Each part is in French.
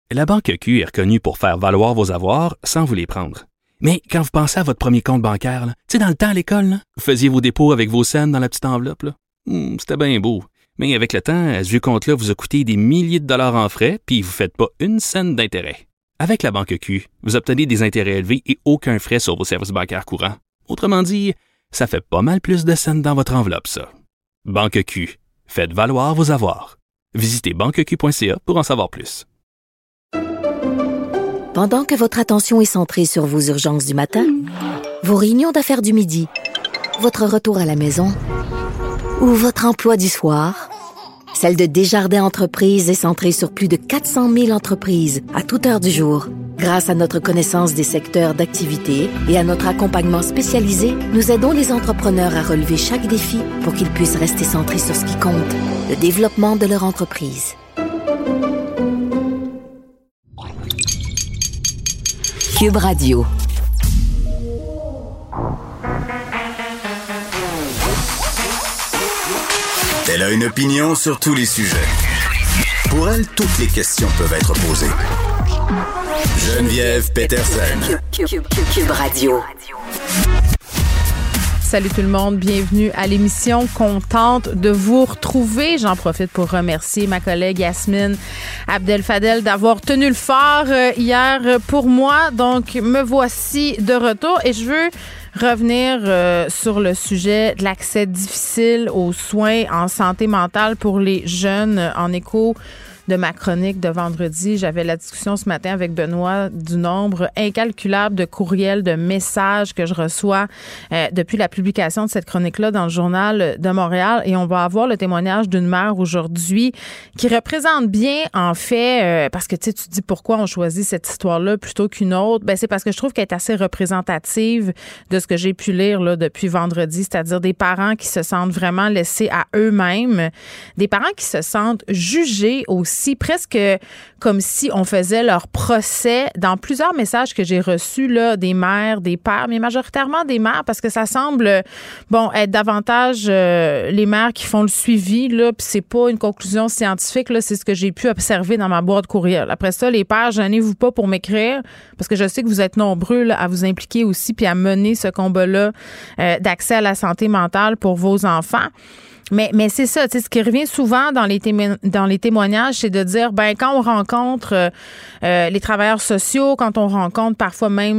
La Banque Q est reconnue pour faire valoir vos avoirs sans vous les prendre. Mais quand vous pensez à votre premier compte bancaire, tu sais, dans le temps à l'école, là, vous faisiez vos dépôts avec vos scènes dans la petite enveloppe. Là. C'était bien beau. Mais avec le temps, ce vieux compte-là vous a coûté des milliers de dollars en frais, puis vous ne faites pas une scène d'intérêt. Avec la Banque Q, vous obtenez des intérêts élevés et aucun frais sur vos services bancaires courants. Autrement dit, ça fait pas mal plus de scènes dans votre enveloppe, ça. Banque Q. Faites valoir vos avoirs. Visitez banqueq.ca pour en savoir plus. Pendant que votre attention est centrée sur vos urgences du matin, vos réunions d'affaires du midi, votre retour à la maison ou votre emploi du soir, celle de Desjardins Entreprises est centrée sur plus de 400 000 entreprises à toute heure du jour. Grâce à notre connaissance des secteurs d'activité et à notre accompagnement spécialisé, nous aidons les entrepreneurs à relever chaque défi pour qu'ils puissent rester centrés sur ce qui compte, le développement de leur entreprise. Cube Radio. Elle a une opinion sur tous les sujets. Pour elle, toutes les questions peuvent être posées. Geneviève Peterson. Cube Radio. Salut tout le monde, bienvenue à l'émission. Contente de vous retrouver. J'en profite pour remercier ma collègue Yasmine Abdel-Fadel d'avoir tenu le fort hier pour moi. Donc, me voici de retour et je veux revenir sur le sujet de l'accès difficile aux soins en santé mentale pour les jeunes en écho de ma chronique de vendredi. J'avais la discussion ce matin avec Benoît du nombre incalculable de courriels, de messages que je reçois depuis la publication de cette chronique-là dans le Journal de Montréal. Et on va avoir le témoignage d'une mère aujourd'hui qui représente bien, en fait, parce que tu te dis pourquoi on choisit cette histoire-là plutôt qu'une autre. Ben, c'est parce que je trouve qu'elle est assez représentative de ce que j'ai pu lire là, depuis vendredi, c'est-à-dire des parents qui se sentent vraiment laissés à eux-mêmes, des parents qui se sentent jugés aussi, presque comme si on faisait leur procès. Dans plusieurs messages que j'ai reçus là, des mères, des pères, mais majoritairement des mères, parce que ça semble être davantage les mères qui font le suivi, là, puis c'est pas une conclusion scientifique, là, c'est ce que j'ai pu observer dans ma boîte courriel. Après ça, les pères, gênez-vous pas pour m'écrire, parce que je sais que vous êtes nombreux là, à vous impliquer aussi puis à mener ce combat-là d'accès à la santé mentale pour vos enfants. Mais c'est ça, tu sais, ce qui revient souvent dans les témoignages, c'est de dire, quand on rencontre les travailleurs sociaux, quand on rencontre parfois même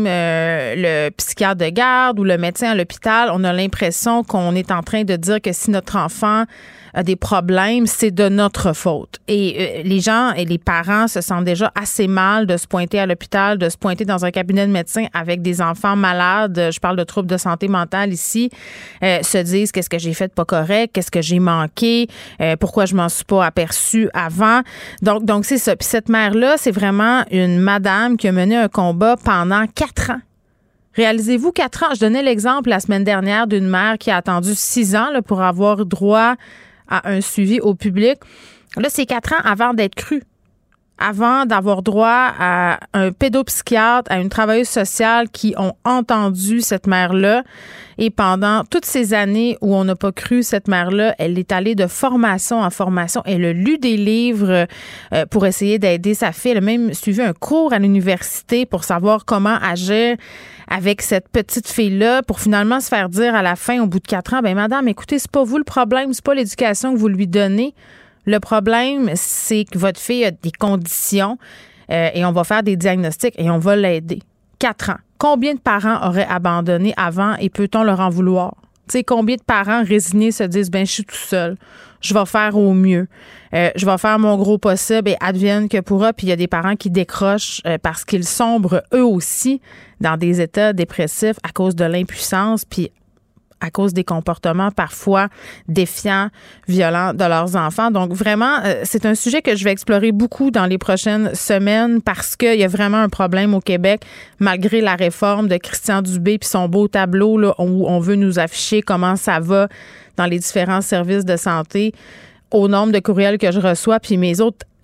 le psychiatre de garde ou le médecin à l'hôpital, on a l'impression qu'on est en train de dire que si notre enfant a des problèmes, c'est de notre faute. Et les gens et les parents se sentent déjà assez mal de se pointer à l'hôpital, de se pointer dans un cabinet de médecin avec des enfants malades. Je parle de troubles de santé mentale ici. Se disent, qu'est-ce que j'ai fait de pas correct? Qu'est-ce que j'ai manqué? Pourquoi je m'en suis pas aperçue avant? Donc c'est ça. Puis cette mère-là, c'est vraiment une madame qui a mené un combat pendant 4 ans. Réalisez-vous, 4 ans. Je donnais l'exemple la semaine dernière d'une mère qui a attendu 6 ans là, pour avoir droit à un suivi au public. Là, c'est 4 ans avant d'être crue, avant d'avoir droit à un pédopsychiatre, à une travailleuse sociale qui ont entendu cette mère-là. Et pendant toutes ces années où on n'a pas cru cette mère-là, elle est allée de formation en formation. Elle a lu des livres pour essayer d'aider sa fille. Elle a même suivi un cours à l'université pour savoir comment agir avec cette petite fille-là pour finalement se faire dire à la fin, au bout de 4 ans, madame, écoutez, c'est pas vous le problème, c'est pas l'éducation que vous lui donnez. Le problème, c'est que votre fille a des conditions et on va faire des diagnostics et on va l'aider. 4 ans. Combien de parents auraient abandonné avant et peut-on leur en vouloir? Tu sais, combien de parents résignés se disent, je suis tout seul, je vais faire au mieux, je vais faire mon gros possible et advienne que pourra. Puis il y a des parents qui décrochent parce qu'ils sombrent eux aussi dans des états dépressifs à cause de l'impuissance, puis à cause des comportements parfois défiants, violents de leurs enfants. Donc vraiment, c'est un sujet que je vais explorer beaucoup dans les prochaines semaines parce qu'il y a vraiment un problème au Québec, malgré la réforme de Christian Dubé puis son beau tableau là, où on veut nous afficher comment ça va dans les différents services de santé, au nombre de courriels que je reçois puis mes autres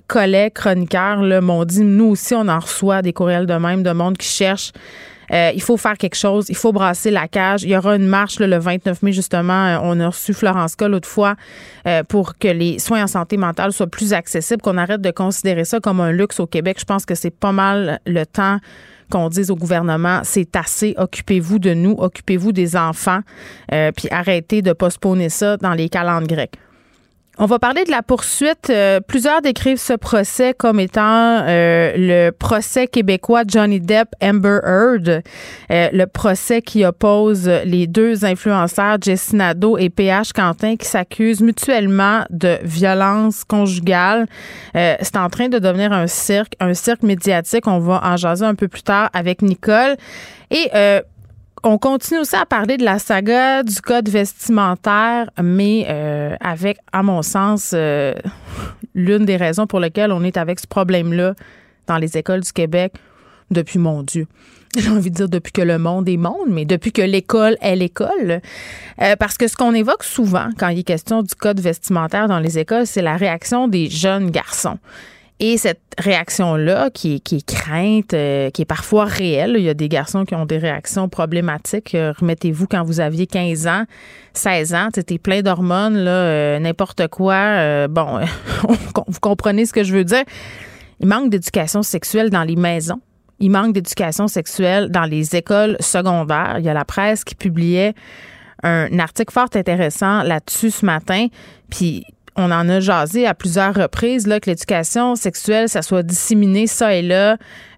collègues chroniqueurs là, m'ont dit, nous aussi, on en reçoit des courriels de même, de monde qui cherche. Il faut faire quelque chose, il faut brasser la cage. Il y aura une marche là, le 29 mai, justement. On a reçu Florence K l'autre fois pour que les soins en santé mentale soient plus accessibles, qu'on arrête de considérer ça comme un luxe au Québec. Je pense que c'est pas mal le temps qu'on dise au gouvernement, c'est assez, occupez-vous de nous, occupez-vous des enfants, puis arrêtez de postponer ça dans les calendes grecques. On va parler de la poursuite. Plusieurs décrivent ce procès comme étant le procès québécois Johnny Depp-Amber Heard, le procès qui oppose les deux influenceurs Jessie Nadeau et PH Quentin qui s'accusent mutuellement de violence conjugale. C'est en train de devenir un cirque médiatique. On va en jaser un peu plus tard avec Nicole. Et on continue aussi à parler de la saga du code vestimentaire, mais avec, à mon sens, l'une des raisons pour lesquelles on est avec ce problème-là dans les écoles du Québec depuis, mon Dieu, j'ai envie de dire depuis que le monde est monde, mais depuis que l'école est l'école. Parce que ce qu'on évoque souvent quand il est question du code vestimentaire dans les écoles, c'est la réaction des jeunes garçons. Et cette réaction-là, qui est crainte, qui est parfois réelle, il y a des garçons qui ont des réactions problématiques. Remettez-vous quand vous aviez 15 ans, 16 ans, t'es plein d'hormones, là, n'importe quoi. Vous comprenez ce que je veux dire. Il manque d'éducation sexuelle dans les maisons. Il manque d'éducation sexuelle dans les écoles secondaires. Il y a la presse qui publiait un article fort intéressant là-dessus ce matin. Puis on en a jasé à plusieurs reprises là, que l'éducation sexuelle, ça soit disséminé ça et là,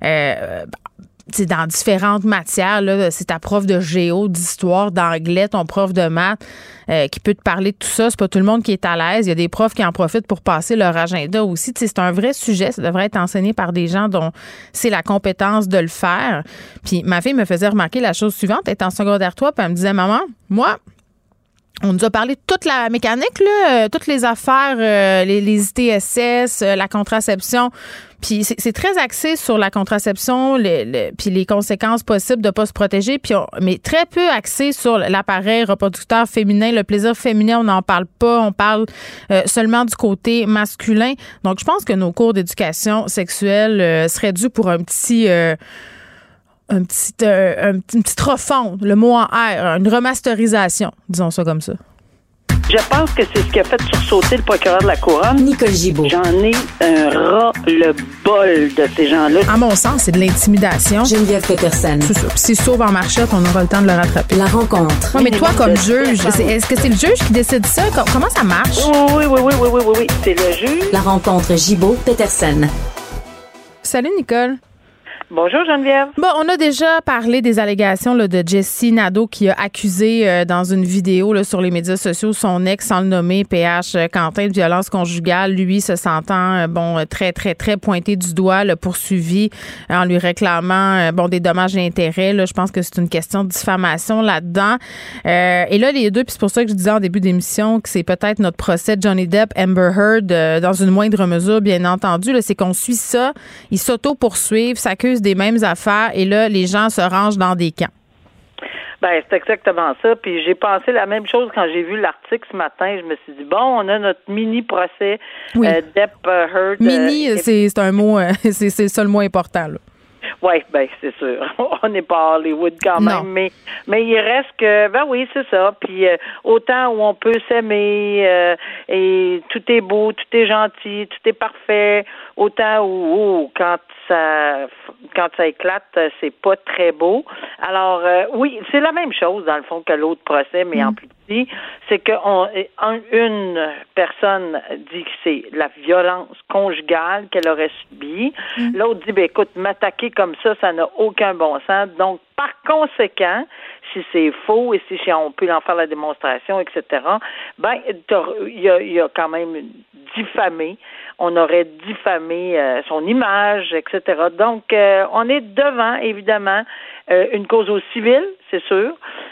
dans différentes matières. Là, c'est ta prof de géo, d'histoire, d'anglais, ton prof de maths qui peut te parler de tout ça. C'est pas tout le monde qui est à l'aise. Il y a des profs qui en profitent pour passer leur agenda aussi. C'est un vrai sujet. Ça devrait être enseigné par des gens dont c'est la compétence de le faire. Puis ma fille me faisait remarquer la chose suivante. Elle était en secondaire 3, puis elle me disait, maman, moi, on nous a parlé de toute la mécanique, là, toutes les affaires, les ITSS, la contraception. Puis c'est très axé sur la contraception, puis les conséquences possibles de ne pas se protéger, mais très peu axé sur l'appareil reproducteur féminin, le plaisir féminin, on n'en parle pas, on parle seulement du côté masculin. Donc, je pense que nos cours d'éducation sexuelle seraient dus pour une petite refonte, le mot en R, une remasterisation, disons ça comme ça. Je pense que c'est ce qui a fait sursauter le procureur de la Couronne. Nicole Gibault. J'en ai un ras-le-bol de ces gens-là. À mon sens, c'est de l'intimidation. Geneviève Peterson. C'est ça. Puis s'il sauve en marchette, on aura le temps de le rattraper. La rencontre. Oui, mais toi, comme juge, est-ce que c'est le juge qui décide ça? Comment ça marche? Oui. C'est le juge. La rencontre Gibault-Peterson. Salut, Nicole. Bonjour Geneviève. Bon, on a déjà parlé des allégations là, de Jessie Nadeau qui a accusé dans une vidéo là, sur les médias sociaux son ex, sans le nommer, PH Quentin, de violence conjugale. Lui se sentant très, très, très pointé du doigt, le poursuivi en lui réclamant des dommages et intérêts. Là, je pense que c'est une question de diffamation là-dedans. Et là, les deux, puis c'est pour ça que je disais en début d'émission que c'est peut-être notre procès de Johnny Depp, Amber Heard, dans une moindre mesure, bien entendu. Là, c'est qu'on suit ça, ils s'auto-poursuivent, s'accusent des mêmes affaires et là, les gens se rangent dans des camps. Ben, c'est exactement ça. Puis j'ai pensé la même chose quand j'ai vu l'article ce matin. Je me suis dit, on a notre mini-procès Depp Heard. Mini, c'est un mot, c'est ça le mot important, là. Oui, ben c'est sûr. On n'est pas à Hollywood quand même, mais il reste que, oui, c'est ça. Puis autant où on peut s'aimer et tout est beau, tout est gentil, tout est parfait, autant où quand ça éclate, c'est pas très beau. Alors oui, c'est la même chose dans le fond que l'autre procès, mais en plus petit. C'est que une personne dit que c'est la violence conjugale qu'elle aurait subie. L'autre dit, écoute, m'attaquer comme ça n'a aucun bon sens. Donc, par conséquent, si c'est faux et si on peut en faire la démonstration, etc., il y a quand même diffamé. On aurait diffamé son image, etc. Donc, on est devant, évidemment, une cause au civil, c'est sûr.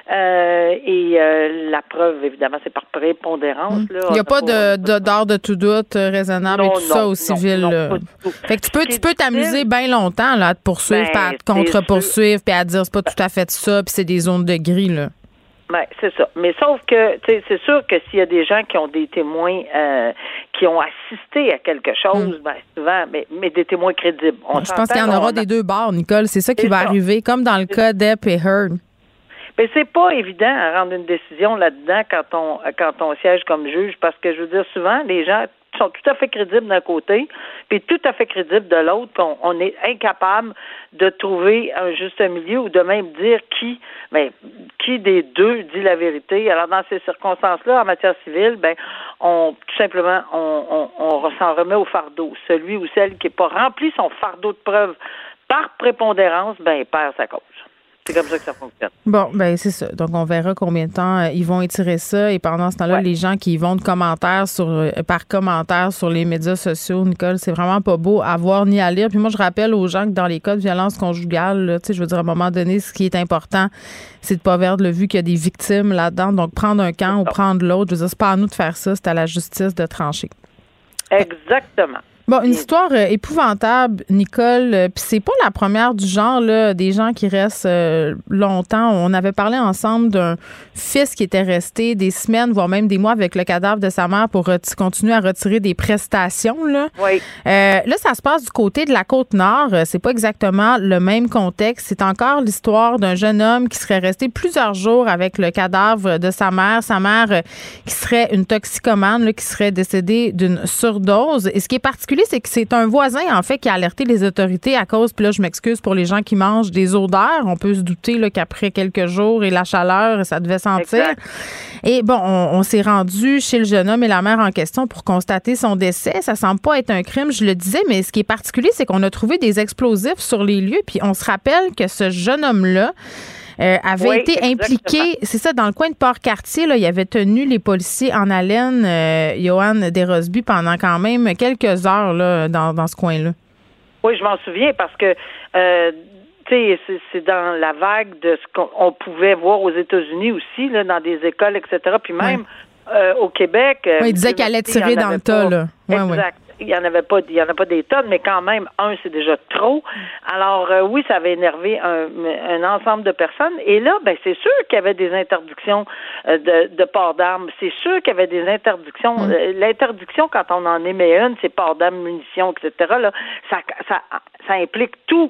Et la preuve, évidemment, c'est par prépondérance. Il n'y a pas d'ordre de tout doute raisonnable et tout ça au civil. Non, fait que tu peux t'amuser bien longtemps là, à te poursuivre, puis à te contre-poursuivre, puis à dire c'est pas tout à fait ça, puis c'est des zones de gris, là. Ben, c'est ça. Mais sauf que, tu sais, c'est sûr que s'il y a des gens qui ont des témoins qui ont assisté à quelque chose, ben souvent, mais des témoins crédibles. Je pense qu'il y en aura des deux bords, Nicole. C'est ça qui va arriver, comme dans le cas d'Epp et Heard. Mais c'est pas évident à rendre une décision là-dedans quand on siège comme juge, parce que je veux dire, souvent, les gens sont tout à fait crédibles d'un côté, puis tout à fait crédibles de l'autre, qu'on est incapable de trouver un juste milieu ou de même dire qui des deux dit la vérité. Alors, dans ces circonstances-là, en matière civile, on s'en remet au fardeau. Celui ou celle qui n'est pas rempli son fardeau de preuves par prépondérance, il perd sa cause. C'est comme ça que ça fonctionne. Bon, c'est ça. Donc, on verra combien de temps ils vont étirer ça. Et pendant ce temps-là, les gens qui vont de commentaires par commentaire sur les médias sociaux, Nicole, c'est vraiment pas beau à voir ni à lire. Puis moi, je rappelle aux gens que dans les cas de violence conjugale, là, je veux dire, à un moment donné, ce qui est important, c'est de pas perdre le vue qu'il y a des victimes là-dedans. Donc, prendre un camp ou prendre l'autre, je veux dire, c'est pas à nous de faire ça, c'est à la justice de trancher. Exactement. Bon, une histoire épouvantable, Nicole, puis c'est pas la première du genre, là, des gens qui restent longtemps. On avait parlé ensemble d'un fils qui était resté des semaines, voire même des mois avec le cadavre de sa mère pour continuer à retirer des prestations, là. Oui. Là, ça se passe du côté de la Côte-Nord. C'est pas exactement le même contexte. C'est encore l'histoire d'un jeune homme qui serait resté plusieurs jours avec le cadavre de sa mère. Sa mère qui serait une toxicomane, là, qui serait décédée d'une surdose. Et ce qui est particulier, c'est que c'est un voisin, en fait, qui a alerté les autorités à cause, puis là, je m'excuse pour les gens qui mangent des odeurs. On peut se douter là, qu'après quelques jours et la chaleur, ça devait sentir. Exact. Et bon, on s'est rendu chez le jeune homme et la mère en question pour constater son décès. Ça semble pas être un crime, je le disais, mais ce qui est particulier, c'est qu'on a trouvé des explosifs sur les lieux, puis on se rappelle que ce jeune homme-là avait été impliqué, c'est ça, dans le coin de Port-Cartier, là, il avait tenu les policiers en haleine, Johan Desrosby, pendant quand même quelques heures là, dans ce coin-là. Oui, je m'en souviens parce que c'est dans la vague de ce qu'on pouvait voir aux États-Unis aussi, là, dans des écoles, etc. Puis même au Québec. Il disait qu'elle allait tirer dans le tas, là. Exact. Il y en a pas des tonnes, mais quand même, c'est déjà trop. Alors, oui, ça avait énervé un ensemble de personnes. Et là, c'est sûr qu'il y avait des interdictions de port d'armes. C'est sûr qu'il y avait des interdictions. L'interdiction, quand on en émet une, c'est port d'armes, munitions, etc. Là, ça implique tout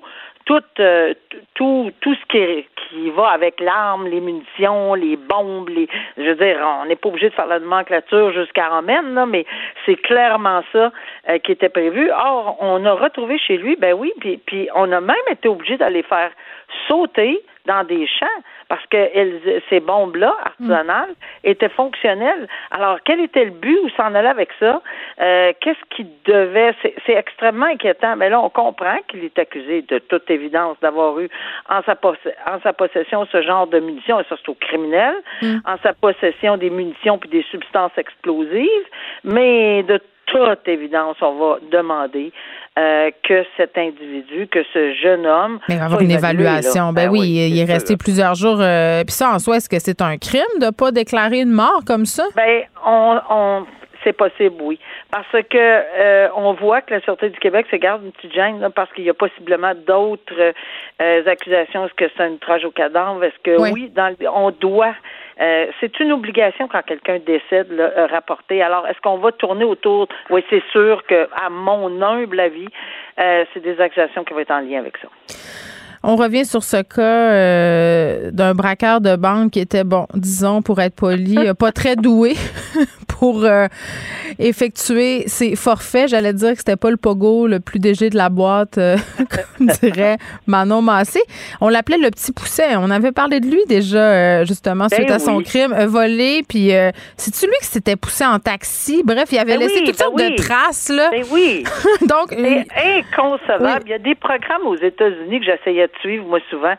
ce qui va avec l'arme, les munitions, les bombes, je veux dire, on n'est pas obligé de faire la nomenclature jusqu'à Romaine, là, mais c'est clairement ça qui était prévu. Or, on a retrouvé chez lui, puis on a même été obligé d'aller faire sauter dans des champs parce que ces bombes-là, artisanales, étaient fonctionnelles. Alors, quel était le but? Où s'en allait avec ça? Qu'est-ce qui devait... C'est extrêmement inquiétant. Mais là, on comprend qu'il est accusé de toute évidence d'avoir eu en sa possession ce genre de munitions, et ça, c'est au criminel, en sa possession des munitions puis des substances explosives. Mais de toute évidence, on va demander que cet individu, que ce jeune homme... Mais avoir une évaluation. Il est resté plusieurs jours. Puis ça, en soi, est-ce que c'est un crime de ne pas déclarer une mort comme ça? C'est possible, oui. Parce que on voit que la Sûreté du Québec se garde une petite gêne là, parce qu'il y a possiblement d'autres accusations. Est-ce que c'est un outrage au cadavre? Est-ce que on doit... c'est une obligation quand quelqu'un décède, là, rapporter. Alors, est-ce qu'on va tourner autour? Oui, c'est sûr que, à mon humble avis, c'est des accusations qui vont être en lien avec ça. On revient sur ce cas d'un braqueur de banque qui était, disons, pour être poli, pas très doué pour effectuer ses forfaits. J'allais dire que c'était pas le pogo le plus léger de la boîte, comme dirait Manon Massé. On l'appelait le petit Pousset. On avait parlé de lui déjà, justement, suite à son crime volé. Puis, c'est-tu lui qui s'était poussé en taxi? Bref, il avait laissé toutes sortes de traces, là. Oui. Donc, c'est inconcevable. Il y a des programmes aux États-Unis que j'essayais de suivre, moi, souvent.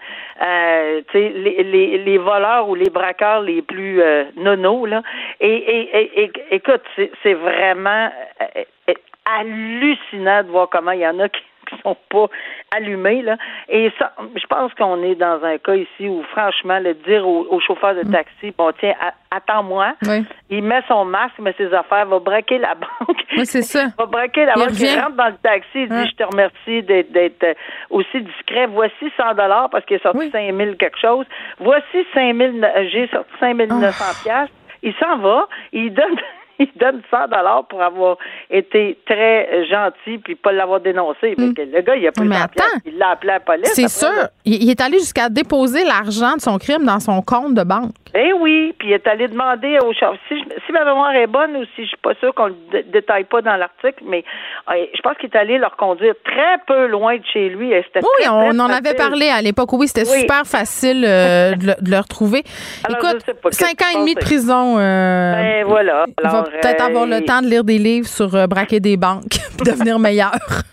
Les voleurs ou les braqueurs les plus nonos, là. Et écoute, c'est vraiment hallucinant de voir comment il y en a qui sont pas allumés, là. Et ça, je pense qu'on est dans un cas ici où, franchement, le dire au chauffeur de taxi, bon, tiens, attends-moi. Oui. Il met son masque, il met ses affaires, va braquer la banque. Oui, c'est ça. Va braquer la banque. Il rentre dans le taxi, il dit, je te remercie d'être aussi discret. Voici 100 $ parce qu'il est sorti 5 000 quelque chose. Voici 5 000, j'ai sorti 5 900 piastres. Il s'en va, il donne 100 $ pour avoir été très gentil puis pas l'avoir dénoncé. Le gars, il a pris 100 piastres, il l'a appelé à la police. C'est sûr. Il est allé jusqu'à déposer l'argent de son crime dans son compte de banque. Eh oui, puis il est allé demander au chef. Si ma mémoire est bonne ou si je suis pas sûre qu'on le détaille pas dans l'article, mais je pense qu'il est allé leur conduire très peu loin de chez lui. Oui, on en avait parlé à l'époque. Oui, c'était super facile de le retrouver. Alors, écoute, 5 ans et demi de prison. Ben voilà. Il va peut-être avoir le temps de lire des livres sur braquer des banques et devenir meilleur.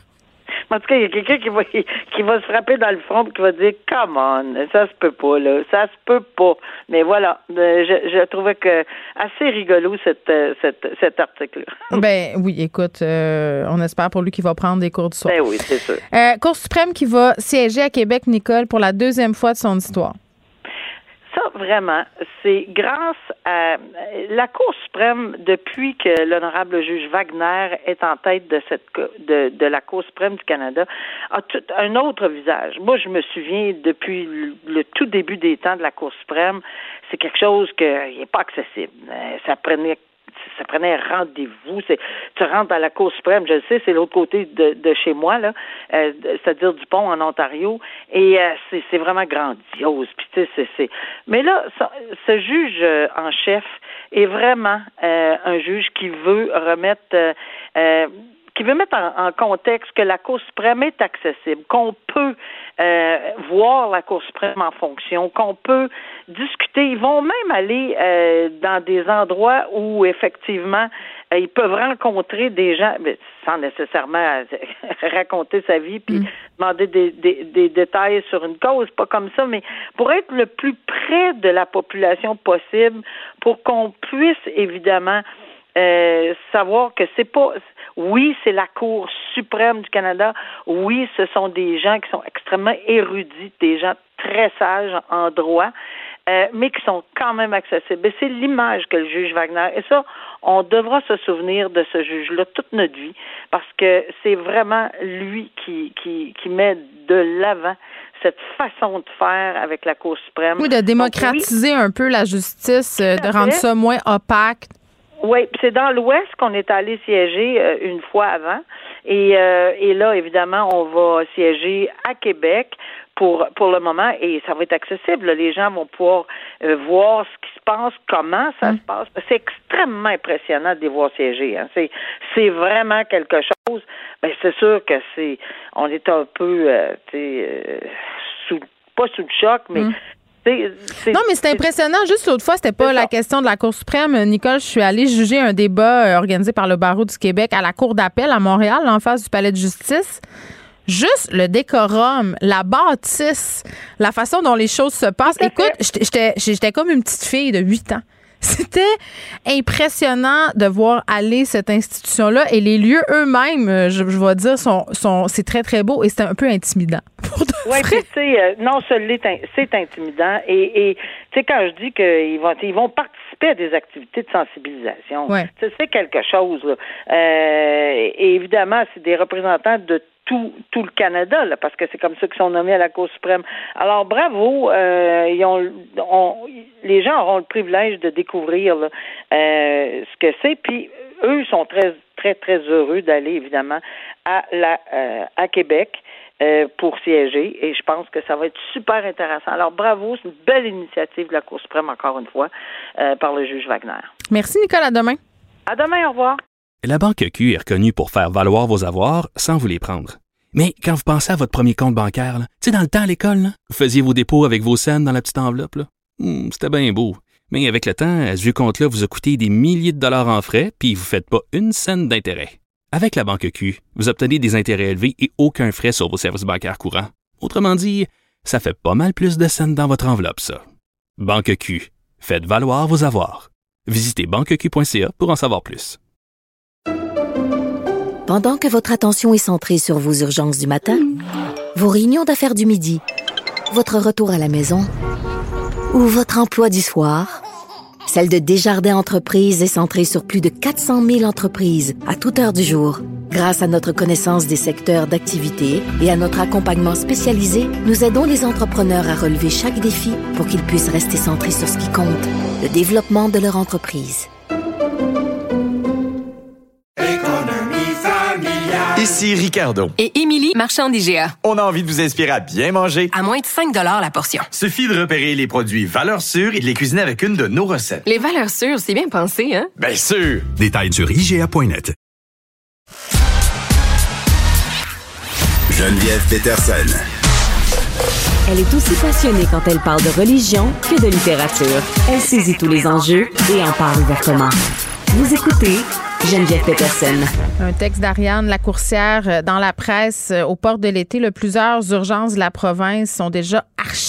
En tout cas, il y a quelqu'un qui va se frapper dans le front et qui va dire « Come on, ça se peut pas, là. Ça se peut pas. » Mais voilà, je trouvais que assez rigolo cet article-là. Ben oui, écoute, on espère pour lui qu'il va prendre des cours du soir. Ben oui, c'est sûr. Cour suprême qui va siéger à Québec, Nicole, pour la 2e fois de son histoire. Ça, vraiment, c'est grâce à la Cour suprême, depuis que l'honorable juge Wagner est en tête de la Cour suprême du Canada, a tout un autre visage. Moi, je me souviens, depuis le tout début des temps de la Cour suprême, c'est quelque chose qui n'est pas accessible. Ça prenait rendez-vous. Tu rentres à la Cour suprême, je le sais, c'est l'autre côté de chez moi, là, c'est-à-dire du pont en Ontario, et c'est vraiment grandiose. Puis, tu sais, mais là, ce juge en chef est vraiment un juge qui veut remettre mettre en contexte que la Cour suprême est accessible, qu'on peut voir la Cour suprême en fonction, qu'on peut discuter. Ils vont même aller dans des endroits où, effectivement, ils peuvent rencontrer des gens, mais sans nécessairement raconter sa vie puis demander des détails sur une cause, pas comme ça, mais pour être le plus près de la population possible, pour qu'on puisse, évidemment, savoir que c'est pas... Oui, c'est la Cour suprême du Canada. Oui, ce sont des gens qui sont extrêmement érudits, des gens très sages en droit, mais qui sont quand même accessibles. Et c'est l'image que le juge Wagner... Et ça, on devra se souvenir de ce juge-là toute notre vie, parce que c'est vraiment lui qui met de l'avant cette façon de faire avec la Cour suprême. Oui, de démocratiser un peu la justice, de rendre ça moins opaque. Oui, c'est dans l'Ouest qu'on est allé siéger une fois avant. Et là, évidemment, on va siéger à Québec pour le moment, et ça va être accessible. Là. Les gens vont pouvoir voir ce qui se passe, comment ça se passe. C'est extrêmement impressionnant de les voir siéger. Hein. C'est vraiment quelque chose. Ben, c'est sûr que on est un peu, pas sous le choc, mais... Non, mais c'est impressionnant. Juste l'autre fois, c'était pas la question de la Cour suprême. Nicole, je suis allée juger un débat organisé par le Barreau du Québec à la Cour d'appel à Montréal, en face du Palais de justice. Juste le décorum, la bâtisse, la façon dont les choses se passent. Écoute, j'étais comme une petite fille de 8 ans. C'était impressionnant de voir aller cette institution-là, et les lieux eux-mêmes, je vais dire, c'est très, très beau, et c'est un peu intimidant. Oui, puis tu sais, non, c'est intimidant, et tu sais, quand je dis qu'ils vont participer à des activités de sensibilisation, c'est quelque chose, là. Et évidemment, c'est des représentants de tout le Canada, là, parce que c'est comme ça qu'ils sont nommés à la Cour suprême. Alors, bravo, les gens auront le privilège de découvrir là, ce que c'est, puis eux sont très, très, très heureux d'aller, évidemment, à Québec pour siéger, et je pense que ça va être super intéressant. Alors, bravo, c'est une belle initiative de la Cour suprême, encore une fois, par le juge Wagner. Merci, Nicole. À demain. À demain, au revoir. La Banque Q est reconnue pour faire valoir vos avoirs sans vous les prendre. Mais quand vous pensez à votre premier compte bancaire, tu sais, dans le temps à l'école, là, vous faisiez vos dépôts avec vos scènes dans la petite enveloppe. Là. C'était bien beau. Mais avec le temps, ce vieux compte-là vous a coûté des milliers de dollars en frais, puis vous ne faites pas une scène d'intérêt. Avec la Banque Q, vous obtenez des intérêts élevés et aucun frais sur vos services bancaires courants. Autrement dit, ça fait pas mal plus de scènes dans votre enveloppe, ça. Banque Q. Faites valoir vos avoirs. Visitez banqueq.ca pour en savoir plus. Pendant que votre attention est centrée sur vos urgences du matin, vos réunions d'affaires du midi, votre retour à la maison ou votre emploi du soir, celle de Desjardins Entreprises est centrée sur plus de 400 000 entreprises à toute heure du jour. Grâce à notre connaissance des secteurs d'activité et à notre accompagnement spécialisé, nous aidons les entrepreneurs à relever chaque défi pour qu'ils puissent rester centrés sur ce qui compte, le développement de leur entreprise. Ici Ricardo. Et Émilie, marchand d'IGA. On a envie de vous inspirer à bien manger. À moins de 5 $ la portion. Suffit de repérer les produits valeurs sûres et de les cuisiner avec une de nos recettes. Les valeurs sûres, c'est bien pensé, hein? Bien sûr! Détails sur IGA.net. Geneviève Peterson. Elle est aussi passionnée quand elle parle de religion que de littérature. Elle saisit tous les enjeux et en parle ouvertement. Vous écoutez Geneviève Peterson. Un texte d'Ariane Lacourcière dans la presse aux portes de l'été. Plusieurs urgences de la province sont déjà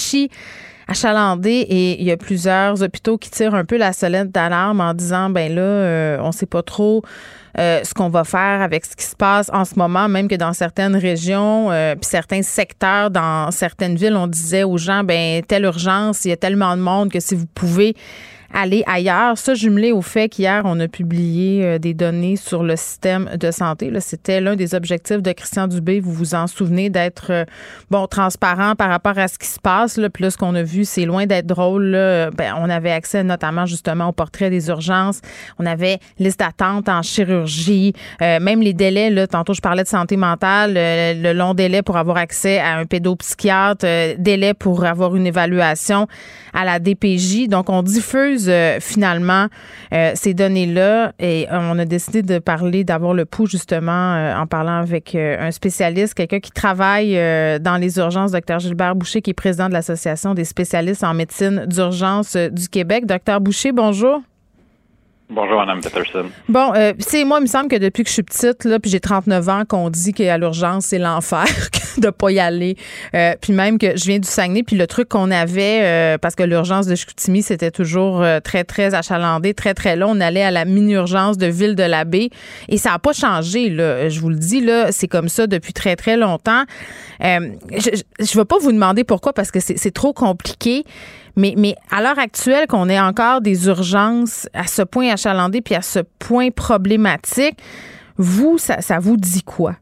achalandées et il y a plusieurs hôpitaux qui tirent un peu la sonnette d'alarme en disant on sait pas trop ce qu'on va faire avec ce qui se passe en ce moment, même que dans certaines régions puis certains secteurs, dans certaines villes, on disait aux gens, telle urgence, il y a tellement de monde que si vous pouvez aller ailleurs. Ça, jumelé au fait qu'hier, on a publié des données sur le système de santé. Là, c'était l'un des objectifs de Christian Dubé, vous vous en souvenez, d'être transparent par rapport à ce qui se passe. Là. Puis là, ce qu'on a vu, c'est loin d'être drôle. Là. On avait accès notamment justement au portrait des urgences. On avait liste d'attente en chirurgie. Même les délais, là, tantôt je parlais de santé mentale, le long délai pour avoir accès à un pédopsychiatre, délai pour avoir une évaluation à la DPJ. Donc, on diffuse finalement ces données-là et on a décidé de parler, d'avoir le pouls justement en parlant avec un spécialiste, quelqu'un qui travaille dans les urgences, Dr Gilbert Boucher, qui est président de l'Association des spécialistes en médecine d'urgence du Québec. Dr Boucher, bonjour. Bonjour, Mme Peterson. Bon, moi, il me semble que depuis que je suis petite, là, puis j'ai 39 ans, qu'on dit qu'à l'urgence, c'est l'enfer de pas y aller. Puis même que je viens du Saguenay, puis le truc qu'on avait, parce que l'urgence de Chicoutimi, c'était toujours très, très achalandé, très, très long. On allait à la mini-urgence de Ville-de-la-Baie et ça n'a pas changé, là. Je vous le dis, là, c'est comme ça depuis très, très longtemps. Je ne vais pas vous demander pourquoi, parce que c'est trop compliqué. Mais à l'heure actuelle, qu'on ait encore des urgences à ce point achalandées puis à ce point problématique, vous, ça vous dit quoi?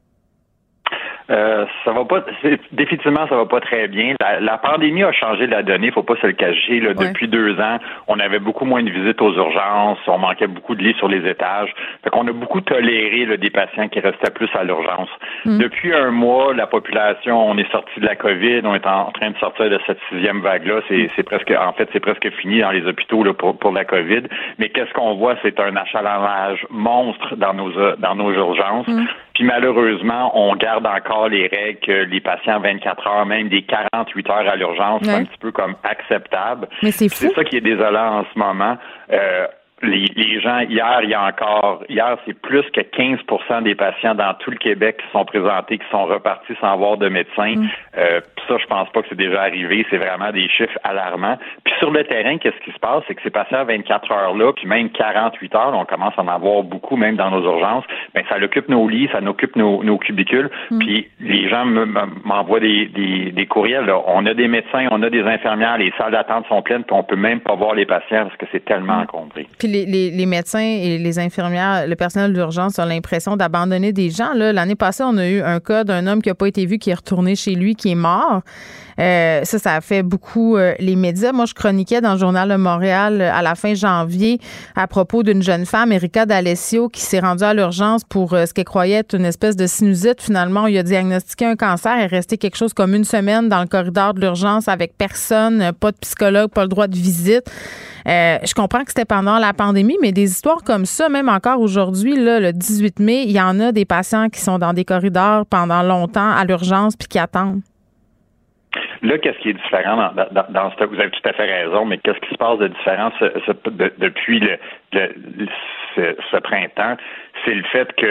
Ça va pas, définitivement, ça va pas très bien. La pandémie a changé la donnée, faut pas se le cacher. Là, ouais. Depuis 2 ans, on avait beaucoup moins de visites aux urgences, on manquait beaucoup de lits sur les étages. Fait qu'on a beaucoup toléré là, des patients qui restaient plus à l'urgence. Depuis 1 mois, la population, on est sorti de la COVID, on est en train de sortir de cette 6e vague-là. C'est presque fini dans les hôpitaux là, pour la COVID. Mais qu'est-ce qu'on voit? C'est un achalandage monstre dans nos urgences. Puis malheureusement, on garde encore les règles que les patients 24 heures, même des 48 heures à l'urgence, c'est un petit peu comme acceptable. Mais c'est fou. C'est ça qui est désolant en ce moment. Les gens, hier, c'est plus que 15% des patients dans tout le Québec qui sont présentés, qui sont repartis sans voir de médecin. Ça, je pense pas que c'est déjà arrivé. C'est vraiment des chiffres alarmants. Puis sur le terrain, qu'est-ce qui se passe? C'est que ces patients 24 heures-là, puis même 48 heures, on commence à en avoir beaucoup, même dans nos urgences, ça occupe nos lits, ça occupe nos cubicules. Puis les gens m'envoient des courriels. Là. On a des médecins, on a des infirmières, les salles d'attente sont pleines, puis on peut même pas voir les patients parce que c'est tellement encombré. Puis les médecins et les infirmières, le personnel d'urgence ont l'impression d'abandonner des gens. Là. L'année passée, on a eu un cas d'un homme qui n'a pas été vu, qui est retourné chez lui, qui est mort. Ça a fait beaucoup les médias. Moi, je chroniquais dans le Journal de Montréal à la fin janvier à propos d'une jeune femme, Erika D'Alessio, qui s'est rendue à l'urgence pour ce qu'elle croyait être une espèce de sinusite. Finalement, on lui a diagnostiqué un cancer. Elle est restée quelque chose comme 1 semaine dans le corridor de l'urgence avec personne, pas de psychologue, pas le droit de visite. Je comprends que c'était pendant la pandémie, mais des histoires comme ça, même encore aujourd'hui, là, le 18 mai, il y en a des patients qui sont dans des corridors pendant longtemps à l'urgence puis qui attendent. Là, qu'est-ce qui est différent dans ce... Vous avez tout à fait raison, mais qu'est-ce qui se passe de différent depuis ce printemps? C'est le fait que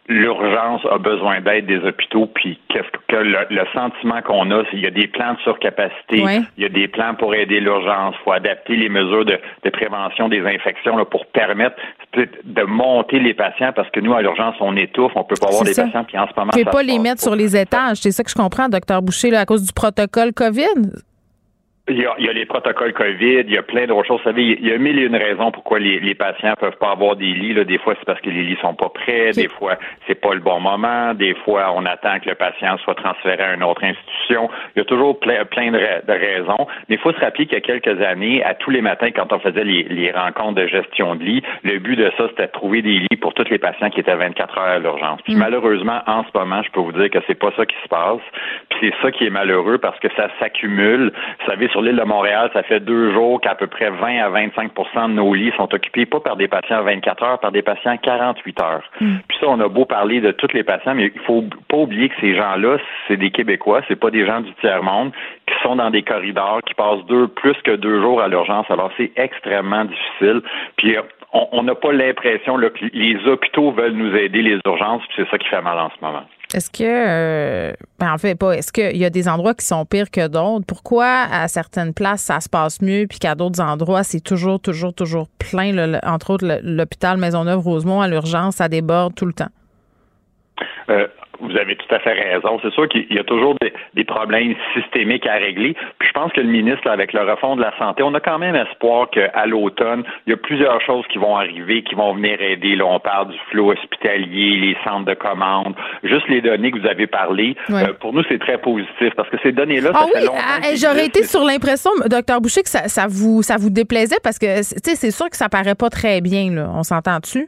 l'urgence a besoin d'aide des hôpitaux, puis qu'est-ce que le sentiment qu'on a, c'est qu'il y a des plans de surcapacité, il y a des plans pour aider l'urgence, il faut adapter les mesures de prévention des infections là, pour permettre de monter les patients, parce que nous, à l'urgence, on étouffe, on peut pas avoir des patients, puis en ce moment, on ne peut pas les mettre sur les étages, c'est ça que je comprends, Dr Boucher, là, à cause du protocole COVID. Il y a les protocoles COVID, il y a plein d'autres choses. Vous savez, il y a mille et une raisons pourquoi les patients peuvent pas avoir des lits. Là. Des fois, c'est parce que les lits sont pas prêts. Des fois, c'est pas le bon moment. Des fois, on attend que le patient soit transféré à une autre institution. Il y a toujours plein de raisons. Mais il faut se rappeler qu'il y a quelques années, à tous les matins, quand on faisait les rencontres de gestion de lits, le but de ça, c'était de trouver des lits pour tous les patients qui étaient 24 heures à l'urgence. Puis malheureusement, en ce moment, je peux vous dire que c'est pas ça qui se passe. Puis c'est ça qui est malheureux parce que ça s'accumule. Vous savez, sur l'île de Montréal, ça fait 2 jours qu'à peu près 20 à 25 % de nos lits sont occupés pas par des patients 24 heures, par des patients 48 heures. Puis ça, on a beau parler de tous les patients, mais il faut pas oublier que ces gens-là, c'est des Québécois, c'est pas des gens du tiers-monde qui sont dans des corridors, qui passent plus que 2 jours à l'urgence. Alors, c'est extrêmement difficile. Puis on n'a pas l'impression là, que les hôpitaux veulent nous aider, les urgences, puis c'est ça qui fait mal en ce moment. Est-ce que, est-ce qu'il y a des endroits qui sont pires que d'autres? Pourquoi à certaines places, ça se passe mieux, puis qu'à d'autres endroits, c'est toujours plein, là, entre autres l'hôpital Maisonneuve-Rosemont à l'urgence, ça déborde tout le temps? Vous avez tout à fait raison. C'est sûr qu'il y a toujours des problèmes systémiques à régler. Puis je pense que le ministre, là, avec le refond de la santé, on a quand même espoir qu'à l'automne, il y a plusieurs choses qui vont arriver, qui vont venir aider. Là, on parle du flot hospitalier, les centres de commande, juste les données que vous avez parlé. Pour nous, c'est très positif parce que ces données-là, ça fait longtemps. J'aurais été sur l'impression, Dr Boucher, que ça vous déplaisait parce que, tu sais, c'est sûr que ça paraît pas très bien, là. On s'entend dessus?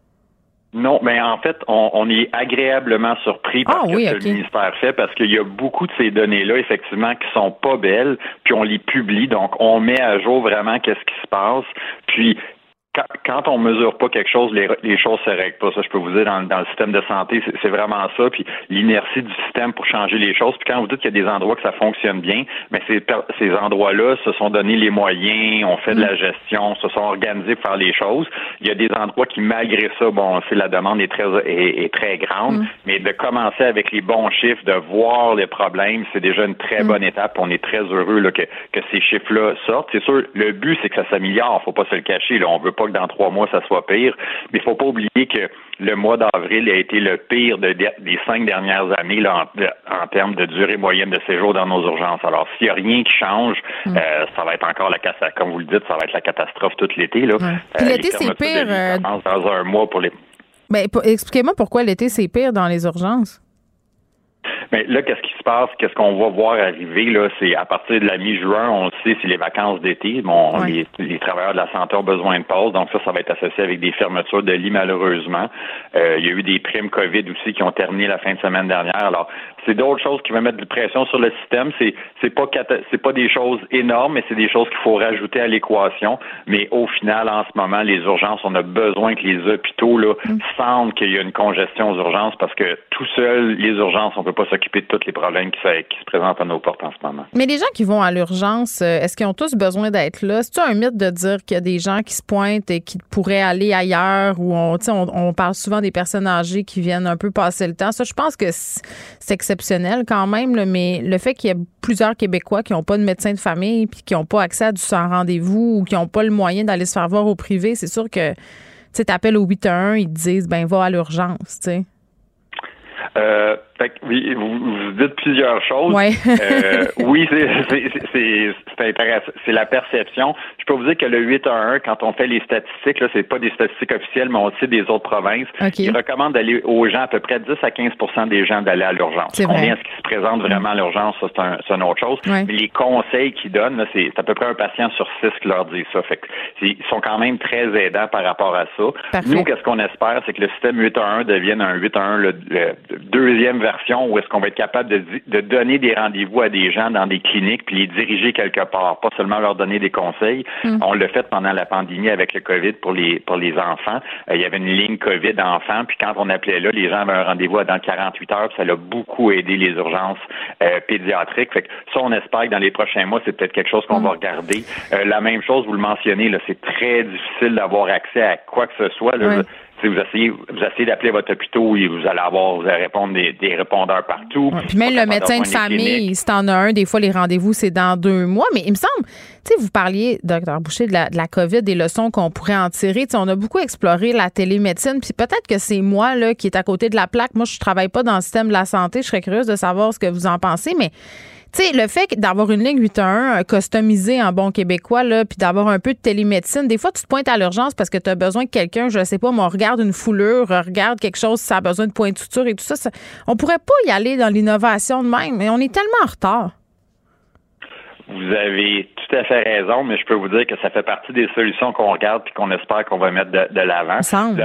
Non, mais en fait, on est agréablement surpris par ce que le ministère fait, parce qu'il y a beaucoup de ces données-là, effectivement, qui sont pas belles, puis on les publie, donc on met à jour vraiment qu'est-ce qui se passe, puis quand on mesure pas quelque chose, les choses se règlent pas. Ça, je peux vous dire, dans le système de santé, c'est vraiment ça. Puis l'inertie du système pour changer les choses. Puis quand vous dites qu'il y a des endroits que ça fonctionne bien, mais ces endroits-là se sont donné les moyens, ont fait de la gestion, se sont organisés pour faire les choses. Il y a des endroits qui, malgré ça, la demande est très grande, mais de commencer avec les bons chiffres, de voir les problèmes, c'est déjà une très bonne étape. On est très heureux là, que ces chiffres-là sortent. C'est sûr, le but, c'est que ça s'améliore. Faut pas se le cacher. Là, on veut pas que dans 3 mois, ça soit pire. Mais il faut pas oublier que le mois d'avril a été le pire des 5 dernières années là, en termes de durée moyenne de séjour dans nos urgences. Alors, s'il n'y a rien qui change, ça va être encore comme vous le dites, ça va être la catastrophe tout l'été. Là. L'été, c'est pire. Dans un mois pour les... Ben, expliquez-moi pourquoi l'été, c'est pire dans les urgences. Mais là, qu'est-ce qui se passe? Qu'est-ce qu'on va voir arriver? Là, c'est à partir de la mi-juin, on le sait, c'est les vacances d'été. Les travailleurs de la santé ont besoin de pause, donc ça va être associé avec des fermetures de lits, malheureusement. Il y a eu des primes COVID aussi qui ont terminé la fin de semaine dernière. Alors, c'est d'autres choses qui vont mettre de pression sur le système. C'est pas des choses énormes, mais c'est des choses qu'il faut rajouter à l'équation. Mais au final, en ce moment, les urgences, on a besoin que les hôpitaux là sentent qu'il y a une congestion aux urgences, parce que tout seul, les urgences, on peut pas s'occuper de tous les problèmes qui se présentent à nos portes en ce moment. Mais les gens qui vont à l'urgence, est-ce qu'ils ont tous besoin d'être là? C'est-tu un mythe de dire qu'il y a des gens qui se pointent et qui pourraient aller ailleurs, ou on parle souvent des personnes âgées qui viennent un peu passer le temps? Ça, je pense que c'est exceptionnel quand même, là, mais le fait qu'il y ait plusieurs Québécois qui n'ont pas de médecin de famille puis qui n'ont pas accès à du sans rendez-vous ou qui n'ont pas le moyen d'aller se faire voir au privé, c'est sûr que tu appelles au 811, ils te disent va à l'urgence, tu sais. Oui, vous dites plusieurs choses. Ouais. Oui, c'est intéressant. C'est la perception. Je peux vous dire que le 811, quand on fait les statistiques, là, c'est pas des statistiques officielles, mais on le sait des autres provinces. Okay. Ils recommandent d'aller aux gens, à peu près 10 à 15 % des gens d'aller à l'urgence. Combien est-ce qui se présente vraiment à l'urgence, ça, c'est une autre chose. Ouais. Mais les conseils qu'ils donnent, là, c'est à peu près un patient sur 6 qui leur dit ça. Fait que ils sont quand même très aidants par rapport à ça. Parfait. Nous, qu'est-ce qu'on espère, c'est que le système 811 devienne un 811, le deuxième version, où est-ce qu'on va être capable de donner des rendez-vous à des gens dans des cliniques puis les diriger quelque part, pas seulement leur donner des conseils. On l'a fait pendant la pandémie avec le COVID pour les enfants. Il y avait une ligne COVID enfants, puis quand on appelait là, les gens avaient un rendez-vous dans 48 heures, puis ça l'a beaucoup aidé les urgences pédiatriques. Fait que ça, on espère que dans les prochains mois, c'est peut-être quelque chose qu'on va regarder. La même chose, vous le mentionnez, là, c'est très difficile d'avoir accès à quoi que ce soit. Là, vous essayez d'appeler votre hôpital et vous allez répondre des répondeurs partout. Ouais, puis même le médecin de famille, si t'en as un, des fois les rendez-vous c'est dans 2 mois. Mais il me semble, tu sais, vous parliez, Dr Boucher, de la COVID, des leçons qu'on pourrait en tirer. T'sais, on a beaucoup exploré la télémédecine, puis peut-être que c'est moi là qui est à côté de la plaque. Moi, je travaille pas dans le système de la santé. Je serais curieuse de savoir ce que vous en pensez, mais tu sais, le fait d'avoir une ligne 811 customisée en bon québécois, là, puis d'avoir un peu de télémédecine, des fois, tu te pointes à l'urgence parce que tu as besoin que quelqu'un, je sais pas, mais on regarde une foulure, regarde quelque chose, si ça a besoin de point de suture et tout ça. On pourrait pas y aller dans l'innovation de même, mais on est tellement en retard. Vous avez tout à fait raison, mais je peux vous dire que ça fait partie des solutions qu'on regarde puis qu'on espère qu'on va mettre de l'avant.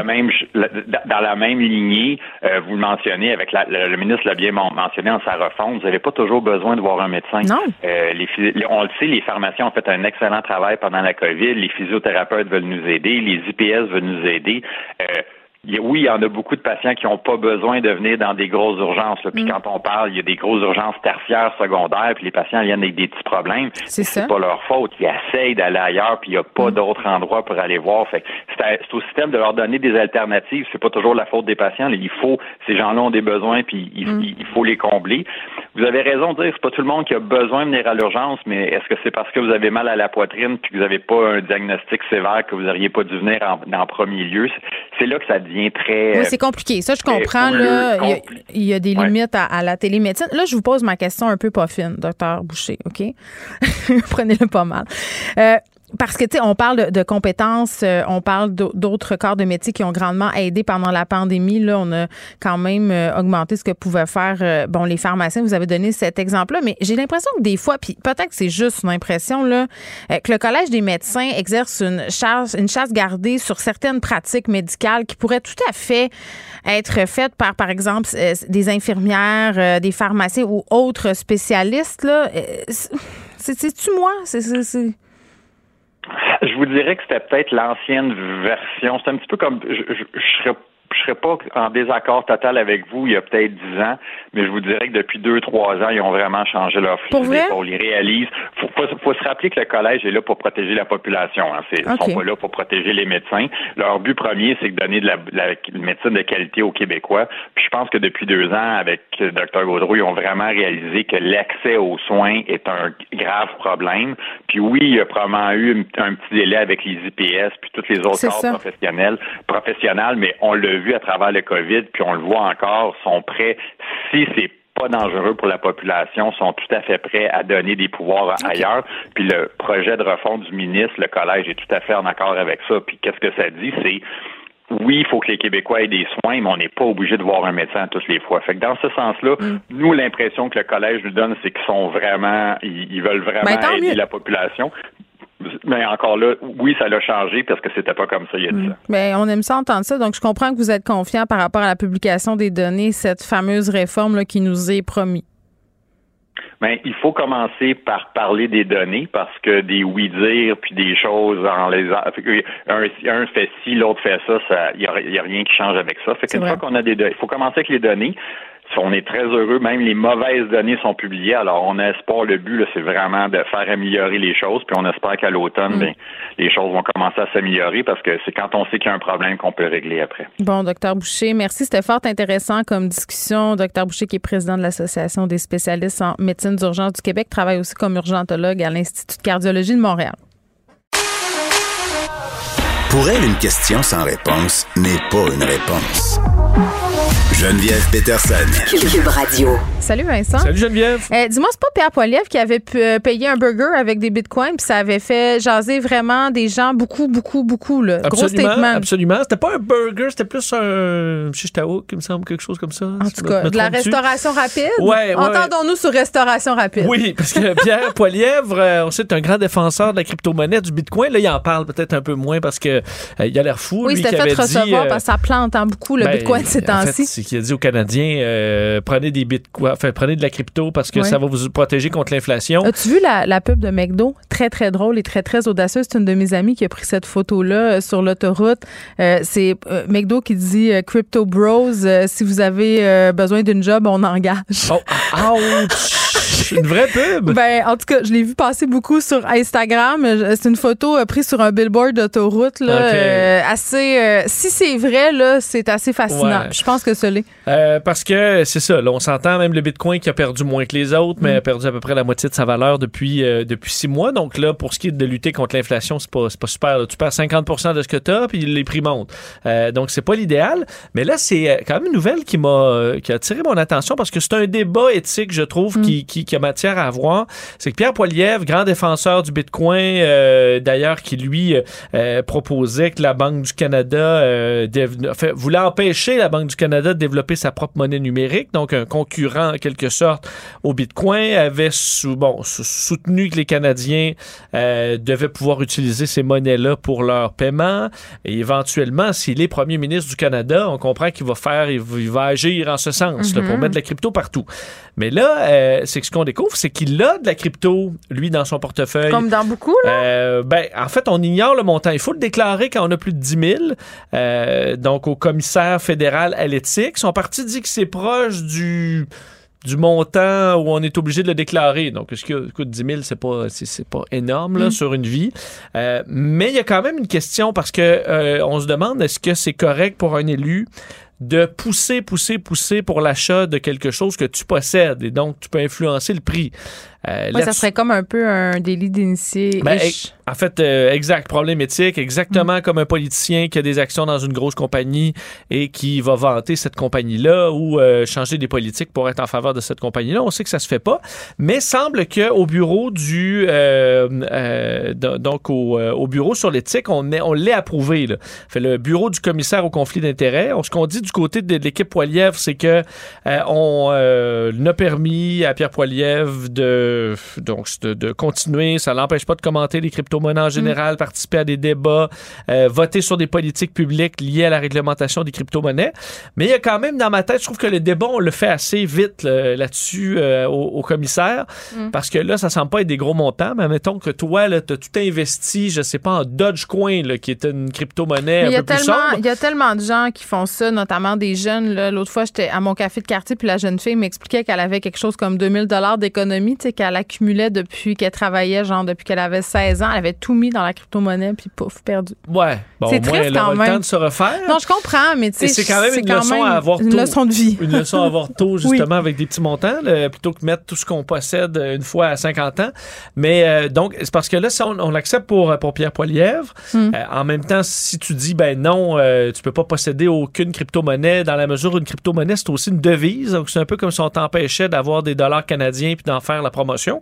Dans la même lignée, vous le mentionnez, avec le ministre l'a bien mentionné en sa refonte, vous n'avez pas toujours besoin de voir un médecin. Non. On le sait, les pharmaciens ont fait un excellent travail pendant la COVID, les physiothérapeutes veulent nous aider, les IPS veulent nous aider. Oui, il y en a beaucoup de patients qui n'ont pas besoin de venir dans des grosses urgences. Là. Puis quand on parle, il y a des grosses urgences tertiaires, secondaires, puis les patients viennent avec des petits problèmes. C'est pas leur faute. Ils essayent d'aller ailleurs, puis il n'y a pas d'autre endroit pour aller voir. Fait c'est au système de leur donner des alternatives. C'est pas toujours la faute des patients. Ces gens-là ont des besoins, puis il faut les combler. Vous avez raison de dire, c'est pas tout le monde qui a besoin de venir à l'urgence, mais est-ce que c'est parce que vous avez mal à la poitrine puis que vous n'avez pas un diagnostic sévère que vous n'auriez pas dû venir en premier lieu? C'est là que ça devient très... Oui, c'est compliqué. Ça, je comprends. Là, il y a des limites à la télémédecine. Là, je vous pose ma question un peu pas fine, Dr Boucher, OK? Prenez-le pas mal. Parce que, tu sais, on parle de compétences, on parle d'autres corps de métier qui ont grandement aidé pendant la pandémie. Là, on a quand même augmenté ce que pouvaient faire les pharmaciens. Vous avez donné cet exemple-là, mais j'ai l'impression que des fois, puis peut-être que c'est juste une impression, là, que le Collège des médecins exerce une chasse gardée sur certaines pratiques médicales qui pourraient tout à fait être faites par exemple, des infirmières, des pharmaciens ou autres spécialistes. Là. C'est-tu moi? Je vous dirais que c'était peut-être l'ancienne version. C'est un petit peu comme je serais pas en désaccord total avec vous il y a peut-être 10 ans, mais je vous dirais que depuis 2-3 ans, ils ont vraiment changé leur fusil d'épaule. Ils réalisent. Faut se rappeler que le collège est là pour protéger la population. Hein. Ils sont pas là pour protéger les médecins. Leur but premier, c'est de donner de la médecine de qualité aux Québécois. Puis je pense que depuis 2 ans, avec Dr Gaudreau, ils ont vraiment réalisé que l'accès aux soins est un grave problème. Puis oui, il y a probablement eu un petit délai avec les IPS puis tous les autres corps professionnels, mais on l'a vu à travers le COVID, puis on le voit encore, sont prêts, si c'est pas dangereux pour la population, sont tout à fait prêts à donner des pouvoirs ailleurs. Puis le projet de refonte du ministre, le collège est tout à fait en accord avec ça. Puis qu'est-ce que ça dit? C'est oui, il faut que les Québécois aient des soins, mais on n'est pas obligé de voir un médecin toutes les fois. Fait que dans ce sens-là, nous, l'impression que le collège nous donne, c'est qu'ils sont vraiment, ils veulent vraiment aider la population. Mais encore là, oui, ça l'a changé parce que c'était pas comme ça il y a 10 ans. Mais on aime ça entendre ça. Donc, je comprends que vous êtes confiant par rapport à la publication des données, cette fameuse réforme là, qui nous est promise. Mais il faut commencer par parler des données parce que des oui-dire puis des choses un fait ci, l'autre fait ça, il y a rien qui change avec ça. Fait qu'une fois qu'on a des données, il faut commencer avec les données. On est très heureux, même les mauvaises données sont publiées, alors on espère, le but, là, c'est vraiment de faire améliorer les choses, puis on espère qu'à l'automne, les choses vont commencer à s'améliorer parce que c'est quand on sait qu'il y a un problème qu'on peut régler après. Bon, Dr Boucher, merci, c'était fort intéressant comme discussion. Dr Boucher, qui est président de l'Association des spécialistes en médecine d'urgence du Québec, travaille aussi comme urgentologue à l'Institut de cardiologie de Montréal. Pour elle, une question sans réponse n'est pas une réponse. Geneviève Peterson. Cube Radio. Salut Vincent. Salut Geneviève. Dis-moi, c'est pas Pierre Poilievre qui avait payé un burger avec des bitcoins puis ça avait fait jaser vraiment des gens beaucoup, là. Absolument, gros statement. Absolument. C'était pas un burger, c'était plus un shish taouk, il me semble, quelque chose comme ça. En tout cas, de la restauration rapide. Ouais. Entendons-nous sur restauration rapide. Oui, parce que Pierre Poilievre, on sait, est un grand défenseur de la crypto-monnaie, du bitcoin. Là, il en parle peut-être un peu moins parce que il a l'air fou. Oui, c'était fait recevoir parce que ça plante beaucoup le bitcoin de ces temps-ci. C'est qu'il a dit aux Canadiens, prenez des bitcoins, prenez de la crypto parce que ça va vous protéger contre l'inflation. As-tu vu la pub de McDo? Très, très drôle et très, très audacieuse. C'est une de mes amies qui a pris cette photo-là sur l'autoroute. C'est McDo qui dit Crypto Bros, si vous avez besoin d'une job, on engage. Oh, ouch! Une vraie pub? Ben, en tout cas, je l'ai vu passer beaucoup sur Instagram. C'est une photo prise sur un billboard d'autoroute. Là, assez. Si c'est vrai, là, c'est assez fascinant. Ouais. Je pense que ce l'est. Parce que c'est ça. Là, on s'entend, même le Bitcoin qui a perdu moins que les autres, mais a perdu à peu près la moitié de sa valeur depuis 6 mois. Donc là, pour ce qui est de lutter contre l'inflation, c'est pas super. Là. Tu perds 50% de ce que tu as, puis les prix montent. Donc, c'est pas l'idéal. Mais là, c'est quand même une nouvelle qui a attiré mon attention parce que c'est un débat éthique, je trouve, qui a matière à avoir. C'est que Pierre Poilievre, grand défenseur du Bitcoin, d'ailleurs, qui lui proposait que la Banque du Canada voulait empêcher la Banque du Canada de développer sa propre monnaie numérique, donc un concurrent en quelque sorte au Bitcoin, avait soutenu que les Canadiens devaient pouvoir utiliser ces monnaies-là pour leur paiement. Et éventuellement, s'il est premier ministre du Canada, on comprend qu'il va agir en ce sens là, pour mettre de la crypto partout. Mais là, c'est que ce qu'on découvre, c'est qu'il a de la crypto, lui, dans son portefeuille. Comme dans beaucoup, là? En fait, on ignore le montant. Il faut le déclarer quand on a plus de 10 000. Donc, au commissaire fédéral à l'éthique. Son parti dit que c'est proche du montant où on est obligé de le déclarer. Donc, ce qui coûte 10 000, c'est pas énorme là, sur une vie. Mais il y a quand même une question parce que on se demande, est-ce que c'est correct pour un élu de pousser pour l'achat de quelque chose que tu possèdes et donc tu peux influencer le prix. Ça serait comme un peu un délit d'initié. En fait, exact, problème éthique, exactement comme un politicien qui a des actions dans une grosse compagnie et qui va vanter cette compagnie-là ou changer des politiques pour être en faveur de cette compagnie-là. On sait que ça se fait pas, mais semble qu'au bureau au bureau sur l'éthique, on l'ait approuvé. Là. Fait le bureau du commissaire au conflit d'intérêts. Ce qu'on dit du côté de l'équipe Poilievre, c'est que on a permis à Pierre Poilievre de continuer. Ça l'empêche pas de commenter les crypto-monnaies en général, participer à des débats, voter sur des politiques publiques liées à la réglementation des crypto-monnaies. Mais il y a quand même, dans ma tête, je trouve que le débat, on le fait assez vite là-dessus au commissaire, parce que là, ça semble pas être des gros montants, mais mettons que toi, là, t'as tout investi, je sais pas, en Dogecoin, là, qui est une crypto-monnaie un peu plus sombre. Il y a tellement de gens qui font ça, notamment des jeunes. Là. L'autre fois, j'étais à mon café de quartier, puis la jeune fille m'expliquait qu'elle avait quelque chose comme 2 000 $ d'économie, tu sais, qu'elle accumulait depuis qu'elle travaillait, genre depuis qu'elle avait 16 ans. Elle avait tout mis dans la crypto-monnaie, puis pouf, perdu. Ouais. Bon, c'est triste quand même. Le temps de se refaire. Non, je comprends, mais tu sais, c'est quand même une leçon à avoir tôt. Une leçon de vie. Une leçon à avoir tôt, justement, avec des petits montants, là, plutôt que mettre tout ce qu'on possède une fois à 50 ans. Mais donc, c'est parce que là, ça, on l'accepte pour Pierre Poilievre. En même temps, si tu dis, ben non, tu peux pas posséder aucune crypto-monnaie, dans la mesure où une crypto-monnaie, c'est aussi une devise. Donc, c'est un peu comme si on t'empêchait d'avoir des dollars canadiens puis d'en faire la promotion.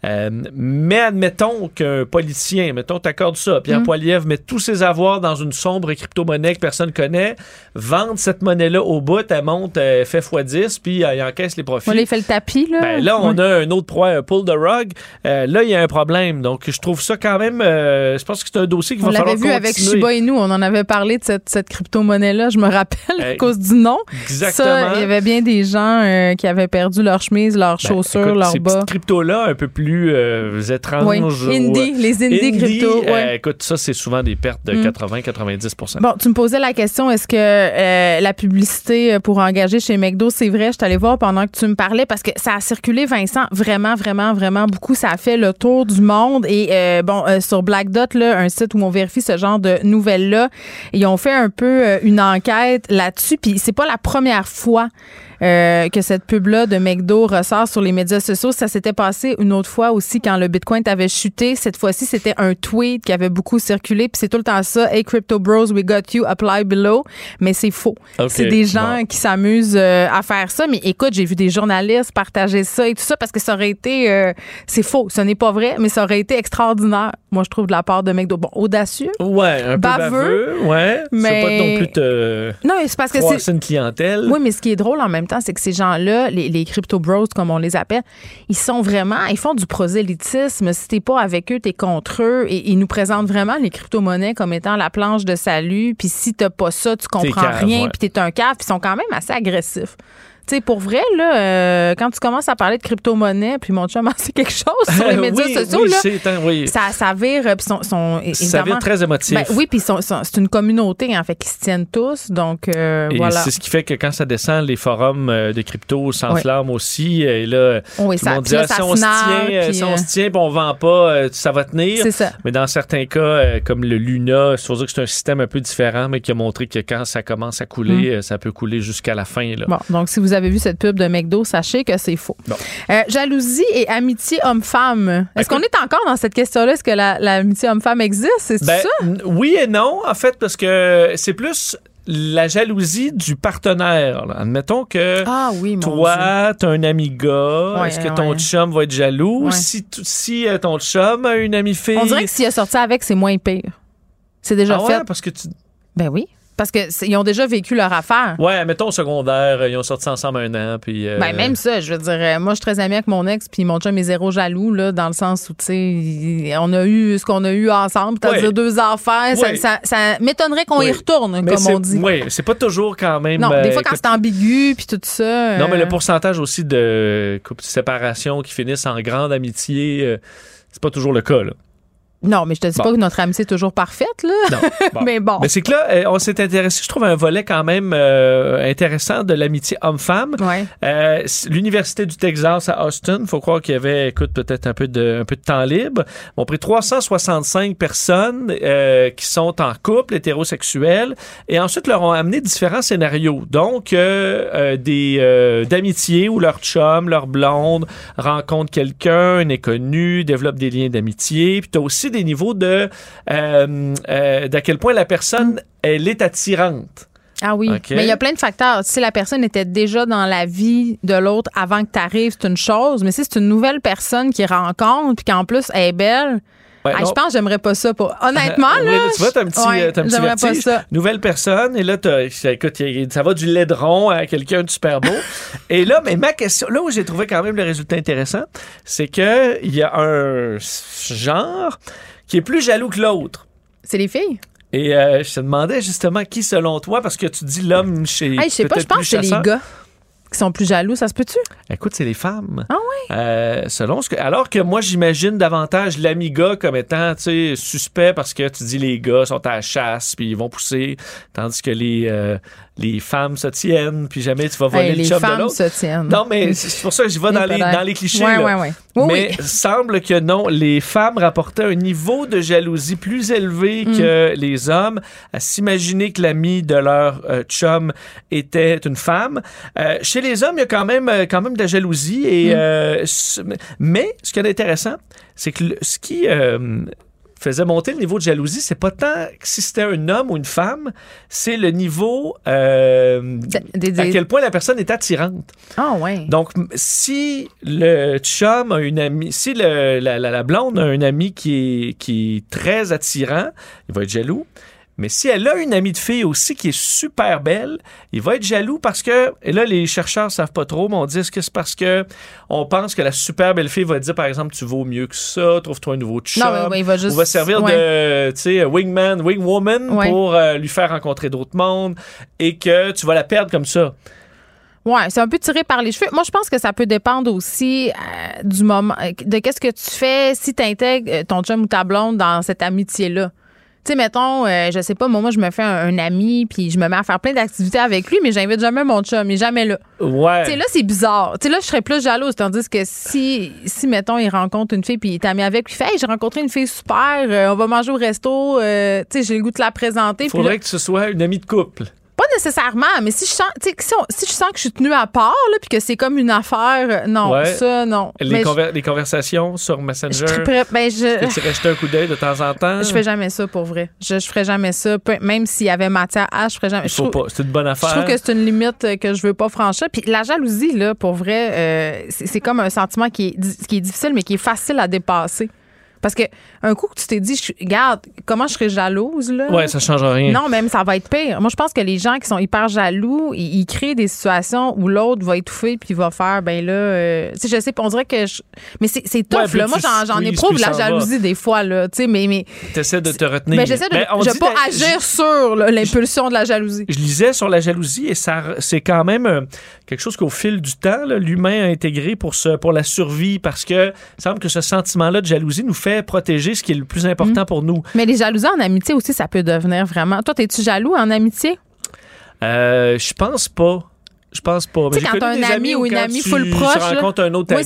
Mais admettons qu'un politicien, t'accordes ça, Pierre Poilievre met tous ses avoirs dans une sombre crypto-monnaie que personne connaît, vende cette monnaie-là au bout, elle monte, elle fait x10, puis il encaisse les profits. On les fait le tapis, là. Ben, là, on a un autre proie, un pull the rug. Là, il y a un problème. Donc, je trouve ça quand même... je pense que c'est un dossier qu'il va falloir continuer. On l'avait vu avec Shiba Inu. On en avait parlé de cette crypto-monnaie-là, je me rappelle, à cause du nom. Exactement. Ça, il y avait bien des gens qui avaient perdu leur chemise, leurs chaussures, écoute, leurs ces bas. Ces cryptos-là, un peu plus étranges. Oui, les indie crypto. Écoute, ça, c'est souvent des pertes de 80-90%. Bon, tu me posais la question, est-ce que la publicité pour engager chez McDo, c'est vrai? Je suis allée voir pendant que tu me parlais parce que ça a circulé, Vincent, vraiment, vraiment, vraiment beaucoup. Ça a fait le tour du monde. Et sur Black Dot, là, un site où on vérifie ce genre de nouvelles-là, ils ont fait un peu une enquête là-dessus. Puis c'est pas la première fois que cette pub-là de McDo ressort sur les médias sociaux. Ça s'était passé une autre fois aussi quand le Bitcoin avait chuté. Cette fois-ci, c'était un tweet qui avait beaucoup circulé. Puis c'est tout le temps ça. Hey, Crypto Bros, we got you, apply below. Mais c'est faux. Okay, c'est des gens qui s'amusent à faire ça. Mais écoute, j'ai vu des journalistes partager ça et tout ça parce que ça aurait été... c'est faux. Ce n'est pas vrai, mais ça aurait été extraordinaire. Moi, je trouve de la part de McDo. Bon, audacieux. Ouais, un peu baveux. Ouais. Mais... C'est pas non plus non, c'est parce que c'est une clientèle. Oui, mais ce qui est drôle en même temps, c'est que ces gens-là, les crypto bros, comme on les appelle, ils font du prosélytisme. Si t'es pas avec eux, t'es contre eux. Et ils nous présentent vraiment les crypto-monnaies comme étant la planche de salut. Puis si t'as pas ça, tu comprends rien. Puis t'es un cave. Puis ils sont quand même assez agressifs. tu sais, pour vrai, là, quand tu commences à parler de crypto-monnaie, puis mon chum, c'est quelque chose sur les médias sociaux, là, ça vire, puis ça vire très émotif. Ben, oui, puis c'est une communauté, en fait, qui se tiennent tous, donc et voilà. c'est ce qui fait que quand ça descend, les forums de crypto s'enflamment aussi, et là, tout le monde dit, si on se tient, puis on vend pas, ça va tenir. C'est ça. Mais dans certains cas, comme le Luna, il faut dire que c'est un système un peu différent, mais qui a montré que quand ça commence à couler, ça peut couler jusqu'à la fin. Là. Bon, donc si vous avez vu cette pub de McDo, sachez que c'est faux. Bon. Jalousie et amitié homme-femme. Est-ce qu'on est encore dans cette question-là? Est-ce que l'amitié homme-femme existe? C'est ça? Oui et non, en fait, parce que c'est plus la jalousie du partenaire. Là. Admettons que toi, t'as un ami gars. Est-ce que ton chum va être jaloux? Ouais. Si ton chum a une amie fille... On dirait que s'il a sorti avec, c'est moins pire. C'est déjà fait. Ouais, parce que tu... Ben oui. Parce qu'ils ont déjà vécu leur affaire. Ouais, mettons au secondaire, ils ont sorti ensemble 1 an. Puis, ben même ça, je veux dire, moi je suis très amie avec mon ex, puis mon chum est zéro jaloux, là, dans le sens où, tu sais, on a eu ce qu'on a eu ensemble, c'est-à-dire 2 affaires. Ouais. Ça m'étonnerait qu'on y retourne, mais comme on dit. Oui, c'est pas toujours quand même. Non, des fois quand c'est ambigu, puis tout ça. Non, mais le pourcentage aussi de couples de séparation qui finissent en grande amitié, c'est pas toujours le cas, là. Non, mais je te dis pas que notre amitié est toujours parfaite, là. Non. Bon. Mais bon. Mais c'est que là, on s'est intéressé, je trouve, à un volet quand même intéressant de l'amitié homme-femme. Ouais. L'Université du Texas à Austin, il faut croire qu'il y avait, écoute, peut-être un peu de temps libre. On a pris 365 personnes qui sont en couple hétérosexuel et ensuite leur ont amené différents scénarios. Donc, d'amitié où leur chum, leur blonde rencontre quelqu'un, un inconnu, développe des liens d'amitié. Puis t'as aussi des niveaux d'à quel point la personne, elle est attirante. Ah oui, okay. Mais il y a plein de facteurs. Si la personne était déjà dans la vie de l'autre avant que tu arrives, c'est une chose. Mais si c'est une nouvelle personne qui rencontre puis qu'en plus elle est belle... Ouais, je pense que j'aimerais pas ça. Honnêtement, là. Oui, tu vois, t'as un petit vertige. Pas ça. Nouvelle personne, et là, écoute, ça va du laideron à quelqu'un de super beau. Et là, mais ma question, là où j'ai trouvé quand même le résultat intéressant, c'est qu'il y a un genre qui est plus jaloux que l'autre. C'est les filles. Et je te demandais justement qui, selon toi, parce que tu dis l'homme chez. Je sais pas, je pense que c'est les gars qui sont plus jaloux, ça se peut-tu? Écoute, c'est les femmes. Ah oui? Selon ce que... Alors que moi, j'imagine davantage l'ami gars comme étant, tu sais, suspect parce que tu dis les gars sont à la chasse puis ils vont pousser, tandis que les femmes se tiennent puis jamais tu vas voler le chum de l'autre. Les femmes se tiennent. Non, mais c'est pour ça que je vais dans les clichés. Ouais. Mais semble que non, les femmes rapportaient un niveau de jalousie plus élevé que les hommes à s'imaginer que l'ami de leur chum était une femme. Chez les hommes, il y a quand même de la jalousie. Mais ce qui est intéressant, c'est que ce qui faisait monter le niveau de jalousie, c'est pas tant si c'était un homme ou une femme, c'est le niveau à quel point la personne est attirante. Ah ouais. Donc, si le chum a une amie, si la blonde a un ami qui est très attirant, il va être jaloux. Mais si elle a une amie de fille aussi qui est super belle, il va être jaloux parce que, et là, les chercheurs savent pas trop, mais on dit, est-ce que c'est parce que on pense que la super belle fille va dire, par exemple, tu vaux mieux que ça, trouve-toi un nouveau chum. Non, mais il va juste... Ou va servir de, tu sais, wingman, wingwoman pour lui faire rencontrer d'autres mondes et que tu vas la perdre comme ça. Ouais, c'est un peu tiré par les cheveux. Moi, je pense que ça peut dépendre aussi du moment, de qu'est-ce que tu fais si tu intègres ton chum ou ta blonde dans cette amitié-là. Tu sais, mettons, je sais pas, moi, je me fais un ami, puis je me mets à faire plein d'activités avec lui, mais j'invite jamais mon chum, il est jamais là. Ouais. Tu sais, là, c'est bizarre. Tu sais, là, je serais plus jalouse, tandis que si mettons, il rencontre une fille, puis il est ami avec, puis il fait, hey, j'ai rencontré une fille super, on va manger au resto, tu sais, j'ai le goût de la présenter. Faudrait que ce soit une amie de couple. Pas nécessairement, mais si je sens, si je sens que je suis tenue à part, là, puis que c'est comme une affaire, non, ça, non. Les conversations sur Messenger, tu irais jeter un coup d'œil de temps en temps? Je fais jamais ça, pour vrai. Je ferais jamais ça. Même s'il y avait matière à, je ferais jamais. Il faut pas. C'est une bonne affaire. Je trouve que c'est une limite que je veux pas franchir. Puis la jalousie, là, pour vrai, c'est comme un sentiment qui est difficile, mais qui est facile à dépasser. Parce que un coup que tu t'es dit, regarde, comment je serais jalouse, là. Ouais, ça change rien. Non, même ça va être pire. Moi, je pense que les gens qui sont hyper jaloux, ils créent des situations où l'autre va étouffer puis il va faire, ben là, tu sais, je sais, on dirait que mais c'est tough, là. Moi, j'en éprouve la jalousie des fois, là. Tu sais, mais. T'essaies de te retenir. Ben, j'essaie de ne pas agir sur l'impulsion de la jalousie. Je lisais sur la jalousie et c'est quand même quelque chose qu'au fil du temps, là, l'humain a intégré pour la survie parce que il semble que ce sentiment-là de jalousie nous fait protéger ce qui est le plus important pour nous. Mais les jalousies en amitié aussi, ça peut devenir vraiment. Toi, es-tu jaloux en amitié? Je pense pas. Je pense pas. Tu sais, quand t'as un ami ou une amie full proche, tu rencontres un autre ami,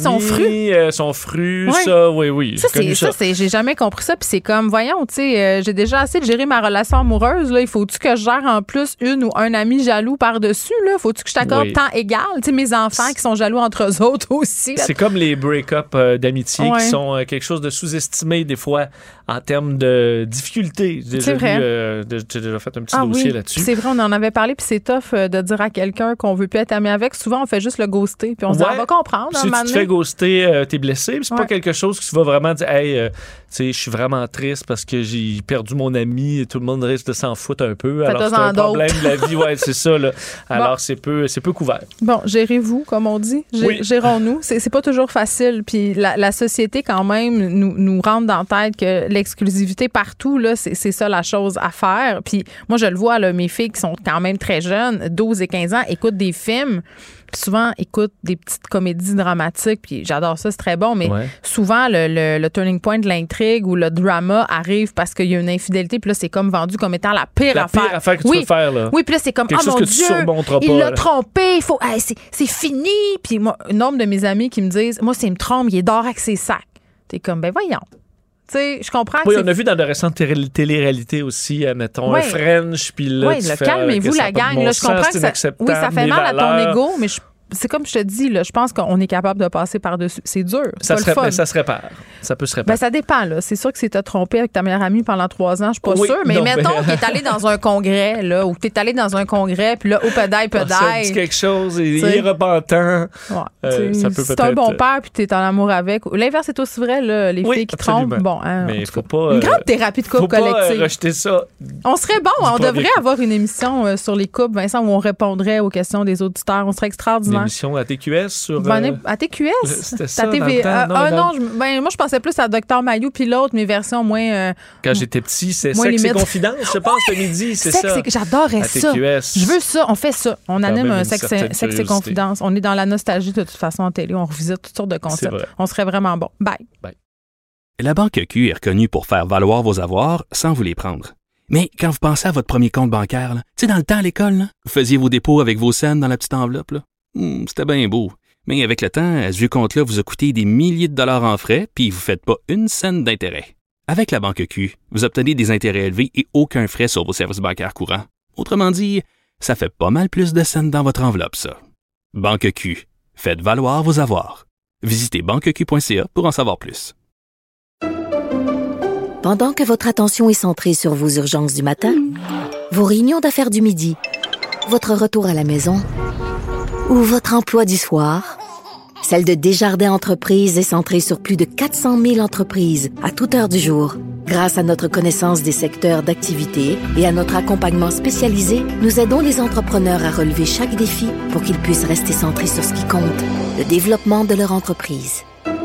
son fru, ça, oui. Ça, j'ai jamais compris ça. Puis c'est comme, voyons, tu sais, j'ai déjà assez de gérer ma relation amoureuse. Là, il faut-tu que je gère en plus une ou un ami jaloux par-dessus? Là, faut-tu que je t'accorde temps égal? Tu sais, mes enfants qui sont jaloux entre eux autres aussi. Là. C'est comme les break-up d'amitié qui sont quelque chose de sous-estimé des fois en termes de difficultés. J'ai déjà fait un petit dossier là-dessus. C'est vrai, on en avait parlé. Puis c'est tough de dire à quelqu'un qu'on veut plus être ami avec. Souvent, on fait juste le ghoster. Puis on se dit, on va comprendre. Si tu te fais ghoster, t'es blessé. Puis c'est pas quelque chose que tu vas vraiment dire, hey, tu sais, je suis vraiment triste parce que j'ai perdu mon ami et tout le monde risque de s'en foutre un peu. Alors, c'est un problème de la vie. Ouais, c'est ça, là. Alors, c'est peu couvert. Bon, gérez-vous, comme on dit. Gérons-nous. C'est pas toujours facile. Puis la société, quand même, nous rentre dans la tête que l'exclusivité partout, là, c'est ça la chose à faire. Puis moi, je le vois, là, mes filles qui sont quand même très jeunes, 12 et 15 ans, écoutent des films. Puis souvent, écoutent des petites comédies dramatiques. Puis j'adore ça, c'est très bon. Mais souvent, le turning point de l'intrigue ou le drama arrive parce qu'il y a une infidélité. Puis là, c'est comme vendu comme étant la pire affaire. La pire affaire que tu peux faire, là. Oui, puis là, c'est comme, quelque mon Dieu, il l'a trompé. C'est fini. Puis moi, un nombre de mes amis qui me disent, moi, s'il me trompe, il est dehors avec ses sacs. T'es comme, ben voyons. Tu sais, je comprends que on a vu dans de récentes télé-réalités aussi, mettons, un French, puis là, calmez-vous, la gang. Là, je comprends que ça fait mal à ton ego, mais c'est comme je te dis, là, je pense qu'on est capable de passer par-dessus. C'est dur. Ça se répare. Ça peut se réparer. Ben, ça dépend, là. C'est sûr que si t'as trompé avec ta meilleure amie pendant 3 ans, je suis pas sûre. Mais mettons que t'es allé dans un congrès, là, ou t'es allé dans un congrès, puis là, au pédaille. Ça dit quelque chose, il est repentant. Ça peut si peut-être... t'es un bon père, puis t'es en amour avec. L'inverse est aussi vrai, là, les filles qui trompent. Bon, mais il faut pas... Une grande thérapie de couple collective. Faut pas rejeter ça. On serait bon. On devrait avoir une émission sur les couples, Vincent, où on répondrait aux questions des auditeurs. On serait extraordinaire. Une émission à TQS sur... à TQS? C'était ça, TV. Non, moi, je pensais plus à Dr Maillot, puis l'autre, mes versions moins... Quand j'étais petit, c'est Sexe et Confidence, je pense, le midi, c'est ça. J'adorais ça. TQS. Je veux ça. On fait ça. On anime un Sexe et Confidence. On est dans la nostalgie de toute façon en télé. On revisite toutes sortes de concepts. On serait vraiment bon. Bye. La Banque Q est reconnue pour faire valoir vos avoirs sans vous les prendre. Mais quand vous pensez à votre premier compte bancaire, tu sais, dans le temps à l'école, vous faisiez vos dépôts avec vos scènes dans la petite enveloppe, là. C'était bien beau. Mais avec le temps, ce vieux compte-là vous a coûté des milliers de dollars en frais, puis vous ne faites pas une scène d'intérêt. Avec la Banque Q, vous obtenez des intérêts élevés et aucun frais sur vos services bancaires courants. Autrement dit, ça fait pas mal plus de scènes dans votre enveloppe, ça. Banque Q. Faites valoir vos avoirs. Visitez banqueq.ca pour en savoir plus. Pendant que votre attention est centrée sur vos urgences du matin, vos réunions d'affaires du midi, votre retour à la maison ou votre emploi du soir, celle de Desjardins Entreprises est centrée sur plus de 400 000 entreprises à toute heure du jour. Grâce à notre connaissance des secteurs d'activité et à notre accompagnement spécialisé, nous aidons les entrepreneurs à relever chaque défi pour qu'ils puissent rester centrés sur ce qui compte, le développement de leur entreprise.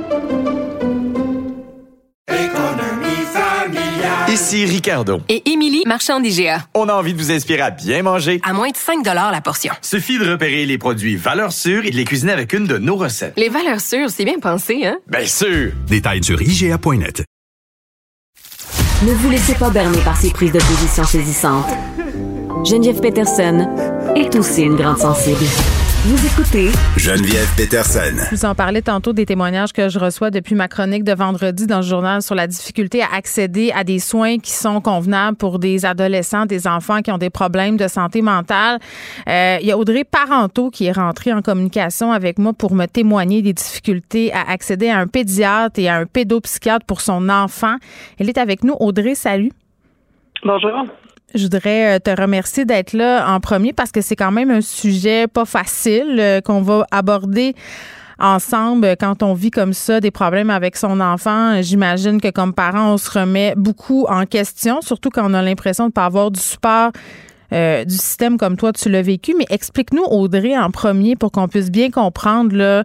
Ici Ricardo. Et Émilie, marchand d'IGA. On a envie de vous inspirer à bien manger. À moins de 5 $ la portion. Suffit de repérer les produits valeurs sûres et de les cuisiner avec une de nos recettes. Les valeurs sûres, c'est bien pensé, hein? Bien sûr! Détails sur IGA.net. Ne vous laissez pas berner par ces prises de position saisissantes. Geneviève Peterson est aussi une grande sensible. Vous écoutez Geneviève Peterson. Je vous en parlais tantôt des témoignages que je reçois depuis ma chronique de vendredi dans le journal sur la difficulté à accéder à des soins qui sont convenables pour des adolescents, des enfants qui ont des problèmes de santé mentale. Il y a Audrey Parenteau qui est rentrée en communication avec moi pour me témoigner des difficultés à accéder à un pédiatre et à un pédopsychiatre pour son enfant. Elle est avec nous. Audrey, salut. Bonjour. Je voudrais te remercier d'être là en premier parce que c'est quand même un sujet pas facile qu'on va aborder ensemble quand on vit comme ça des problèmes avec son enfant. J'imagine que comme parent, on se remet beaucoup en question, surtout quand on a l'impression de ne pas avoir du support du système comme toi, tu l'as vécu. Mais explique-nous, Audrey, en premier, pour qu'on puisse bien comprendre, là,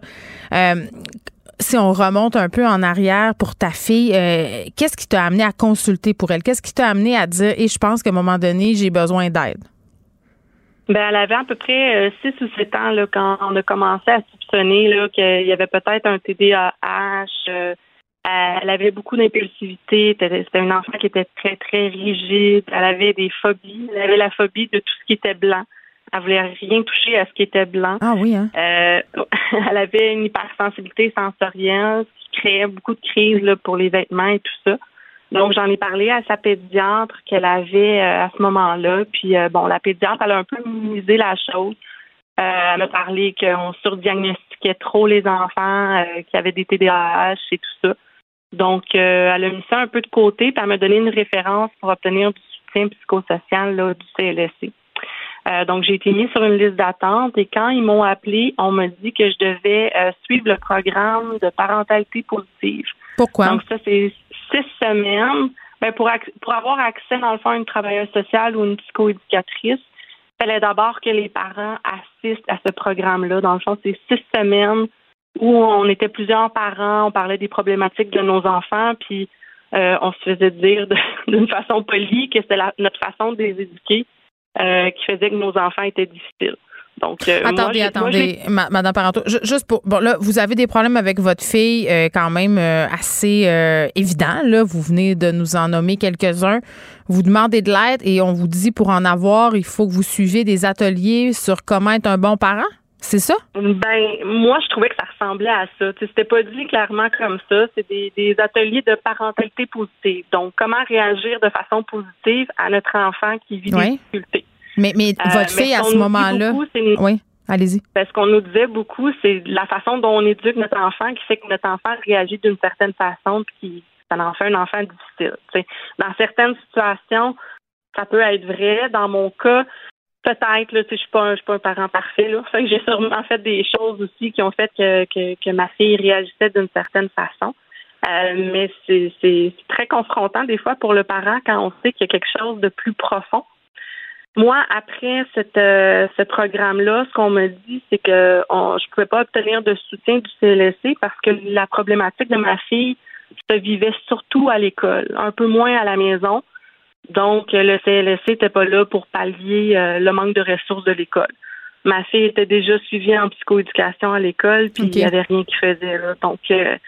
si on remonte un peu en arrière pour ta fille, qu'est-ce qui t'a amené à consulter pour elle? Qu'est-ce qui t'a amené à dire, je pense qu'à un moment donné, j'ai besoin d'aide? Ben, elle avait à peu près 6 ou 7 ans là, quand on a commencé à soupçonner là, qu'il y avait peut-être un TDAH. Elle avait beaucoup d'impulsivité. C'était une enfant qui était très, très rigide. Elle avait des phobies. Elle avait la phobie de tout ce qui était blanc. Elle voulait rien toucher à ce qui était blanc. Ah oui, hein? Elle avait une hypersensibilité sensorielle qui créait beaucoup de crises là, pour les vêtements et tout ça. Donc, j'en ai parlé à sa pédiatre qu'elle avait à ce moment-là. Puis, la pédiatre, elle a un peu minimisé la chose. Elle m'a parlé qu'on surdiagnostiquait trop les enfants qui avaient des TDAH et tout ça. Donc, elle a mis ça un peu de côté, puis elle m'a donné une référence pour obtenir du soutien psychosocial là, du CLSC. Donc, j'ai été mise sur une liste d'attente et quand ils m'ont appelé, on m'a dit que je devais suivre le programme de parentalité positive. Pourquoi? Donc, ça, c'est 6 semaines. Ben, pour avoir accès, dans le fond, à une travailleuse sociale ou une psychoéducatrice, il fallait d'abord que les parents assistent à ce programme-là. Dans le fond, c'est 6 semaines où on était plusieurs parents, on parlait des problématiques de nos enfants, puis on se faisait dire d'une façon polie que c'était notre façon de les éduquer qui faisait que nos enfants étaient difficiles. Donc, attendez, Madame Parenteau, juste pour là, vous avez des problèmes avec votre fille quand même assez évidents. Là, vous venez de nous en nommer quelques-uns. Vous demandez de l'aide et on vous dit pour en avoir, il faut que vous suiviez des ateliers sur comment être un bon parent. C'est ça? Ben, moi, je trouvais que ça ressemblait à ça. T'sais, c'était pas dit clairement comme ça. C'est des ateliers de parentalité positive. Donc, comment réagir de façon positive à notre enfant qui vit des difficultés. Mais votre fille, à ce moment-là... Oui, allez-y. Ce qu'on nous disait beaucoup, c'est la façon dont on éduque notre enfant qui fait que notre enfant réagit d'une certaine façon puis ça en fait un enfant difficile. T'sais. Dans certaines situations, ça peut être vrai. Dans mon cas, peut-être, là, je suis pas un parent parfait, là. Fait que j'ai sûrement fait des choses aussi qui ont fait que ma fille réagissait d'une certaine façon. Mais c'est très confrontant des fois pour le parent quand on sait qu'il y a quelque chose de plus profond. Moi, après ce programme-là, ce qu'on me dit, c'est que je pouvais pas obtenir de soutien du CLSC parce que la problématique de ma fille se vivait surtout à l'école, un peu moins à la maison. Donc, le CLSC n'était pas là pour pallier le manque de ressources de l'école. Ma fille était déjà suivie en psychoéducation à l'école, puis il n'y avait rien qui faisait là. Donc,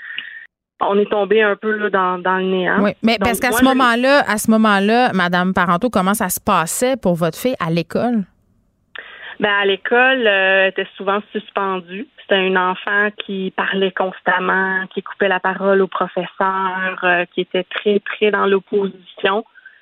on est tombé un peu là, dans le néant. Oui, mais donc, parce qu'à ce moment-là, Madame Parenteau, comment ça se passait pour votre fille à l'école? Ben, à l'école, elle était souvent suspendue. C'était une enfant qui parlait constamment, qui coupait la parole au professeur, qui était très, très dans l'opposition.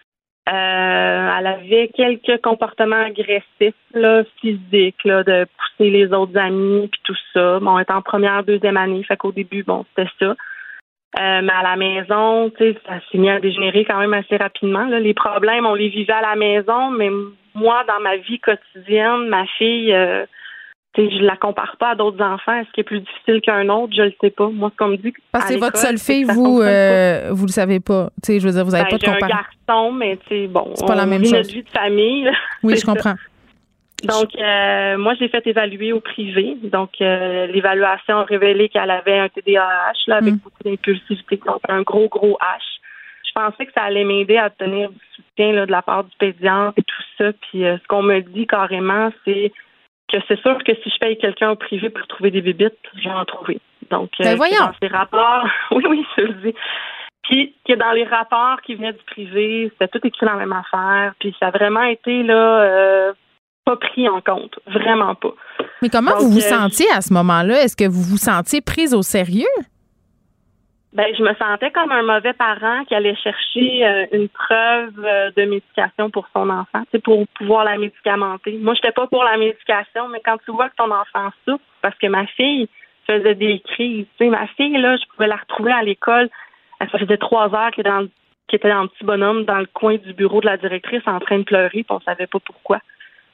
Elle avait quelques comportements agressifs, là, physiques, là, de pousser les autres amis, puis tout ça. Bon, elle était en première, deuxième année, fait qu'au début, bon, c'était ça. Mais à la maison, tu sais, ça s'est mis à dégénérer quand même assez rapidement. Là. Les problèmes, on les vivait à la maison, mais moi, dans ma vie quotidienne, ma fille, tu sais, je la compare pas à d'autres enfants. Est-ce qu'il est plus difficile qu'un autre? Je le sais pas. Moi, ce qu'on me dit, parce que c'est votre seule fille, vous le savez pas. Tu sais, je veux dire, vous avez pas de comparaison. J'ai un garçon, mais tu sais, bon, c'est pas la même chose. Notre vie de famille. Là, oui, je comprends. Donc, moi, j'ai fait évaluer au privé. Donc, l'évaluation a révélé qu'elle avait un TDAH là, avec beaucoup d'impulsivité, donc un gros H. Je pensais que ça allait m'aider à obtenir du soutien là, de la part du pédiatre et tout ça. Puis, ce qu'on me dit carrément, c'est que c'est sûr que si je paye quelqu'un au privé pour trouver des bébites, je vais en trouver. Donc, voyons. Dans ces rapports, oui, je le dis. Puis, que dans les rapports qui venaient du privé, c'était tout écrit dans la même affaire. Puis, ça a vraiment été là... pas pris en compte, vraiment pas. Mais comment vous vous sentiez à ce moment-là? Est-ce que vous vous sentiez prise au sérieux? Ben, je me sentais comme un mauvais parent qui allait chercher une preuve de médication pour son enfant, tu sais, pour pouvoir la médicamenter. Moi, j'étais pas pour la médication, mais quand tu vois que ton enfant souffre, parce que ma fille faisait des crises, tu sais, ma fille, là, je pouvais la retrouver à l'école, ça faisait 3 heures qu'elle était dans le petit bonhomme dans le coin du bureau de la directrice en train de pleurer, puis on savait pas pourquoi.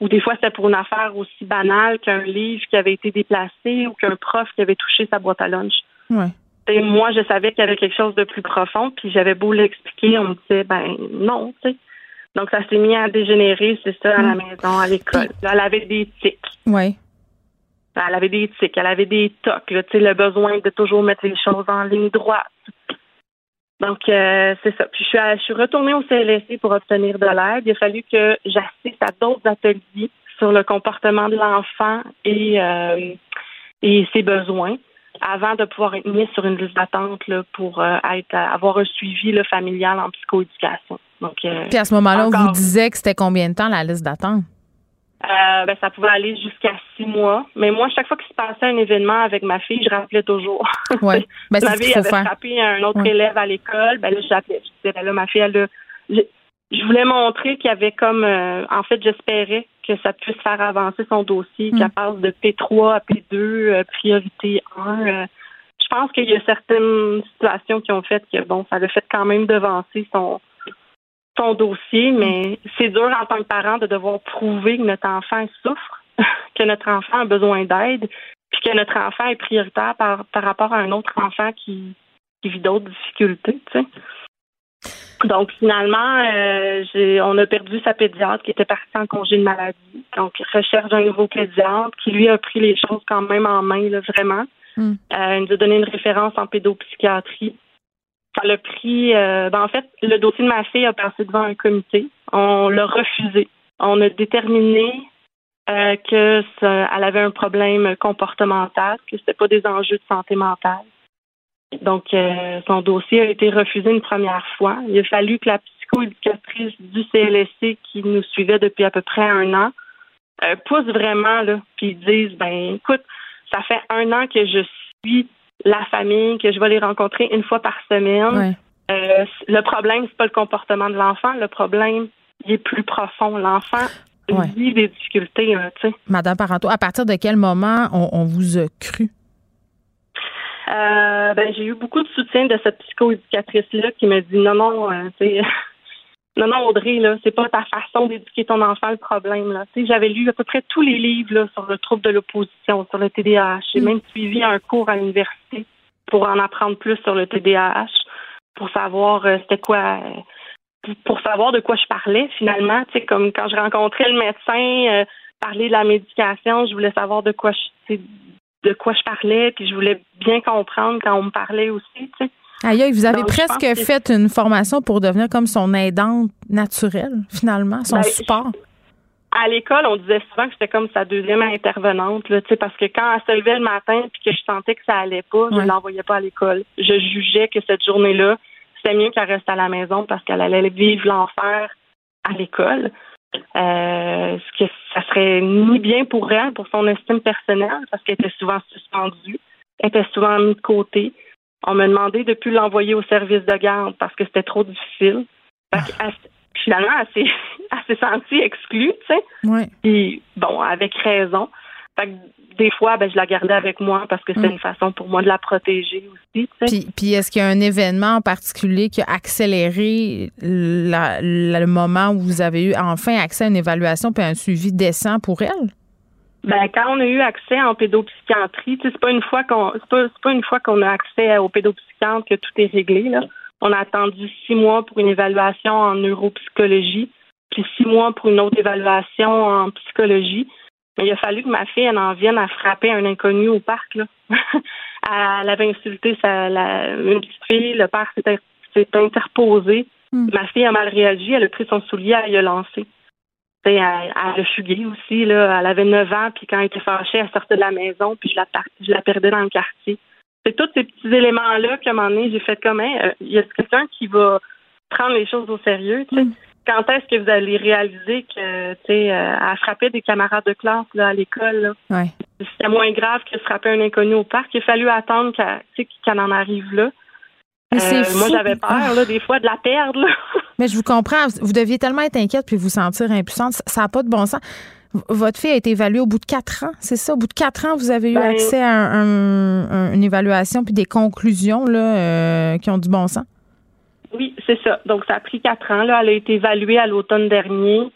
ou des fois c'était pour une affaire aussi banale qu'un livre qui avait été déplacé ou qu'un prof qui avait touché sa boîte à lunch. Ouais. Et moi, je savais qu'il y avait quelque chose de plus profond, puis j'avais beau l'expliquer, on me disait, ben non, tu sais. Donc, ça s'est mis à dégénérer, c'est ça, à la maison, à l'école. Là, elle avait des tics. Oui. Elle avait des tics, elle avait des tocs, là, tu sais, le besoin de toujours mettre les choses en ligne droite. Donc, c'est ça. Puis, je suis retournée au CLSC pour obtenir de l'aide. Il a fallu que j'assiste à d'autres ateliers sur le comportement de l'enfant et ses besoins avant de pouvoir être mise sur une liste d'attente là, pour avoir un suivi là, familial en psychoéducation. Donc, puis à ce moment-là, on vous disait que c'était combien de temps la liste d'attente? Ça pouvait aller jusqu'à 6 mois. Mais moi, chaque fois qu'il se passait un événement avec ma fille, je rappelais toujours. Oui. Ben, c'est ma ce qu'il fille faut avait faire. frappé un autre élève à l'école. Ben là, j'appelais. Je disais, ben là, ma fille, je voulais montrer qu'il y avait comme... en fait, j'espérais que ça puisse faire avancer son dossier, qu'elle passe de P3 à P2, priorité 1. Je pense qu'il y a certaines situations qui ont fait que, bon, ça a fait quand même devancer son dossier, mais c'est dur en tant que parent de devoir prouver que notre enfant souffre, que notre enfant a besoin d'aide, puis que notre enfant est prioritaire par rapport à un autre enfant qui vit d'autres difficultés, tu sais. Donc, finalement, on a perdu sa pédiatre qui était partie en congé de maladie. Donc, recherche d'un nouveau pédiatre qui, lui, a pris les choses quand même en main, là, vraiment. Il nous a donné une référence en pédopsychiatrie. Ça l'a pris... en fait, le dossier de ma fille a passé devant un comité. On l'a refusé. On a déterminé qu'elle avait un problème comportemental, que c'était pas des enjeux de santé mentale. Donc, son dossier a été refusé une première fois. Il a fallu que la psychoéducatrice du CLSC qui nous suivait depuis à peu près 1 an pousse vraiment, là, puis dise, ben, écoute, ça fait 1 an que je suis la famille, que je vais les rencontrer 1 fois par semaine. Ouais. Le problème, c'est pas le comportement de l'enfant. Le problème, il est plus profond. L'enfant vit des difficultés, tu sais. Madame Parenteau, à partir de quel moment on vous a cru? J'ai eu beaucoup de soutien de cette psychoéducatrice-là qui m'a dit non, Audrey, là, c'est pas ta façon d'éduquer ton enfant le problème, là. Tu sais, j'avais lu à peu près tous les livres là, sur le trouble de l'opposition, sur le TDAH. J'ai même suivi un cours à l'université pour en apprendre plus sur le TDAH, pour savoir c'était quoi, pour savoir de quoi je parlais finalement. Tu sais, comme quand je rencontrais le médecin, parler de la médication, je voulais savoir de quoi je parlais, puis je voulais bien comprendre quand on me parlait aussi, tu sais. Aïe, vous avez presque fait une formation pour devenir comme son aidante naturelle, finalement, son support. À l'école, on disait souvent que j'étais comme sa deuxième intervenante, là, tu sais, parce que quand elle se levait le matin puis que je sentais que ça allait pas, je l'envoyais pas à l'école. Je jugeais que cette journée-là, c'était mieux qu'elle reste à la maison parce qu'elle allait vivre l'enfer à l'école. Ce que ça serait ni bien pour elle, pour son estime personnelle, parce qu'elle était souvent suspendue, elle était souvent mise de côté. On m'a demandé de ne plus l'envoyer au service de garde parce que c'était trop difficile. Finalement, elle s'est sentie exclue, tu sais. Ouais. Puis, bon, avec raison. Fait que des fois, je la gardais avec moi parce que c'était une façon pour moi de la protéger aussi, tu sais. Puis est-ce qu'il y a un événement en particulier qui a accéléré le moment où vous avez eu enfin accès à une évaluation puis un suivi décent pour elle? Quand on a eu accès en pédopsychiatrie, c'est pas une fois qu'on a accès au pédopsychiatre que tout est réglé, là. On a attendu 6 mois pour une évaluation en neuropsychologie, puis 6 mois pour une autre évaluation en psychologie. Mais il a fallu que ma fille elle en vienne à frapper un inconnu au parc, là. Elle avait insulté une petite fille, le père s'est interposé. Ma fille a mal réagi, elle a pris son soulier, elle l'a lancé. Elle a fugué aussi, là. Elle avait 9 ans, puis quand elle était fâchée, elle sortait de la maison, puis je la perdais dans le quartier. C'est tous ces petits éléments-là qu'à un moment donné, j'ai fait comme, il y a quelqu'un qui va prendre les choses au sérieux, tu sais. Quand est-ce que vous allez réaliser que, tu sais, elle frappait des camarades de classe, là, à l'école, là? Ouais. C'était moins grave que frapper un inconnu au parc. Il a fallu attendre qu'elle en arrive là. Moi, j'avais peur, là, des fois, de la perdre, là. Mais je vous comprends. Vous deviez tellement être inquiète puis vous sentir impuissante. Ça n'a pas de bon sens. Votre fille a été évaluée au bout de 4 ans, c'est ça? Au bout de 4 ans, vous avez eu accès à une évaluation puis des conclusions là, qui ont du bon sens? Oui, c'est ça. Donc, ça a pris 4 ans. Là. Elle a été évaluée à l'automne dernier.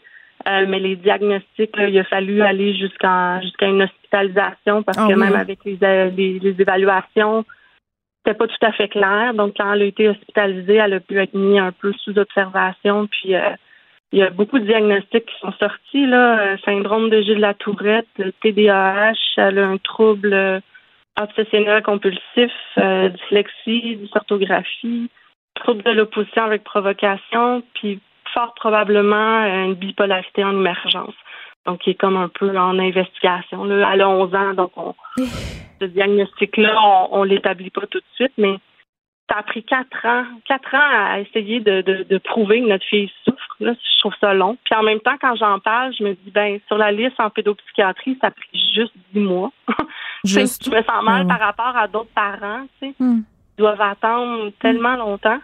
Mais les diagnostics, là, il a fallu aller jusqu'à une hospitalisation parce que même avec les évaluations, c'était pas tout à fait clair. Donc, quand elle a été hospitalisée, elle a pu être mise un peu sous observation. Puis, il y a beaucoup de diagnostics qui sont sortis, là. Syndrome de Gilles de la Tourette, TDAH, elle a un trouble obsessionnel compulsif, dyslexie, dysorthographie, trouble de l'opposition avec provocation, puis fort probablement une bipolarité en émergence. Donc, qui est comme un peu en investigation. Là. Elle a 11 ans, donc ce diagnostic-là, on l'établit pas tout de suite, mais ça a pris 4 ans à essayer de prouver que notre fille souffre. Là, je trouve ça long. Puis en même temps, quand j'en parle, je me dis, sur la liste en pédopsychiatrie, ça a pris juste 10 mois. Je me sens mal par rapport à d'autres parents, tu sais. Ils doivent attendre tellement longtemps.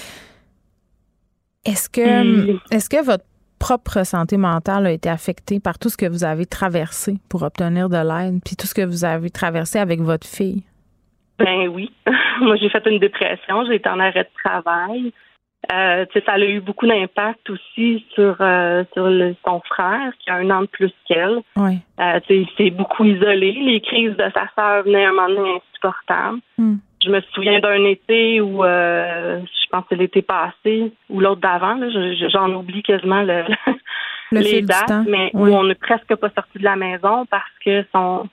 Est-ce que votre propre santé mentale a été affectée par tout ce que vous avez traversé pour obtenir de l'aide, puis tout ce que vous avez traversé avec votre fille? Ben oui. Moi, j'ai fait une dépression. J'ai été en arrêt de travail. Ça a eu beaucoup d'impact aussi sur son frère, qui a 1 an de plus qu'elle. Oui. Il s'est beaucoup isolé. Les crises de sa sœur venaient à un moment donné insupportables. Je me souviens d'un été où, je pense que c'est l'été passé, ou l'autre d'avant, là, j'en oublie quasiment les dates, mais où on n'est presque pas sorti de la maison parce que son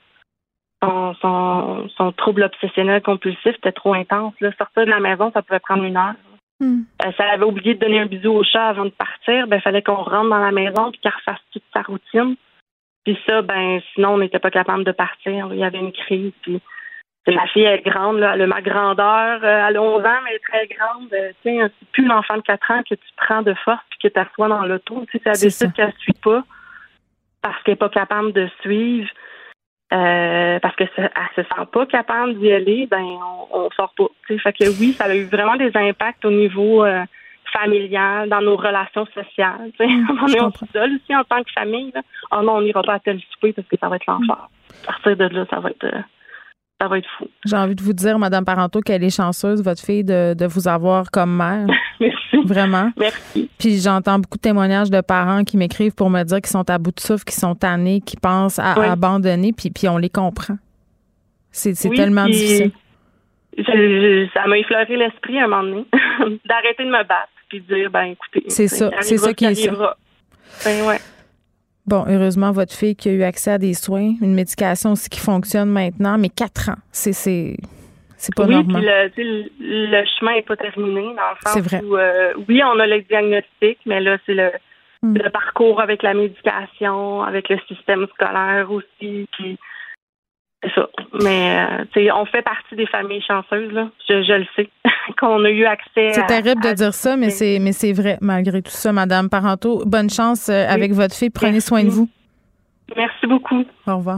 trouble obsessionnel compulsif était trop intense. Là. Sortir de la maison, ça pouvait prendre 1 heure. Ça avait oublié de donner un bisou au chat avant de partir. Il fallait qu'on rentre dans la maison et qu'elle refasse toute sa routine. Puis ça, sinon, on n'était pas capable de partir. Il y avait une crise. Puis ma fille est grande. Là, elle a ma grandeur. Elle a 11 ans, mais elle est très grande. C'est plus l'enfant de 4 ans que tu prends de force et que tu t'assois dans l'auto. Si elle décide qu'elle ne suit pas parce qu'elle n'est pas capable de suivre, parce que elle se sent pas capable d'y aller, on sort pas. T'sais. Fait que oui, ça a eu vraiment des impacts au niveau familial, dans nos relations sociales. On est tout seul aussi en tant que famille. Là. Oh non, on n'ira pas à tel souper parce que ça va être l'enfer. À partir de là, ça va être fou. J'ai envie de vous dire, Mme Parenteau, qu'elle est chanceuse, votre fille, de vous avoir comme mère. Merci. Vraiment. Merci. Puis j'entends beaucoup de témoignages de parents qui m'écrivent pour me dire qu'ils sont à bout de souffle, qu'ils sont tannés, qu'ils pensent à abandonner, puis on les comprend. C'est tellement difficile. Ça m'a effleuré l'esprit à un moment donné d'arrêter de me battre puis de dire, écoutez, c'est ça qui est ça. Ouais. Bon, heureusement, votre fille qui a eu accès à des soins, une médication aussi qui fonctionne maintenant, mais 4 ans, c'est pas normal. Puis le chemin n'est pas terminé, dans le sens c'est vrai. où, oui, on a le diagnostic, mais là, c'est le parcours avec la médication, avec le système scolaire aussi, puis c'est ça. Mais, on fait partie des familles chanceuses, là. Je le sais, qu'on a eu accès C'est terrible de dire ça, mais c'est vrai, malgré tout ça, Madame Parenteau. Bonne chance avec votre fille. Prenez soin de vous. Merci beaucoup. Au revoir.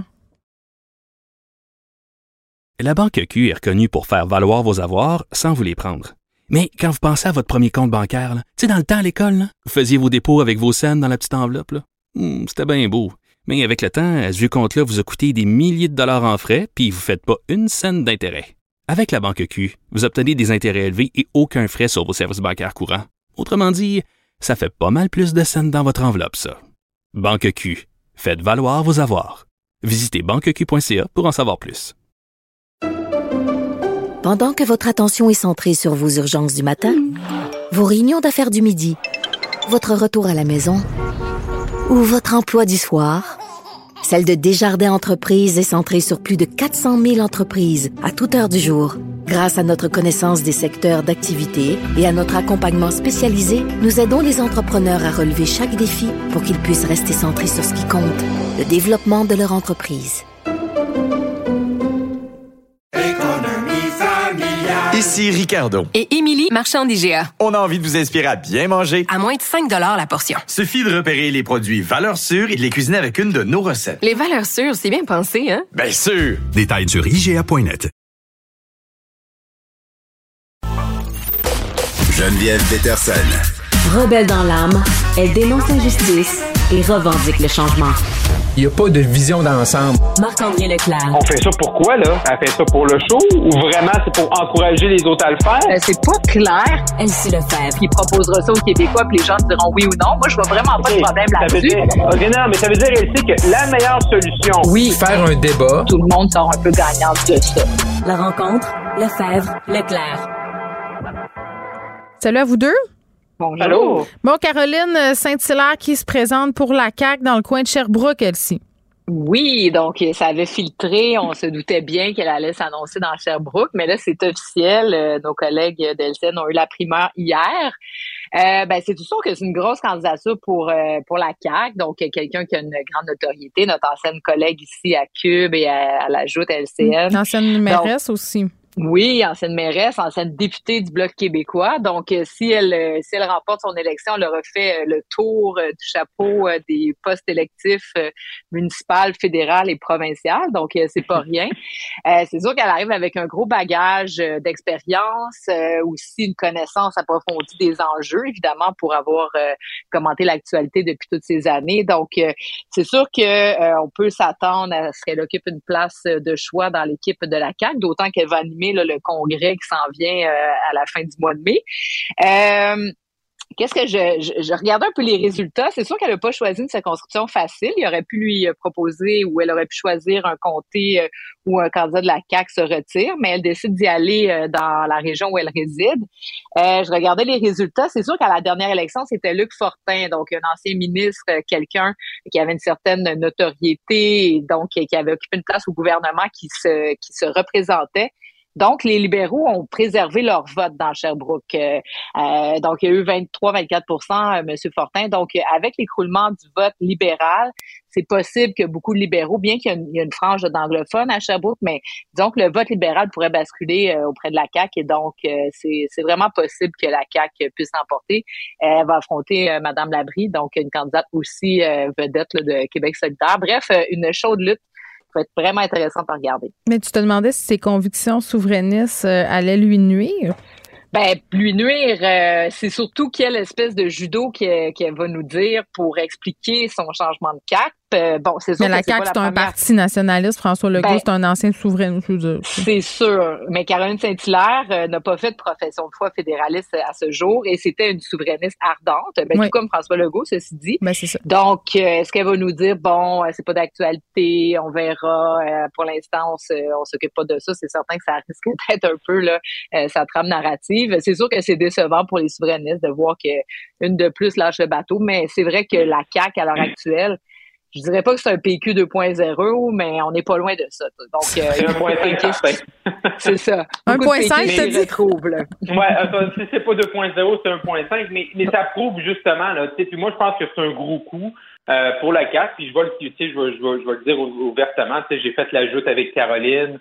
La Banque Q est reconnue pour faire valoir vos avoirs sans vous les prendre. Mais quand vous pensez à votre premier compte bancaire, tu sais, dans le temps à l'école, là, vous faisiez vos dépôts avec vos scènes dans la petite enveloppe. Là. C'était bien beau. Mais avec le temps, ce vieux compte-là vous a coûté des milliers de dollars en frais, puis vous ne faites pas 1 cent d'intérêt. Avec la Banque Q, vous obtenez des intérêts élevés et aucun frais sur vos services bancaires courants. Autrement dit, ça fait pas mal plus de cents dans votre enveloppe, ça. Banque Q. Faites valoir vos avoirs. Visitez banqueq.ca pour en savoir plus. Pendant que votre attention est centrée sur vos urgences du matin, vos réunions d'affaires du midi, votre retour à la maison ou votre emploi du soir, celle de Desjardins Entreprises est centrée sur plus de 400 000 entreprises à toute heure du jour. Grâce à notre connaissance des secteurs d'activité et à notre accompagnement spécialisé, nous aidons les entrepreneurs à relever chaque défi pour qu'ils puissent rester centrés sur ce qui compte, le développement de leur entreprise. Ici Ricardo. Et Émilie, marchand d'IGA. On a envie de vous inspirer à bien manger. À moins de 5 $ la portion. Suffit de repérer les produits valeurs sûres et de les cuisiner avec une de nos recettes. Les valeurs sûres, c'est bien pensé, hein? Bien sûr! Détails sur IGA.net. Geneviève Peterson. Rebelle dans l'âme, elle dénonce l'injustice et revendique le changement. Il n'y a pas de vision d'ensemble. Marc-André Leclerc. On fait ça pourquoi, là? Elle fait ça pour le show ou vraiment c'est pour encourager les autres à le faire? C'est pas clair. Elsie Lefebvre. Il proposera ça aux Québécois puis les gens diront oui ou non. Moi, je vois vraiment pas de problème là-dessus. Non, mais ça veut dire, Elsie, que la meilleure solution... Oui. Faire un débat. Tout le monde sort un peu gagnant de ça. La rencontre, Lefebvre-Leclerc. Salut à vous deux. Bonjour. Allô? Bon, Caroline Saint-Hilaire qui se présente pour la CAQ dans le coin de Sherbrooke, elle-ci. Oui, donc ça avait filtré. On se doutait bien qu'elle allait s'annoncer dans Sherbrooke, mais là, c'est officiel. Nos collègues d'Elsen ont eu la primeur hier. C'est tout sûr que c'est une grosse candidature pour la CAQ. Donc, quelqu'un qui a une grande notoriété, notre ancienne collègue ici à Cube et à la Joute LCN. Ancienne mairesse aussi. Oui, ancienne mairesse, ancienne députée du Bloc québécois. Donc, si elle remporte son élection, elle aura fait le tour du chapeau des postes électifs municipal, fédéral et provincial. Donc, c'est pas rien. C'est sûr qu'elle arrive avec un gros bagage d'expérience, aussi une connaissance approfondie des enjeux, évidemment, pour avoir commenté l'actualité depuis toutes ces années. Donc, c'est sûr que on peut s'attendre à ce qu'elle occupe une place de choix dans l'équipe de la CAQ, d'autant qu'elle va animer le congrès qui s'en vient à la fin du mois de mai. Qu'est-ce que je regardais un peu les résultats. C'est sûr qu'elle n'a pas choisi une circonscription facile. Il aurait pu lui proposer ou elle aurait pu choisir un comté où un candidat de la CAQ se retire, mais elle décide d'y aller dans la région où elle réside. Je regardais les résultats. C'est sûr qu'à la dernière élection, c'était Luc Fortin, donc un ancien ministre, quelqu'un qui avait une certaine notoriété, donc qui avait occupé une place au gouvernement qui se représentait. Donc, les libéraux ont préservé leur vote dans Sherbrooke. Donc, il y a eu 23-24 M. Fortin. Donc, avec l'écroulement du vote libéral, c'est possible que beaucoup de libéraux, bien qu'il y ait une frange d'anglophones à Sherbrooke, mais disons que le vote libéral pourrait basculer auprès de la CAQ. Et donc, c'est vraiment possible que la CAQ puisse l'emporter. Elle va affronter Mme Labrie, donc une candidate aussi vedette là, de Québec solidaire. Bref, une chaude lutte. Ça va être vraiment intéressant à regarder. Mais tu te demandais si ses convictions souverainistes allaient lui nuire? Lui nuire, c'est surtout quelle espèce de judo qu'elle va nous dire pour expliquer son changement de cap. C'est sûr. Mais la CAQ, c'est un parti nationaliste. François Legault, c'est un ancien souverainiste. C'est sûr. Mais Caroline Saint-Hilaire n'a pas fait de profession de foi fédéraliste à ce jour et c'était une souverainiste ardente, tout comme François Legault, ceci dit. C'est ça. Donc, est-ce qu'elle va nous dire, c'est pas d'actualité, on verra. Pour l'instant, on s'occupe pas de ça. C'est certain que ça risque d'être un peu là, sa trame narrative. C'est sûr que c'est décevant pour les souverainistes de voir qu'une de plus lâche le bateau, mais c'est vrai que la CAQ, à l'heure actuelle, je dirais pas que c'est un PQ 2.0, mais on n'est pas loin de ça. Donc, 1.5. C'est ça. 1.5, tu dis? Si c'est pas 2.0, c'est 1.5, mais ça prouve justement, là, puis moi, je pense que c'est un gros coup pour la CAQ, puis je vais le dire ouvertement, j'ai fait la joute avec Caroline,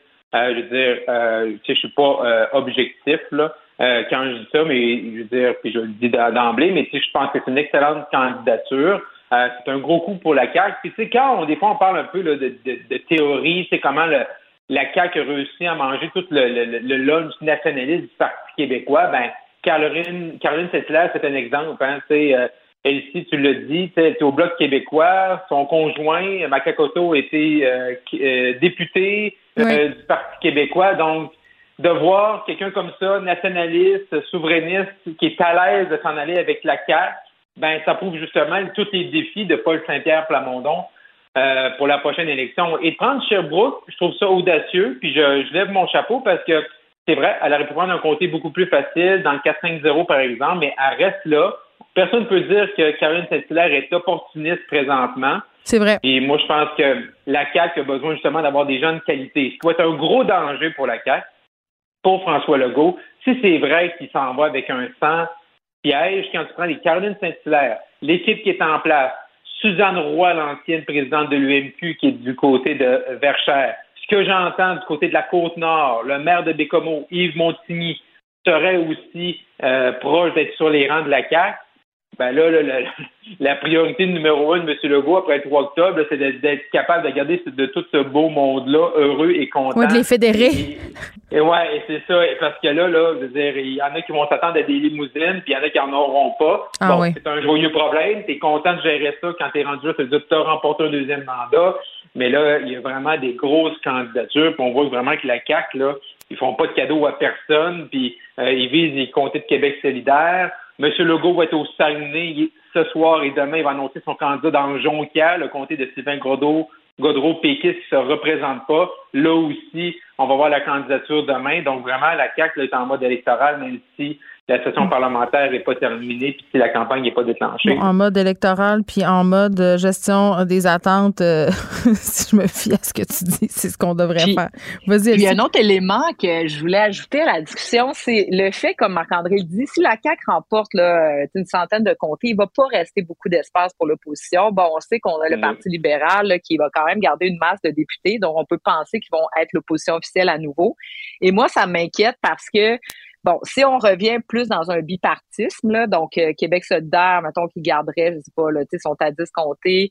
je suis pas objectif, là, quand je dis ça, mais je veux dire, puis je le dis d'emblée, mais je pense que c'est une excellente candidature. C'est un gros coup pour la CAQ. Puis des fois on parle un peu là, de théorie, c'est comment la CAQ a réussi à manger tout le lunch nationaliste du Parti québécois. Caroline Saint-Hilaire, c'est un exemple. Elsie, tu l'as dit, elle était au Bloc québécois. Son conjoint, Makakoto, était député du Parti québécois. Donc, de voir quelqu'un comme ça, nationaliste, souverainiste, qui est à l'aise de s'en aller avec la CAQ, ça prouve justement tous les défis de Paul Saint-Pierre Plamondon pour la prochaine élection. Et de prendre Sherbrooke, je trouve ça audacieux, puis je lève mon chapeau parce que c'est vrai, elle aurait pu prendre un comté beaucoup plus facile, dans le 4-5-0 par exemple, mais elle reste là. Personne ne peut dire que Caroline Saint-Hilaire est opportuniste présentement. C'est vrai. Et moi, je pense que la CAQ a besoin justement d'avoir des gens de qualité. Ce qui va être un gros danger pour la CAQ, pour François Legault, si c'est vrai qu'il s'en va avec un sang piège, quand tu prends les Caroline Saint-Hilaire, l'équipe qui est en place, Suzanne Roy, l'ancienne présidente de l'UMQ, qui est du côté de Verchères, ce que j'entends du côté de la Côte-Nord, le maire de Bécomo, Yves Montigny, serait aussi proche d'être sur les rangs de la CAQ, ben là, la priorité numéro 1 de M. Legault après le 3 octobre, là, c'est d'être capable de garder de tout ce beau monde-là heureux et content. Oui, de les fédérer. Et c'est ça, parce que là, je veux dire, il y en a qui vont s'attendre à des limousines, puis il y en a qui en auront pas. Oui. C'est un joyeux problème. T'es content de gérer ça quand t'es rendu là, ça veut dire que t'as remporté un deuxième mandat. Mais là, il y a vraiment des grosses candidatures, puis on voit vraiment que la CAQ, là, ils font pas de cadeaux à personne, puis ils visent les comtés de Québec solidaire. M. Legault va être au Saguenay ce soir et demain, il va annoncer son candidat dans Jonquière, le comté de Sylvain Gaudreau-Péquiste qui ne se représente pas. Là aussi, on va voir la candidature demain. Donc vraiment, la CAQ là, est en mode électoral, même si la session parlementaire n'est pas terminée puis si la campagne n'est pas déclenchée. Bon, en mode électoral puis en mode gestion des attentes, si je me fie à ce que tu dis, c'est ce qu'on devrait faire. Vas-y, il y a un autre élément que je voulais ajouter à la discussion, c'est le fait, comme Marc-André le dit, si la CAQ remporte là, une centaine de comtés, il va pas rester beaucoup d'espace pour l'opposition. Bon, on sait qu'on a le Parti libéral là, qui va quand même garder une masse de députés, donc on peut penser qu'ils vont être l'opposition officielle à nouveau. Et moi, ça m'inquiète parce que bon, si on revient plus dans un bipartisme, là, donc Québec solidaire, mettons qu'ils garderaient, je sais pas, là, tu sais, sont à 10 comtés,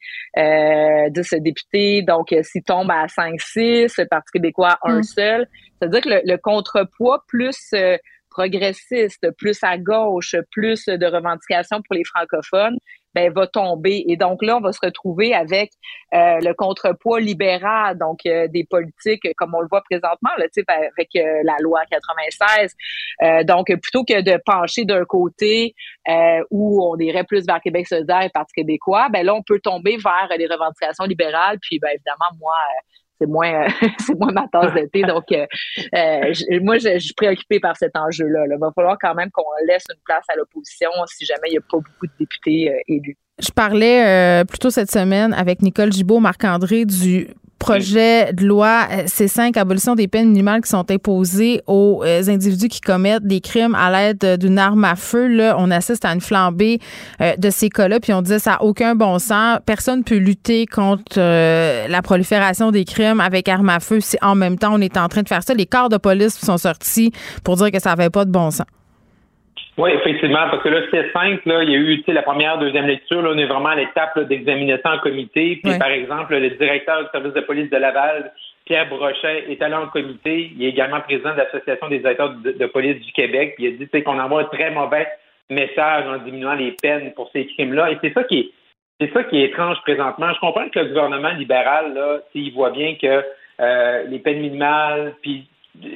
10 députés, donc s'ils tombent à 5-6, le Parti québécois un seul, ça veut dire que le contrepoids plus progressiste, plus à gauche, plus de revendications pour les francophones, ben va tomber. Et donc là, on va se retrouver avec le contrepoids libéral, donc des politiques comme on le voit présentement, là, avec la loi 96. Donc, plutôt que de pencher d'un côté où on irait plus vers Québec solidaire et Parti québécois, ben là, on peut tomber vers les revendications libérales. Puis, ben évidemment, moi, c'est moins ma tasse de thé. Donc, moi, je suis préoccupée par cet enjeu-là. Il va falloir quand même qu'on laisse une place à l'opposition si jamais il n'y a pas beaucoup de députés élus. Je parlais plus tôt cette semaine avec Nicole Gibault, Marc-André, du projet de loi C5, abolition des peines minimales qui sont imposées aux individus qui commettent des crimes à l'aide d'une arme à feu. Là, on assiste à une flambée de ces cas-là, puis on disait ça n'a aucun bon sens. Personne ne peut lutter contre la prolifération des crimes avec arme à feu si en même temps on est en train de faire ça. Les corps de police sont sortis pour dire que ça n'avait pas de bon sens. Oui, effectivement, parce que là, C5, là, il y a eu la première, deuxième lecture, là, on est vraiment à l'étape d'examiner ça en comité. Puis, par exemple, le directeur du service de police de Laval, Pierre Brochet, est allé en comité. Il est également président de l'Association des directeurs de police du Québec. Puis il a dit qu'on envoie un très mauvais message en diminuant les peines pour ces crimes-là. Et c'est ça qui est étrange présentement. Je comprends que le gouvernement libéral, là, il voit bien que les peines minimales, puis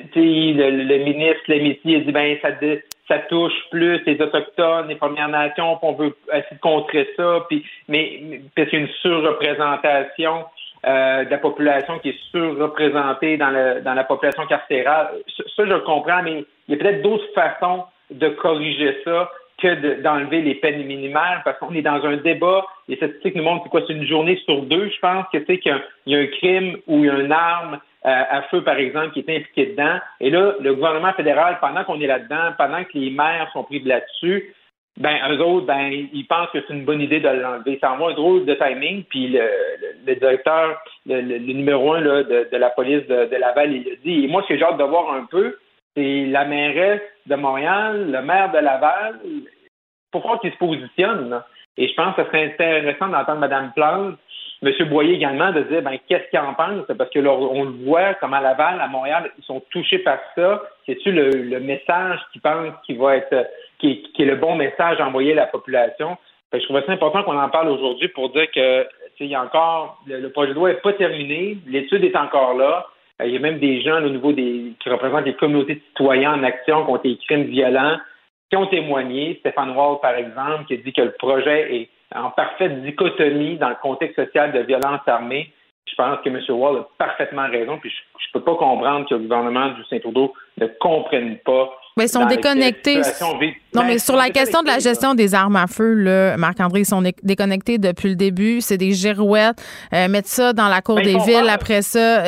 le ministre Lametti a dit ça touche plus les Autochtones, les Premières Nations, puis on veut essayer de contrer ça, mais parce qu'il y a une surreprésentation de la population qui est surreprésentée dans la population carcérale. Ça, je le comprends, mais il y a peut-être d'autres façons de corriger ça que d'enlever les peines minimales, parce qu'on est dans un débat, les statistiques nous montrent c'est une journée sur deux, je pense, qu'il y a un crime ou il y a une arme à feu, par exemple, qui est impliqué dedans. Et là, le gouvernement fédéral, pendant qu'on est là-dedans, pendant que les maires sont pris là-dessus, eux autres, ils pensent que c'est une bonne idée de l'enlever. Ça envoie un drôle de timing. Puis le directeur, le numéro 1 là, de la police de Laval, il l'a dit. Et moi, ce que j'ai hâte de voir un peu, c'est la mairesse de Montréal, le maire de Laval, pour voir qu'ils se positionnent. Là. Et je pense que ce serait intéressant d'entendre Mme Plante, M. Boyer également, de dire qu'est-ce qu'il en pense, parce que là, on le voit comme à Laval, à Montréal, ils sont touchés par ça. C'est-tu le message qu'ils pensent qui va être qui est le bon message à envoyer à la population? Fait que je trouvais ça important qu'on en parle aujourd'hui pour dire que il y a encore le projet de loi n'est pas terminé, l'étude est encore là. Il y a même des gens au niveau qui représentent les communautés de citoyens en action contre les crimes violents qui ont témoigné. Stéphane Wall, par exemple, qui a dit que le projet est en parfaite dichotomie dans le contexte social de violence armée. Je pense que M. Wall a parfaitement raison, puis je peux pas comprendre que le gouvernement du Saint-Trudeau ne comprenne pas. Mais ils sont déconnectés. Non, mais sur la question de la gestion des armes à feu, là, Marc-André, ils sont déconnectés depuis le début. C'est des girouettes. Mettre ça dans la cour des villes, après ça,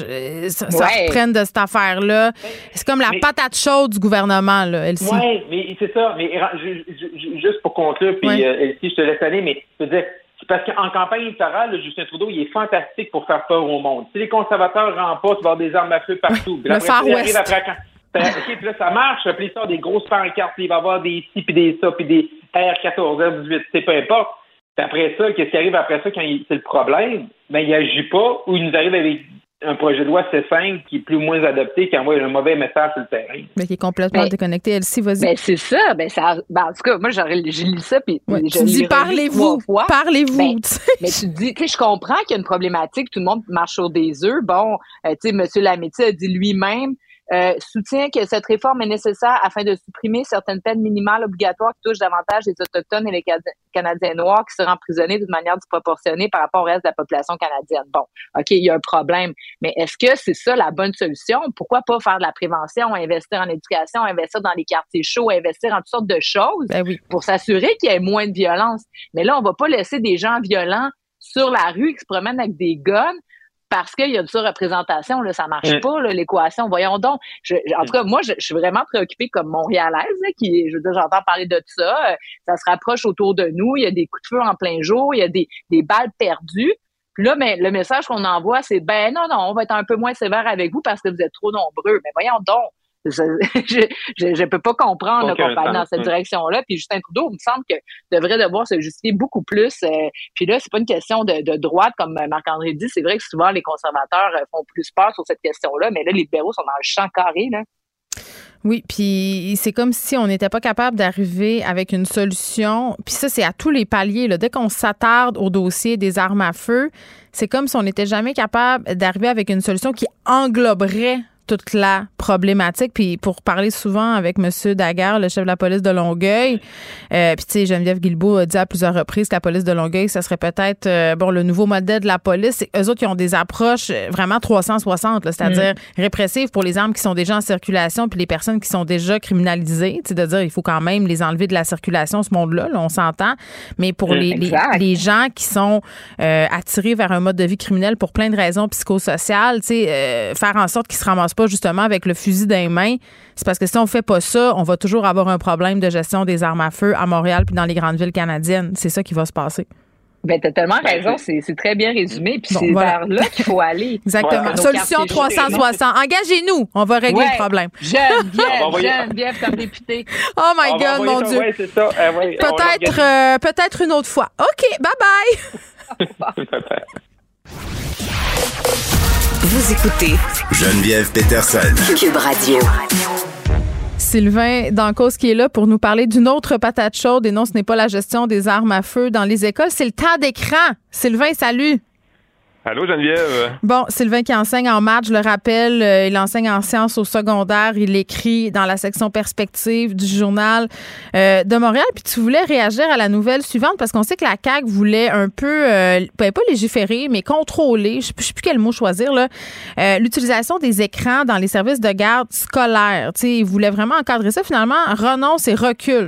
ça reprenne de cette affaire-là. C'est comme la patate chaude du gouvernement, là, Elsie. Oui, mais c'est ça. Mais juste pour conclure, puis Elsie, je te laisse aller, mais je veux dire, c'est parce qu'en campagne électorale, Justin Trudeau, il est fantastique pour faire peur au monde. Si les conservateurs remportent, il va y avoir des armes à feu partout. Le Far West. OK, puis là, ça marche. Puis il sort des grosses pancartes, il va y avoir des ci, puis des ça, puis des R14, R18, c'est peu importe. Puis après ça, qu'est-ce qui arrive après ça quand c'est le problème? Ben, il agit pas, ou il nous arrive avec un projet de loi C5 qui est plus ou moins adopté, qui envoie un mauvais message sur le terrain. Mais qui est complètement déconnecté. Elsie, vas-y. Ben, c'est ça. En tout cas, moi, j'ai lu ça, puis tu dis parlez-vous. Parlez-vous. Mais tu dis, tu sais, je comprends qu'il y a une problématique, tout le monde marche sur des œufs. Bon, tu sais, M. Lametti a dit lui-même, soutient que cette réforme est nécessaire afin de supprimer certaines peines minimales obligatoires qui touchent davantage les Autochtones et les Canadiens noirs qui seraient emprisonnés d'une manière disproportionnée par rapport au reste de la population canadienne. Bon, OK, il y a un problème, mais est-ce que c'est ça la bonne solution? Pourquoi pas faire de la prévention, investir en éducation, investir dans les quartiers chauds, investir en toutes sortes de choses pour s'assurer qu'il y ait moins de violence? Mais là, on va pas laisser des gens violents sur la rue qui se promènent avec des guns parce qu'il y a de surreprésentation, là, ça marche pas, là, l'équation. Voyons donc. En tout cas, moi, je suis vraiment préoccupée comme Montréalaise, là, je veux dire, j'entends parler de ça. Ça se rapproche autour de nous. Il y a des coups de feu en plein jour. Il y a des balles perdues. Puis là, le message qu'on envoie, c'est, non, on va être un peu moins sévère avec vous parce que vous êtes trop nombreux. Mais voyons donc. Je peux pas comprendre qu'on va aller dans cette direction-là. Puis Justin Trudeau, il me semble que devrait devoir se justifier beaucoup plus. Puis là, c'est pas une question de droite, comme Marc-André dit. C'est vrai que souvent, les conservateurs font plus peur sur cette question-là. Mais là, les libéraux sont dans le champ carré, là. Oui, puis c'est comme si on n'était pas capable d'arriver avec une solution. Puis ça, c'est à tous les paliers, là. Dès qu'on s'attarde au dossier des armes à feu, c'est comme si on n'était jamais capable d'arriver avec une solution qui engloberait toute la problématique. Puis pour parler souvent avec M. Daguerre, le chef de la police de Longueuil, puis tu sais, Geneviève Guilbeault a dit à plusieurs reprises que la police de Longueuil, ça serait peut-être le nouveau modèle de la police. C'est eux autres qui ont des approches vraiment 360, là, c'est-à-dire répressives pour les armes qui sont déjà en circulation puis les personnes qui sont déjà criminalisées. Tu sais, de dire il faut quand même les enlever de la circulation, ce monde-là, là, on s'entend. Mais pour les gens qui sont attirés vers un mode de vie criminel pour plein de raisons psychosociales, tu sais, faire en sorte qu'ils se ramassent pas justement avec le fusil dans les mains, c'est parce que si on fait pas ça, on va toujours avoir un problème de gestion des armes à feu à Montréal puis dans les grandes villes canadiennes. C'est ça qui va se passer. Ben, t'as tellement raison, c'est très bien résumé, puis c'est vers là qu'il faut aller. Exactement. Solution 360. Engagez-nous, on va régler le problème. Geneviève comme députée. Oh my God, mon Dieu. C'est ça. Peut-être une autre fois. OK, bye-bye. Vous écoutez Geneviève Peterson. Cube Radio. Sylvain Dancause qui est là pour nous parler d'une autre patate chaude et non, ce n'est pas la gestion des armes à feu dans les écoles, c'est le temps d'écran. Sylvain, salut. Allô, Geneviève. Bon, Sylvain qui enseigne en maths, je le rappelle, il enseigne en sciences au secondaire. Il écrit dans la section perspective du Journal de Montréal. Puis tu voulais réagir à la nouvelle suivante parce qu'on sait que la CAQ voulait un peu, pas légiférer, mais contrôler, je sais plus quel mot choisir, là, l'utilisation des écrans dans les services de garde scolaires. Tu sais, il voulait vraiment encadrer ça. Finalement, renonce et recule.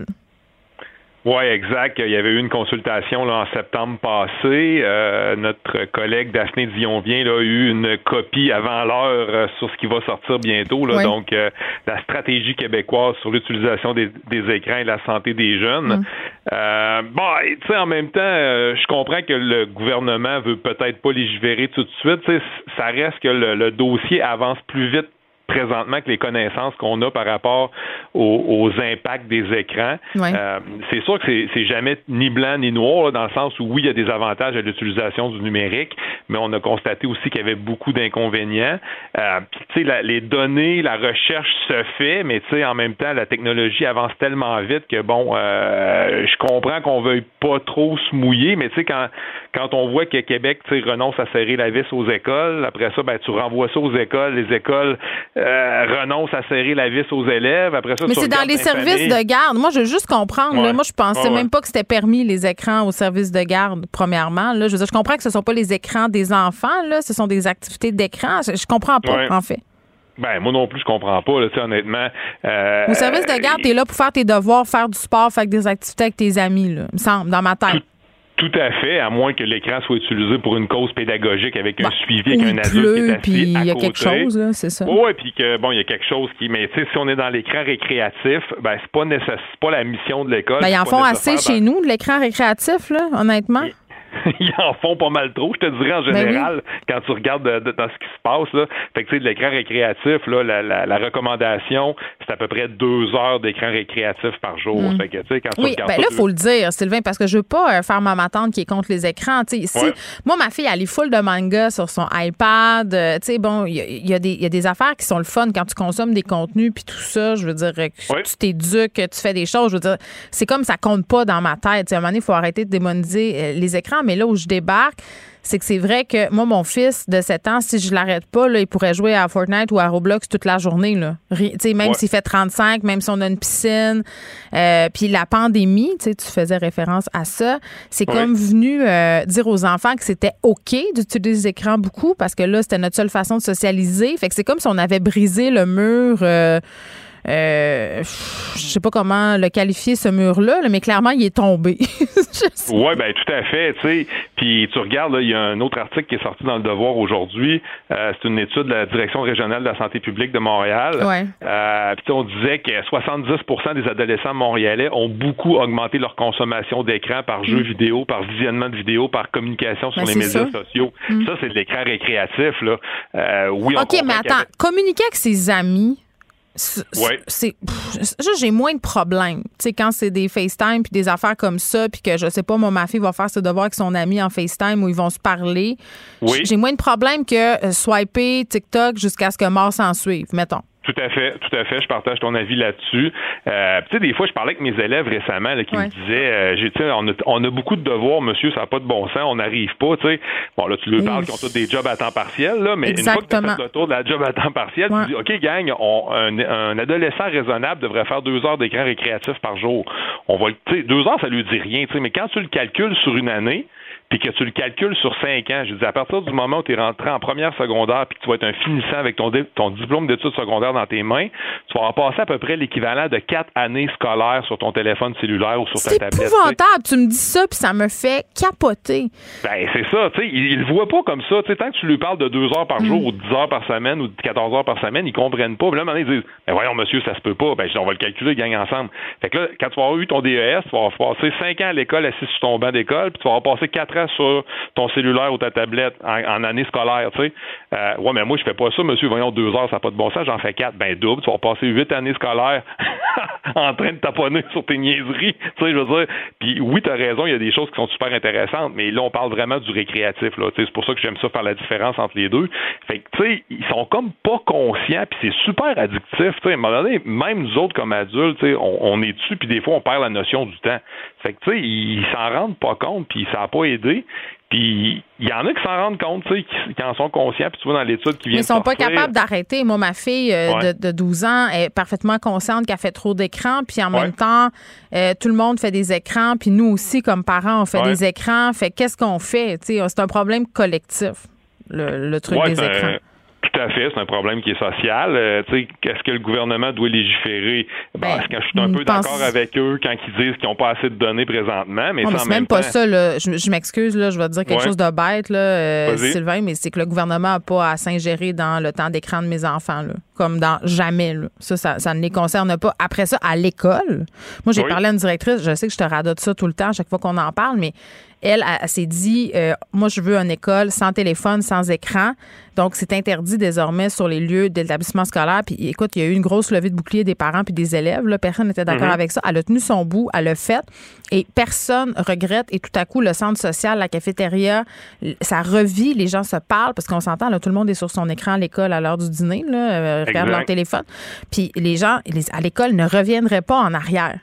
Oui, exact. Il y avait eu une consultation là, en septembre passé. Notre collègue Daphné Dionvien là, a eu une copie avant l'heure sur ce qui va sortir bientôt. Là, donc, la stratégie québécoise sur l'utilisation des écrans et la santé des jeunes. Tu sais, en même temps, je comprends que le gouvernement veut peut-être pas légiférer tout de suite. Tu sais, ça reste que le dossier avance plus vite présentement que les connaissances qu'on a par rapport aux impacts des écrans. C'est sûr que c'est jamais ni blanc ni noir, là, dans le sens où oui, il y a des avantages à l'utilisation du numérique, mais on a constaté aussi qu'il y avait beaucoup d'inconvénients. Puis tu sais, les données, la recherche se fait, mais tu sais, en même temps, la technologie avance tellement vite que bon, je comprends qu'on veuille pas trop se mouiller, mais tu sais, quand on voit que Québec, tu sais, renonce à serrer la vis aux écoles, après ça, ben tu renvoies ça aux écoles, les écoles renonce à serrer la vis aux élèves. Après ça, mais c'est dans les services de garde. Moi, je veux juste comprendre. Là, moi, je pensais même pas que c'était permis, les écrans aux services de garde, premièrement. Là, je veux dire, je comprends que ce ne sont pas les écrans des enfants. Là, ce sont des activités d'écran. Je comprends pas, en fait. Ben, moi non plus, je comprends pas, là, honnêtement. Au service de garde, t'es là pour faire tes devoirs, faire du sport, faire des activités avec tes amis, là, me semble, dans ma tête. Tout à fait, à moins que l'écran soit utilisé pour une cause pédagogique avec un suivi avec un adulte qui est assis à côté. Puis il y a quelque chose, là, c'est ça. Oui, puis que bon, il y a quelque chose qui, mais tu sais, si on est dans l'écran récréatif, ben c'est pas la mission de l'école. Ben ils en font assez chez nous de l'écran récréatif, là, honnêtement. ils en font pas mal trop, je te dirais en général, quand tu regardes dans ce qui se passe. Là. Fait que tu sais, de l'écran récréatif, là, la recommandation, c'est à peu près 2 heures d'écran récréatif par jour. Fait que, tu sais, quand tu regardes là, il faut le dire, Sylvain, parce que je veux pas faire ma tante qui est contre les écrans. Moi, ma fille, elle est full de manga sur son iPad. Tu sais, bon, il y a des affaires qui sont le fun quand tu consommes des contenus puis tout ça. Je veux dire, tu t'éduques, tu fais des choses. Je veux dire, c'est comme ça compte pas dans ma tête. T'sais, à un moment donné, il faut arrêter de démoniser les écrans. Mais là où je débarque, c'est que c'est vrai que moi, mon fils de 7 ans, si je l'arrête pas, là, il pourrait jouer à Fortnite ou à Roblox toute la journée. Là. Même s'il fait 35, même si on a une piscine. Puis la pandémie, tu faisais référence à ça, c'est comme venu dire aux enfants que c'était OK d'utiliser les écrans beaucoup parce que là, c'était notre seule façon de socialiser. Fait que c'est comme si on avait brisé le mur... je sais pas comment le qualifier, ce mur-là, mais clairement, il est tombé. Oui, ben tout à fait, tu sais. Puis tu regardes, il y a un autre article qui est sorti dans Le Devoir aujourd'hui. C'est une étude de la Direction régionale de la santé publique de Montréal. Puis on disait que 70% des adolescents montréalais ont beaucoup augmenté leur consommation d'écran par jeux vidéo, par visionnement de vidéos, par communication sur les médias sociaux. Ça, c'est de l'écran récréatif, là. OK, mais attends, communiquer avec ses amis... j'ai moins de problèmes. Tu sais, quand c'est des FaceTime puis des affaires comme ça, puis que je sais pas, moi, ma fille va faire ses devoirs avec son ami en FaceTime où ils vont se parler. J'ai moins de problèmes que swiper TikTok jusqu'à ce que mort s'en suive, mettons. Tout à fait. Je partage ton avis là-dessus. Tu sais, des fois, je parlais avec mes élèves récemment là, qui me disaient, on a beaucoup de devoirs, monsieur, ça n'a pas de bon sens, on n'arrive pas, tu sais. Bon, là, tu leur parles qu'ils ont tous des jobs à temps partiel, là, mais une fois que tu as fait le tour de la job à temps partiel, tu dis, OK, gang, un adolescent raisonnable devrait faire 2 heures d'écran récréatif par jour. On va, tu sais, 2 heures, ça lui dit rien, tu sais, mais quand tu le calcules sur une année, puis que tu le calcules sur 5 ans, je dis à partir du moment où tu es rentré en première secondaire puis que tu vas être un finissant avec ton diplôme d'études secondaires dans tes mains, tu vas en passer à peu près l'équivalent de 4 années scolaires sur ton téléphone cellulaire ou sur ta tablette. C'est épouvantable, tu me dis ça puis ça me fait capoter. Ben c'est ça, tu sais, il le voit pas comme ça, tu sais, tant que tu lui parles de 2 heures par jour ou de 10 heures par semaine ou de 14 heures par semaine, ils comprennent pas. Mais là, à un moment donné, ils disent, ben voyons monsieur, ça se peut pas, ben on va le calculer, gang ensemble. Fait que là, quand tu vas avoir eu ton DES, tu vas avoir passé 5 ans à l'école assis sur ton banc d'école, puis tu vas avoir passé 4 ans sur ton cellulaire ou ta tablette en année scolaire, tu sais. Ouais, mais moi, je fais pas ça, monsieur. Voyons, 2 heures, ça n'a pas de bon sens, j'en fais 4. Ben, double, tu vas passer 8 années scolaires en train de taponner sur tes niaiseries, tu sais, je veux dire. Puis oui, t'as raison, il y a des choses qui sont super intéressantes, mais là, on parle vraiment du récréatif, là. Tu sais, c'est pour ça que j'aime ça faire la différence entre les deux. Fait que, tu sais, ils sont comme pas conscients, puis c'est super addictif, tu sais. À un moment donné, même nous autres, comme adultes, tu sais, on est dessus, puis des fois, on perd la notion du temps. Fait que, tu sais, ils s'en rendent pas compte, puis ça n'a pas aidé. Puis il y en a qui s'en rendent compte, tu sais, qui en sont conscients. Puis tu vois dans l'étude qui vient de sortir. Ils sont pas capables d'arrêter. Moi, ma fille de 12 ans est parfaitement consciente qu'elle fait trop d'écrans. Puis en même temps, tout le monde fait des écrans. Puis nous aussi, comme parents, on fait des écrans. Fait qu'est-ce qu'on fait? Tu sais, c'est un problème collectif, le truc des écrans. Tout à fait, c'est un problème qui est social. Tu sais, est-ce que le gouvernement doit légiférer? Est-ce que je suis un peu d'accord avec eux quand ils disent qu'ils n'ont pas assez de données présentement? Mais c'est même pas ça. Là. Je m'excuse, là, je vais te dire quelque chose de bête, là, Sylvain, mais c'est que le gouvernement n'a pas à s'ingérer dans le temps d'écran de mes enfants, là, comme dans jamais. Là. Ça ne les concerne pas. Après ça, à l'école, moi, j'ai parlé à une directrice, je sais que je te radote ça tout le temps à chaque fois qu'on en parle, mais elle s'est dit, moi, je veux une école sans téléphone, sans écran. Donc, c'est interdit désormais sur les lieux d'établissement scolaire. Puis, écoute, il y a eu une grosse levée de bouclier des parents puis des élèves. Là. Personne n'était d'accord avec ça. Elle a tenu son bout, elle l'a fait. Et personne regrette. Et tout à coup, le centre social, la cafétéria, ça revit. Les gens se parlent parce qu'on s'entend, là, tout le monde est sur son écran à l'école à l'heure du dîner, là, regarde leur téléphone. Puis, les gens à l'école ne reviendraient pas en arrière.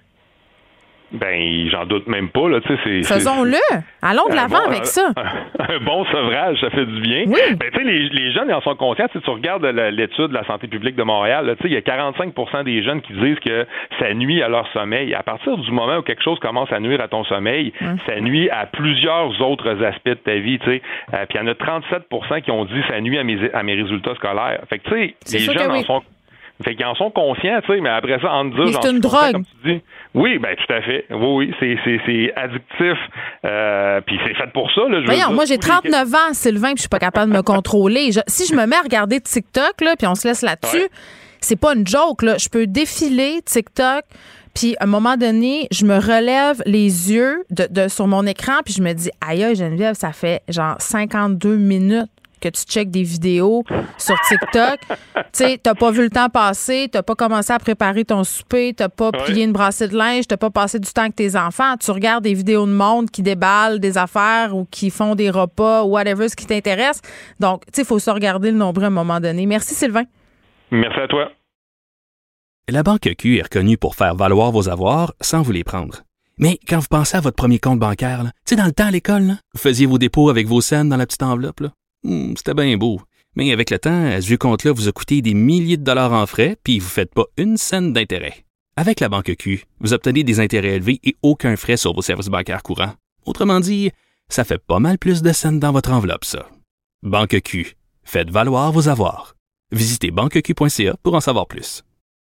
Ben, j'en doute même pas, là, tu sais, faisons-le! Allons de l'avant avec ça! Un bon sevrage, ça fait du bien. Oui. Ben, tu sais, les jeunes, ils en sont conscients. Tu regardes l'étude de la santé publique de Montréal, tu sais, il y a 45% des jeunes qui disent que ça nuit à leur sommeil. À partir du moment où quelque chose commence à nuire à ton sommeil, ça nuit à plusieurs autres aspects de ta vie, tu sais. Puis il y en a 37% qui ont dit ça nuit à mes résultats scolaires. Fait que, tu sais, les jeunes en sont... Fait qu'ils en sont conscients, tu sais, mais après ça, en dire... Mais c'est une drogue. Comme tu dis. Oui, ben tout à fait. Oui, c'est addictif. Puis c'est fait pour ça, là. Voyons, moi, j'ai 39 ans, Sylvain, puis je suis pas capable de me contrôler. Si je me mets à regarder TikTok, là, puis on se laisse là-dessus, c'est pas une joke, là. Je peux défiler TikTok, Puis, à un moment donné, je me relève les yeux sur mon écran, puis je me dis, aïe, Geneviève, ça fait genre 52 minutes que tu checkes des vidéos sur TikTok. Tu sais, t'as pas vu le temps passer, t'as pas commencé à préparer ton souper, t'as pas plié une brassée de linge, t'as pas passé du temps avec tes enfants. Tu regardes des vidéos de monde qui déballent des affaires ou qui font des repas ou whatever, ce qui t'intéresse. Donc, tu sais, il faut se regarder le nombril à un moment donné. Merci, Sylvain. Merci à toi. La Banque Q est reconnue pour faire valoir vos avoirs sans vous les prendre. Mais quand vous pensez à votre premier compte bancaire, tu sais, dans le temps à l'école, là, vous faisiez vos dépôts avec vos scènes dans la petite enveloppe, là. C'était bien beau. Mais avec le temps, ce vieux compte-là vous a coûté des milliers de dollars en frais, puis vous ne faites pas une scène d'intérêt. Avec la Banque Q, vous obtenez des intérêts élevés et aucun frais sur vos services bancaires courants. Autrement dit, ça fait pas mal plus de scènes dans votre enveloppe, ça. Banque Q. Faites valoir vos avoirs. Visitez banqueq.ca pour en savoir plus.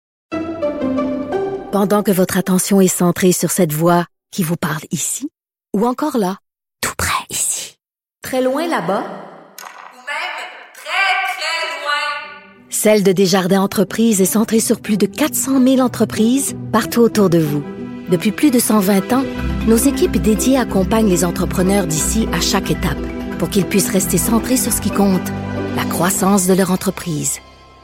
Pendant que votre attention est centrée sur cette voix qui vous parle ici, ou encore là, tout près ici, très loin là-bas, Celle de Desjardins Entreprises est centrée sur plus de 400 000 entreprises partout autour de vous. Depuis plus de 120 ans, nos équipes dédiées accompagnent les entrepreneurs d'ici à chaque étape pour qu'ils puissent rester centrés sur ce qui compte, la croissance de leur entreprise.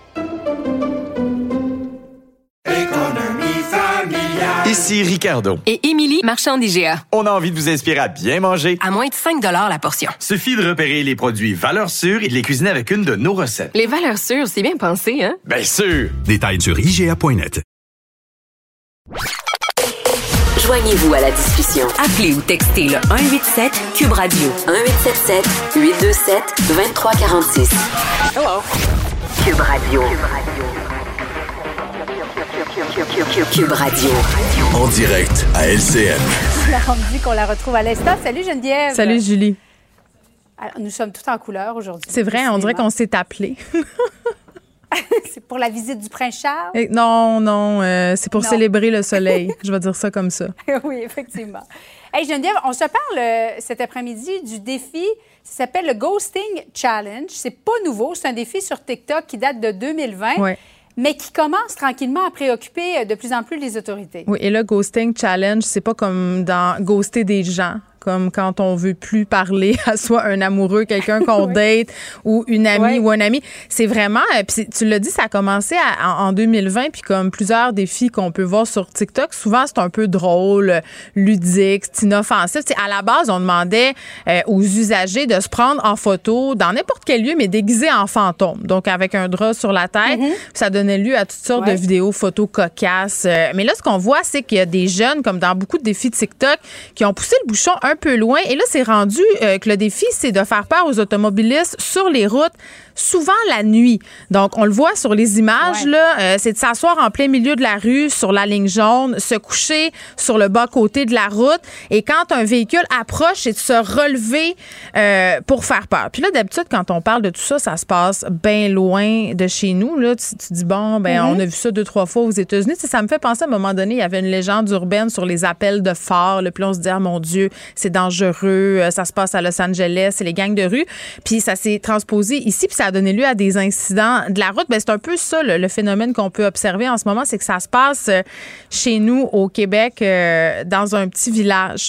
Ici Ricardo. Et Émilie, marchand d'IGA. On a envie de vous inspirer à bien manger. À moins de 5 $ la portion. Suffit de repérer les produits valeurs sûres et de les cuisiner avec une de nos recettes. Les valeurs sûres, c'est bien pensé, hein? Bien sûr! Détails sur IGA.net. Joignez-vous à la discussion. Appelez ou textez le 187 Cube Radio 1877 827 2346. Hello. Cube Radio. Cube Radio. En direct à LCN. On me dit qu'on la retrouve à l'instant. Salut Geneviève. Salut Julie. Alors, nous sommes tous en couleur aujourd'hui. C'est vrai, on dirait qu'on s'est appelés. C'est pour la visite du prince Charles? Non, c'est pour célébrer le soleil. Je vais dire ça comme ça. Oui, effectivement. Hey Geneviève, on se parle cet après-midi du défi, ça s'appelle le Ghosting Challenge. C'est pas nouveau, c'est un défi sur TikTok qui date de 2020. Ouais. Mais qui commence tranquillement à préoccuper de plus en plus les autorités. Oui, et le Ghosting Challenge, c'est pas comme dans ghoster des gens, comme quand on veut plus parler à soit un amoureux, quelqu'un qu'on date ou une amie ou un ami. C'est vraiment, puis tu l'as dit, ça a commencé en 2020, puis comme plusieurs défis qu'on peut voir sur TikTok, souvent c'est un peu drôle, ludique, c'est inoffensif. T'sais, à la base, on demandait aux usagers de se prendre en photo dans n'importe quel lieu, mais déguisé en fantôme. Donc avec un drap sur la tête, ça donnait lieu à toutes sortes de vidéos, photos cocasses. Mais là, ce qu'on voit, c'est qu'il y a des jeunes, comme dans beaucoup de défis de TikTok, qui ont poussé le bouchon un peu loin. Et là, c'est rendu que le défi, c'est de faire peur aux automobilistes sur les routes, souvent la nuit. Donc, on le voit sur les images, là, c'est de s'asseoir en plein milieu de la rue, sur la ligne jaune, se coucher sur le bas-côté de la route. Et quand un véhicule approche, c'est de se relever pour faire peur. Puis là, d'habitude, quand on parle de tout ça, ça se passe bien loin de chez nous. Là, tu dis, bon, on a vu ça 2-3 fois aux États-Unis. Tu sais, ça me fait penser à un moment donné, il y avait une légende urbaine sur les appels de phare. Là, puis on se dit, ah, mon Dieu, c'est dangereux, ça se passe à Los Angeles, c'est les gangs de rue. Puis ça s'est transposé ici, puis ça a donné lieu à des incidents de la route. Bien, c'est un peu ça, le phénomène qu'on peut observer en ce moment, c'est que ça se passe chez nous, au Québec, dans un petit village.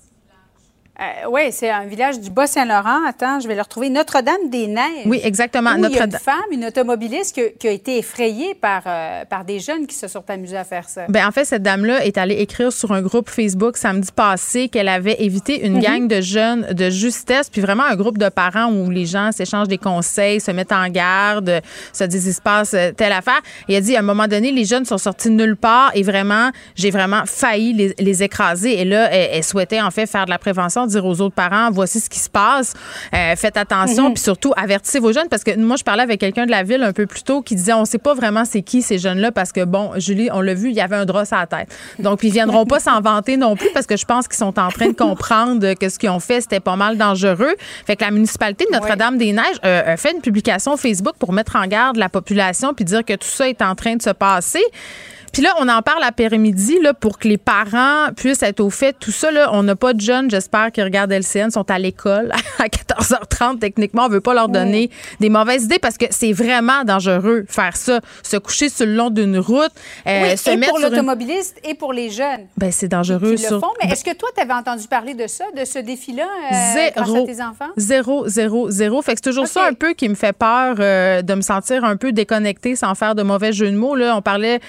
Oui, c'est un village du Bas-Saint-Laurent. Attends, je vais le retrouver. Notre-Dame-des-Neiges. Oui, exactement. Il y a une femme, une automobiliste qui a été effrayée par des jeunes qui se sont amusés à faire ça. Bien, en fait, cette dame-là est allée écrire sur un groupe Facebook samedi passé qu'elle avait évité une gang de jeunes de justesse, puis vraiment un groupe de parents où les gens s'échangent des conseils, se mettent en garde, se disent il se passe telle affaire. Et elle dit, à un moment donné, les jeunes sont sortis de nulle part et vraiment, j'ai vraiment failli les écraser. Et là, elle souhaitait en fait faire de la prévention, dire aux autres parents, voici ce qui se passe, faites attention, puis surtout avertissez vos jeunes, parce que moi je parlais avec quelqu'un de la ville un peu plus tôt qui disait on sait pas vraiment c'est qui ces jeunes-là, parce que bon, Julie, on l'a vu, il y avait un drap sur la tête. Donc ils viendront pas s'en vanter non plus, parce que je pense qu'ils sont en train de comprendre que ce qu'ils ont fait, c'était pas mal dangereux. Fait que la municipalité de Notre-Dame-des-Neiges a fait une publication Facebook pour mettre en garde la population puis dire que tout ça est en train de se passer. Puis là, on en parle après-midi là, pour que les parents puissent être au fait. Tout ça, là, on n'a pas de jeunes, j'espère, qui regardent LCN, sont à l'école à 14h30. Techniquement, on veut pas leur donner des mauvaises idées parce que c'est vraiment dangereux faire ça. Se coucher sur le long d'une route. Se et mettre pour l'automobiliste et pour les jeunes. Ben, c'est dangereux, qui le font. Mais est-ce que toi, tu avais entendu parler de ça, de ce défi-là, grâce à tes enfants? Zéro. Fait que c'est toujours ça un peu qui me fait peur de me sentir un peu déconnectée sans faire de mauvais jeu de mots. Là, on parlait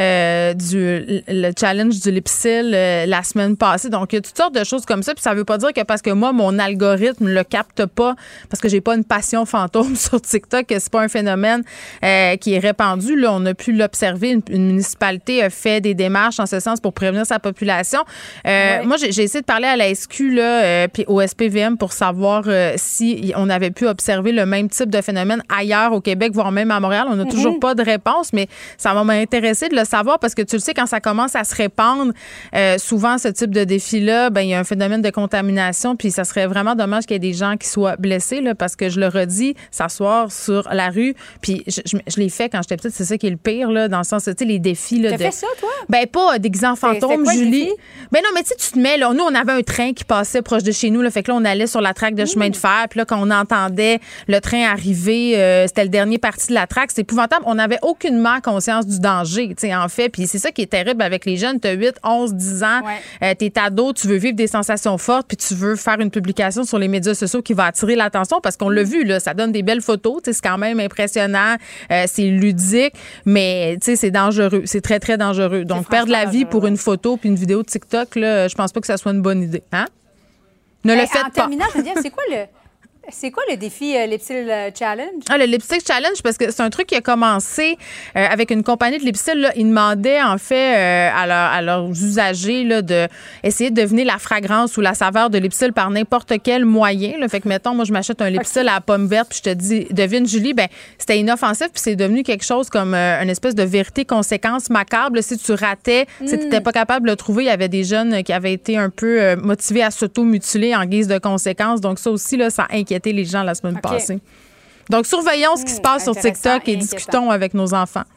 le challenge du Lipsil la semaine passée. Donc, il y a toutes sortes de choses comme ça. Puis ça veut pas dire que parce que moi, mon algorithme le capte pas, parce que j'ai pas une passion fantôme sur TikTok, que c'est pas un phénomène qui est répandu. Là, on a pu l'observer. Une municipalité a fait des démarches en ce sens pour prévenir sa population. Moi, j'ai essayé de parler à la SQ puis au SPVM pour savoir si on avait pu observer le même type de phénomène ailleurs au Québec, voire même à Montréal. On n'a toujours pas de réponse, mais ça va m'intéresser de le savoir parce que tu le sais, quand ça commence à se répandre, souvent ce type de défi-là, ben il y a un phénomène de contamination, puis ça serait vraiment dommage qu'il y ait des gens qui soient blessés, là, parce que je le redis, s'asseoir sur la rue, puis je l'ai fait quand j'étais petite, c'est ça qui est le pire, là, dans le sens, tu sais, les défis. T'as fait ça, toi? Ben, pas déguisé en fantôme, Julie. Ben non, mais tu sais, tu te mets, là, nous, on avait un train qui passait proche de chez nous, là, fait que là, on allait sur la traque de chemin de fer, puis là, quand on entendait le train arriver, c'était le dernier parti de la traque, c'est épouvantable. On n'avait aucunement conscience du danger, tu sais, en fait, puis c'est ça qui est terrible avec les jeunes. T'as 8, 11, 10 ans, t'es ado, tu veux vivre des sensations fortes, puis tu veux faire une publication sur les médias sociaux qui va attirer l'attention, parce qu'on l'a vu, là, ça donne des belles photos, tu sais, c'est quand même impressionnant, c'est ludique, mais, tu sais, c'est dangereux, c'est très, très dangereux. Donc, perdre la vie pour une photo puis une vidéo de TikTok, là, je pense pas que ça soit une bonne idée. Hein? Ne le faites pas. En terminant, je veux dire, c'est quoi le défi Lipsil Challenge? Le Lipsil Challenge, parce que c'est un truc qui a commencé avec une compagnie de Lipsil. Là, ils demandaient en fait à leurs usagers là, de essayer de deviner la fragrance ou la saveur de Lipsil par n'importe quel moyen. Là. Fait que, mettons, moi, je m'achète un Lipsil à la pomme verte, puis je te dis, devine, Julie, ben c'était inoffensif, puis c'est devenu quelque chose comme une espèce de vérité-conséquence macabre. Là, si tu ratais, si tu n'étais pas capable de le trouver, il y avait des jeunes qui avaient été un peu motivés à s'auto-mutiler en guise de conséquence. Donc, ça aussi, là, ça inquiétait les gens la semaine passée. Donc, surveillons ce qui se passe sur TikTok et discutons avec nos enfants.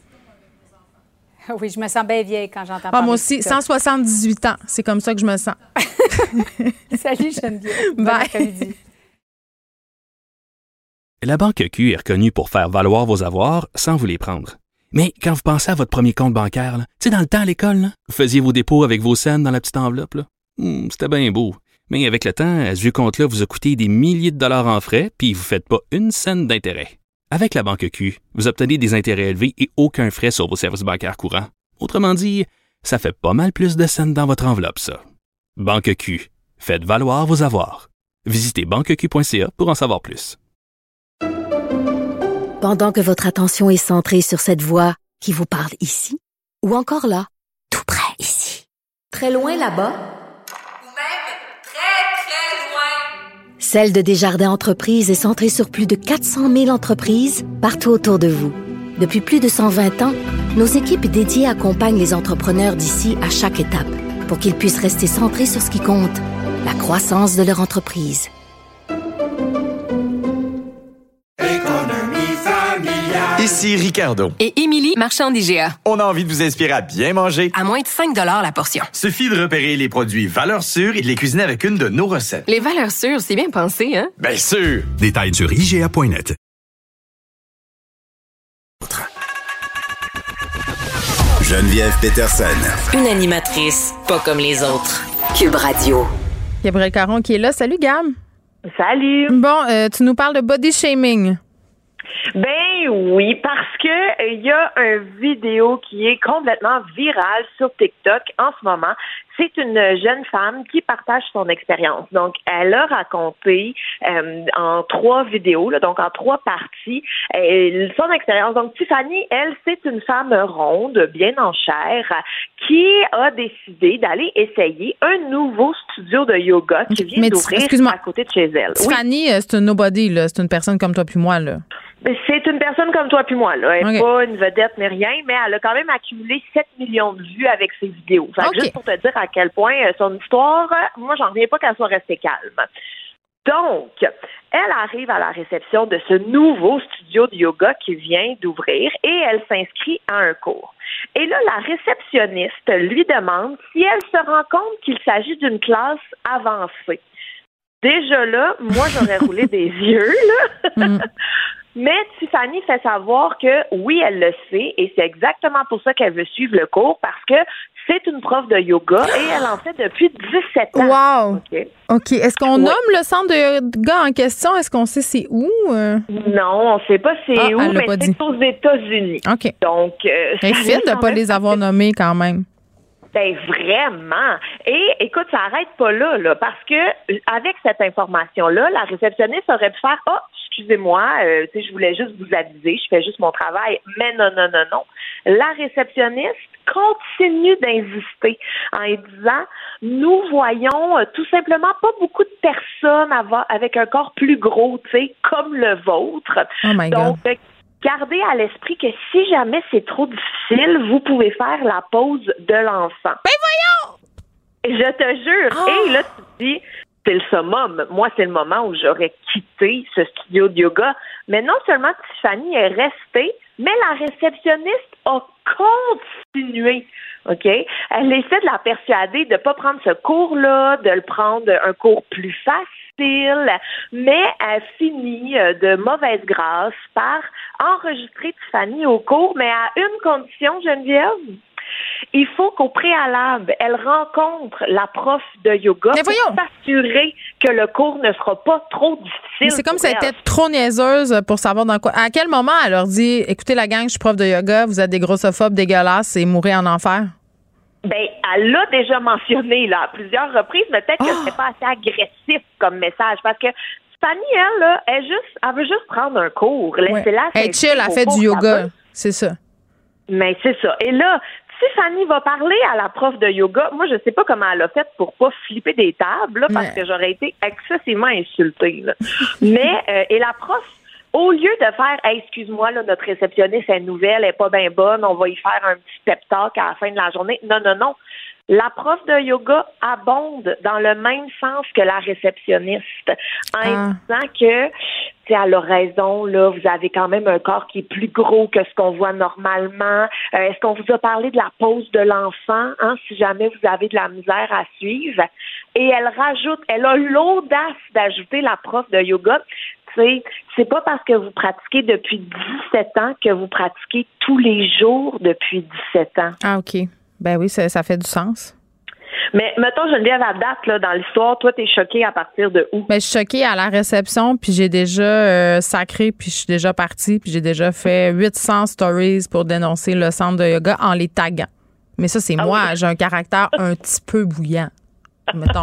Oui, je me sens bien vieille quand j'entends parler. Moi aussi, 178 ans. C'est comme ça que je me sens. Salut, Geneviève. Bon après-midi. La Banque Q est reconnue pour faire valoir vos avoirs sans vous les prendre. Mais quand vous pensez à votre premier compte bancaire, tu sais, dans le temps à l'école, là, vous faisiez vos dépôts avec vos scènes dans la petite enveloppe. Là. C'était bien beau. Mais avec le temps, ce vieux compte-là vous a coûté des milliers de dollars en frais, puis vous ne faites pas une scène d'intérêt. Avec la Banque Q, vous obtenez des intérêts élevés et aucun frais sur vos services bancaires courants. Autrement dit, ça fait pas mal plus de scènes dans votre enveloppe, ça. Banque Q, faites valoir vos avoirs. Visitez banqueq.ca pour en savoir plus. Pendant que votre attention est centrée sur cette voix qui vous parle ici, ou encore là, tout près ici, très loin là-bas, Celle de Desjardins Entreprises est centrée sur plus de 400 000 entreprises partout autour de vous. Depuis plus de 120 ans, nos équipes dédiées accompagnent les entrepreneurs d'ici à chaque étape pour qu'ils puissent rester centrés sur ce qui compte, la croissance de leur entreprise. Ici Ricardo. Et Émilie, marchand d'IGA. On a envie de vous inspirer à bien manger. À moins de 5 $ la portion. Suffit de repérer les produits valeurs sûres et de les cuisiner avec une de nos recettes. Les valeurs sûres, c'est bien pensé, hein? Bien sûr! Détails sur IGA.net. Geneviève Peterson. Une animatrice pas comme les autres. Cube Radio. Gabrielle Caron qui est là. Salut, Gab. Salut. Bon, tu nous parles de body shaming. Ben oui, parce que il y a une vidéo qui est complètement virale sur TikTok en ce moment. C'est une jeune femme qui partage son expérience. Donc, elle a raconté en 3 vidéos, là, donc en 3 parties, son expérience. Donc, Tiffany, elle, c'est une femme ronde, bien en chair, qui a décidé d'aller essayer un nouveau studio de yoga qui vient d'ouvrir à côté de chez elle. Tiffany, c'est une nobody, là. C'est une personne comme toi puis moi, là. C'est une personne comme toi puis moi, là. Elle n'est pas une vedette ni rien, mais elle a quand même accumulé 7 millions de vues avec ses vidéos. Fait que juste pour te dire à quel point son histoire, moi, j'en reviens pas qu'elle soit restée calme. Donc, elle arrive à la réception de ce nouveau studio de yoga qui vient d'ouvrir et elle s'inscrit à un cours. Et là, la réceptionniste lui demande si elle se rend compte qu'il s'agit d'une classe avancée. Déjà là, moi, j'aurais roulé des yeux, là. Mais Tiffany fait savoir que oui, elle le sait et c'est exactement pour ça qu'elle veut suivre le cours parce que c'est une prof de yoga et elle en fait depuis 17 ans. Wow! OK. Est-ce qu'on nomme le centre de yoga en question? Est-ce qu'on sait c'est où? Non, on ne sait pas c'est où, mais c'est aux États-Unis. OK. Donc, c'est fine de ne pas les avoir nommés quand même. Ben vraiment. Et écoute, ça n'arrête pas là, parce que avec cette information-là, la réceptionniste aurait pu faire excusez-moi, je voulais juste vous aviser, je fais juste mon travail. Mais non. La réceptionniste continue d'insister en disant nous voyons tout simplement pas beaucoup de personnes avec un corps plus gros, comme le vôtre. Oh my God. Donc, gardez à l'esprit que si jamais c'est trop difficile, vous pouvez faire la pause de l'enfant. Ben voyons! Je te jure. Et là, tu te dis, c'est le summum. Moi, c'est le moment où j'aurais quitté ce studio de yoga. Mais non seulement Tiffany est restée, mais la réceptionniste a continué. OK? Elle essaie de la persuader de ne pas prendre ce cours-là, de le prendre un cours plus facile, mais elle finit de mauvaise grâce par enregistrer Tiffany au cours, mais à une condition, Geneviève. Il faut qu'au préalable, elle rencontre la prof de yoga pour s'assurer que le cours ne sera pas trop difficile. Mais c'est comme si elle était trop niaiseuse pour savoir dans quoi. À quel moment elle leur dit écoutez la gang, je suis prof de yoga, vous êtes des grossophobes dégueulasses et mourrez en enfer? Ben, elle l'a déjà mentionné là, à plusieurs reprises, mais peut-être que c'est pas assez agressif comme message parce que Fanny, elle, là, elle veut juste prendre un cours. Laissez-la. Elle chill, elle fait du yoga. C'est ça. Mais c'est ça. Et là, si Fanny va parler à la prof de yoga, moi, je sais pas comment elle a fait pour pas flipper des tables, là, parce que j'aurais été excessivement insultée. Là. Mais, et la prof, au lieu de faire hey, excuse-moi, là, notre réceptionniste est nouvelle, elle est pas bien bonne, on va y faire un petit pep talk à la fin de la journée. Non. La prof de yoga abonde dans le même sens que la réceptionniste en disant que elle a raison, là, vous avez quand même un corps qui est plus gros que ce qu'on voit normalement. Est-ce qu'on vous a parlé de la pose de l'enfant, si jamais vous avez de la misère à suivre? Et elle a l'audace d'ajouter la prof de yoga. C'est pas parce que vous pratiquez depuis 17 ans que vous pratiquez tous les jours depuis 17 ans. Ah, OK. Ben oui, ça fait du sens. Mais mettons, Geneviève, à date, là, dans l'histoire, toi, t'es choquée à partir de où? Ben, je suis choquée à la réception, puis j'ai déjà sacré, puis je suis déjà partie, puis j'ai déjà fait 800 stories pour dénoncer le centre de yoga en les taguant. Mais ça, c'est moi, j'ai un caractère un petit peu bouillant, mettons.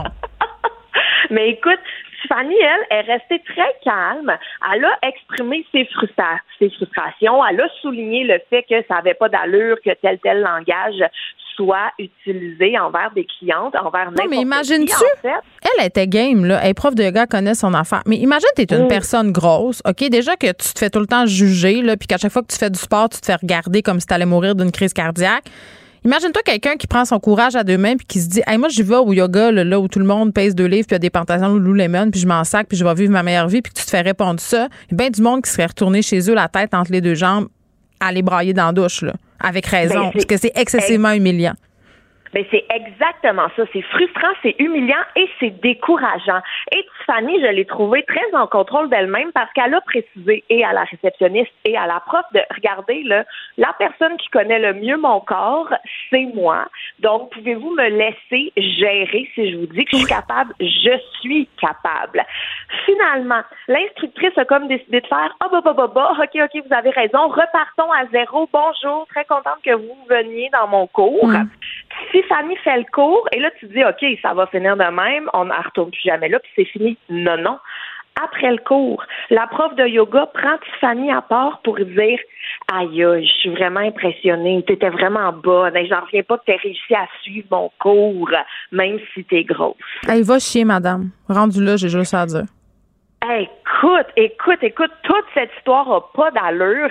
Mais écoute, Fanny, elle, est restée très calme. Elle a exprimé ses frustrations. Elle a souligné le fait que ça n'avait pas d'allure que tel langage soit utilisé envers des clientes, envers n'importe qui. Non, mais imagines-tu? En fait. Elle était game, là. Elle est prof de yoga, elle connaît son affaire. Mais imagine, t'es une personne grosse, OK? Déjà que tu te fais tout le temps juger, là, puis qu'à chaque fois que tu fais du sport, tu te fais regarder comme si t'allais mourir d'une crise cardiaque. Imagine-toi quelqu'un qui prend son courage à deux mains puis qui se dit hey, moi, je vais au yoga là où tout le monde pèse 2 livres puis il y a des pantalons Lululemon puis je m'en sac puis je vais vivre ma meilleure vie puis que tu te fais répondre ça. Il y a bien du monde qui serait retourné chez eux la tête entre les deux jambes à aller brailler dans la douche, là, avec raison, parce que c'est excessivement humiliant. Mais c'est exactement ça. C'est frustrant, c'est humiliant et c'est décourageant. Et Tiffany, je l'ai trouvée très en contrôle d'elle-même parce qu'elle a précisé et à la réceptionniste et à la prof de regardez, là, la personne qui connaît le mieux mon corps, c'est moi. Donc, pouvez-vous me laisser gérer si je vous dis que je suis capable? Je suis capable. Finalement, l'instructrice a comme décidé de faire OK, vous avez raison, repartons à zéro. Bonjour, très contente que vous veniez dans mon cours. Si Fanny fait le cours, et là, tu dis, OK, ça va finir de même, on ne retourne plus jamais là, puis c'est fini. Non. Après le cours, la prof de yoga prend Tiffany à part pour dire aïe, je suis vraiment impressionnée, t'étais vraiment bonne, et j'en reviens pas que t'aies réussi à suivre mon cours, même si t'es grosse. Hey, va chier, madame. Rendu là, j'ai juste ça à dire. Écoute, toute cette histoire n'a pas d'allure.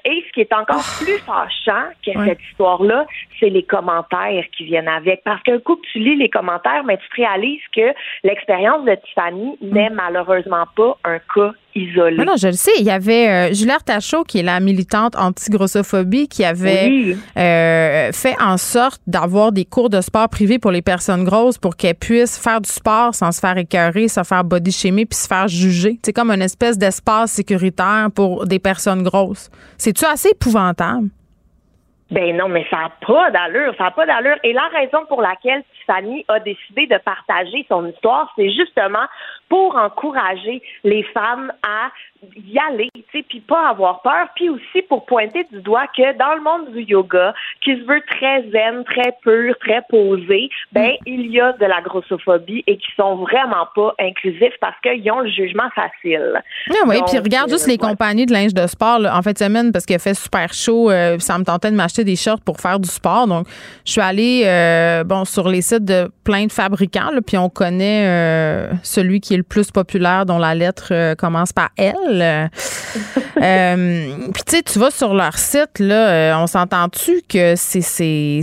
Et ce qui est encore plus fâchant que cette histoire-là, c'est les commentaires qui viennent avec. Parce qu'un coup que tu lis les commentaires, mais tu te réalises que l'expérience de Tiffany n'est malheureusement pas un cas isolé. Non, je le sais. Il y avait Julie Artachot, qui est la militante anti-grossophobie, qui avait fait en sorte d'avoir des cours de sport privés pour les personnes grosses pour qu'elles puissent faire du sport sans se faire écœurer, se faire body shamer puis se faire juger. C'est comme une espèce d'espace sécuritaire pour des personnes grosses. C'est-tu assez épouvantable? Ben non, mais ça n'a pas d'allure, Et la raison pour laquelle Tiffany a décidé de partager son histoire, c'est justement pour encourager les femmes à y aller, tu sais, puis pas avoir peur, puis aussi pour pointer du doigt que dans le monde du yoga, qui se veut très zen, très pur, très posé, il y a de la grossophobie et qui sont vraiment pas inclusifs parce qu'ils ont le jugement facile. Oui, puis regarde juste les compagnies de linge de sport là, en fin de semaine parce qu'il a fait super chaud, ça me tentait de m'acheter des shorts pour faire du sport, donc je suis allée sur les sites de plein de fabricants, là, puis on connaît celui qui est le plus populaire dont la lettre commence par L. Puis tu sais, tu vas sur leur site là, on s'entend-tu que c'est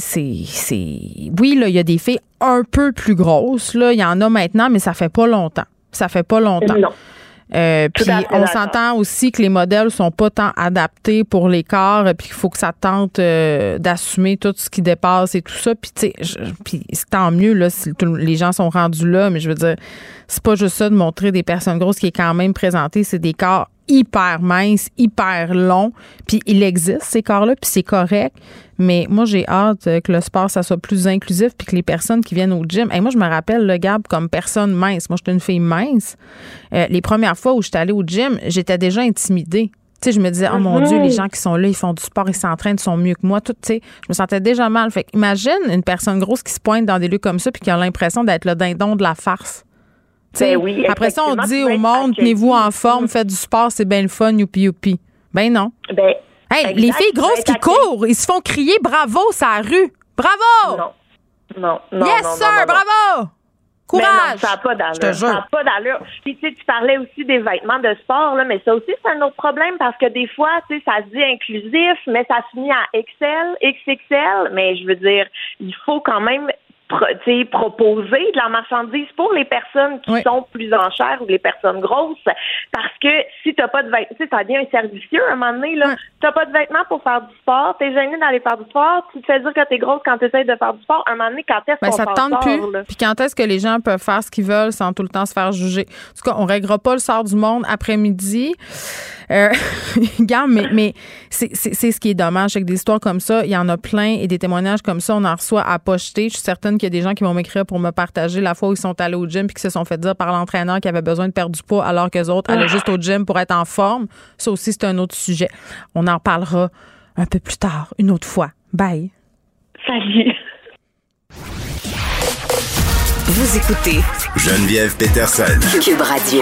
oui là, il y a des filles un peu plus grosses là, il y en a maintenant, mais ça fait pas longtemps. Non. Puis on s'entend aussi que les modèles sont pas tant adaptés pour les corps, puis qu'il faut que ça tente d'assumer tout ce qui dépasse et tout ça. Puis tu sais, puis c'est tant mieux là si les gens sont rendus là, mais je veux dire, c'est pas juste ça de montrer des personnes grosses qui est quand même présenté, c'est des corps hyper minces, hyper longs, puis il existe ces corps-là, puis c'est correct. Mais moi, j'ai hâte que le sport, ça soit plus inclusif puis que les personnes qui viennent au gym... moi, je me rappelle, le Gab, comme personne mince. Moi, j'étais une fille mince. Les premières fois où j'étais allée au gym, j'étais déjà intimidée. Tu sais, je me disais, oh mon Dieu, les gens qui sont là, ils font du sport, ils s'entraînent, ils sont mieux que moi. Tout, tu sais, je me sentais déjà mal. Fait imagine une personne grosse qui se pointe dans des lieux comme ça puis qui a l'impression d'être le dindon de la farce. Oui, après ça, on dit au monde, tenez-vous en forme, faites du sport, c'est bien le fun, youpi youpi. Ben non. Les filles grosses qui courent, ils se font crier bravo sur la rue. Bravo! Non. Yes, sir, bravo! Courage! Non, ça n'a pas d'allure. Je te jure. Ça n'a pas d'allure. Puis, tu sais, tu parlais aussi des vêtements de sport, là, mais ça aussi, c'est un autre problème parce que des fois, tu sais, ça se dit inclusif, mais ça finit à XXL, mais je veux dire, il faut quand même proposer de la marchandise pour les personnes qui sont plus en chair ou les personnes grosses, parce que si t'as pas de vêtements, ça devient un servicieux à un moment donné, là. T'as pas de vêtements pour faire du sport, t'es gêné d'aller faire du sport, tu te fais dire que t'es grosse quand t'essayes de faire du sport, à un moment donné, quand est-ce qu'on ça te tente plus. Puis quand est-ce que les gens peuvent faire ce qu'ils veulent sans tout le temps se faire juger? En tout cas, on réglera pas le sort du monde après-midi. Regarde, mais c'est ce qui est dommage, c'est que des histoires comme ça, il y en a plein et des témoignages comme ça, on en reçoit à pocheter. Je suis certaine qu'il y a des gens qui vont m'écrire pour me partager la fois où ils sont allés au gym puis qui se sont fait dire par l'entraîneur qu'ils avaient besoin de perdre du poids alors qu'eux autres allaient juste au gym pour être en forme. Ça aussi, c'est un autre sujet. On en parlera un peu plus tard, une autre fois. Bye. Salut. Vous écoutez Geneviève Peterson. Cube Radio.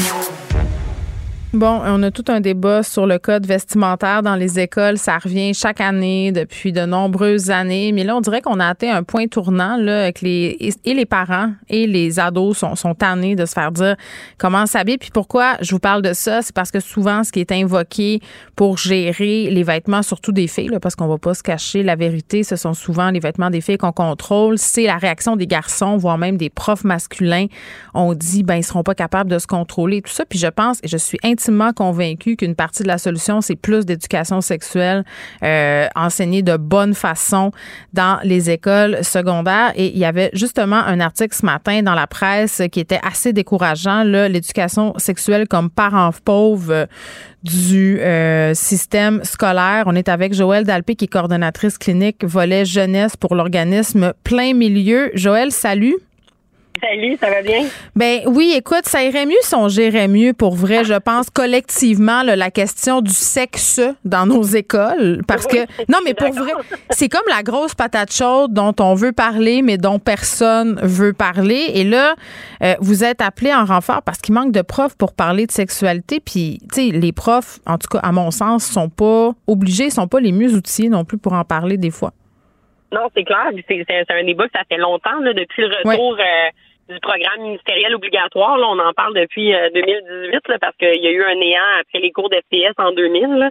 Bon, on a tout un débat sur le code vestimentaire dans les écoles. Ça revient chaque année depuis de nombreuses années. Mais là, on dirait qu'on a atteint un point tournant là, avec les parents et les ados sont tannés de se faire dire comment s'habiller. Puis pourquoi je vous parle de ça? C'est parce que souvent, ce qui est invoqué pour gérer les vêtements, surtout des filles, là, parce qu'on va pas se cacher la vérité, ce sont souvent les vêtements des filles qu'on contrôle. C'est la réaction des garçons, voire même des profs masculins. On dit, ils seront pas capables de se contrôler, tout ça. Puis je pense, et je suis intimement convaincue qu'une partie de la solution, c'est plus d'éducation sexuelle enseignée de bonne façon dans les écoles secondaires. Et il y avait justement un article ce matin dans la presse qui était assez décourageant, là, l'éducation sexuelle comme parent pauvre du système scolaire. On est avec Joëlle Dalpé, qui est coordonnatrice clinique volet jeunesse pour l'organisme Plein Milieu. Joëlle, salut. Salut, ça va bien? Ben oui, écoute, ça irait mieux si on gérait mieux, pour vrai, je pense, collectivement, là, la question du sexe dans nos écoles. Parce que, non, mais pour vrai, c'est comme la grosse patate chaude dont on veut parler, mais dont personne veut parler. Et là, vous êtes appelés en renfort parce qu'il manque de profs pour parler de sexualité. Puis, tu sais, les profs, en tout cas, à mon sens, sont pas obligés, sont pas les mieux outillés non plus pour en parler des fois. Non, c'est clair. C'est un débat que ça fait longtemps, là, depuis le retour du programme ministériel obligatoire. Là, on en parle depuis 2018 là, parce qu'il y a eu un néant après les cours d'FPS en 2000. Là.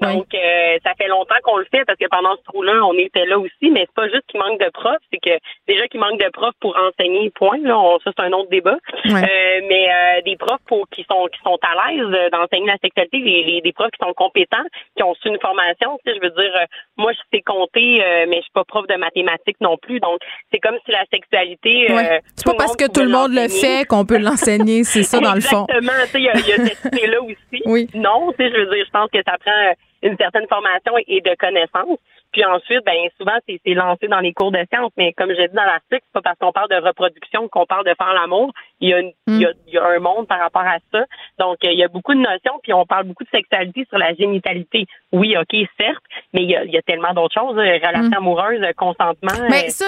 Donc, ça fait longtemps qu'on le fait parce que pendant ce trou-là, on était là aussi, mais c'est pas juste qu'il manque de profs, c'est que déjà qu'il manque de profs pour enseigner, point. Là, ça, c'est un autre débat. Mais des profs qui sont à l'aise d'enseigner la sexualité, des profs qui sont compétents, qui ont su une formation. Tu sais, je veux dire, moi, je sais compter, mais je suis pas prof de mathématiques non plus. Donc, c'est comme si la sexualité... c'est pas parce que tout le monde le fait qu'on peut l'enseigner, c'est ça dans le fond. Exactement. Tu sais, il y a cette idée-là aussi. Oui. Non, tu sais, je veux dire, je pense que ça prend une certaine formation et de connaissances. Puis ensuite, ben souvent, c'est lancé dans les cours de sciences. Mais comme je dis dans l'article, c'est pas parce qu'on parle de reproduction qu'on parle de faire l'amour. Il y a un monde par rapport à ça. Donc, il y a beaucoup de notions. Puis on parle beaucoup de sexualité sur la génitalité. Oui, OK, certes, mais il y a tellement d'autres choses. Relations amoureuses, consentement. Mais ça,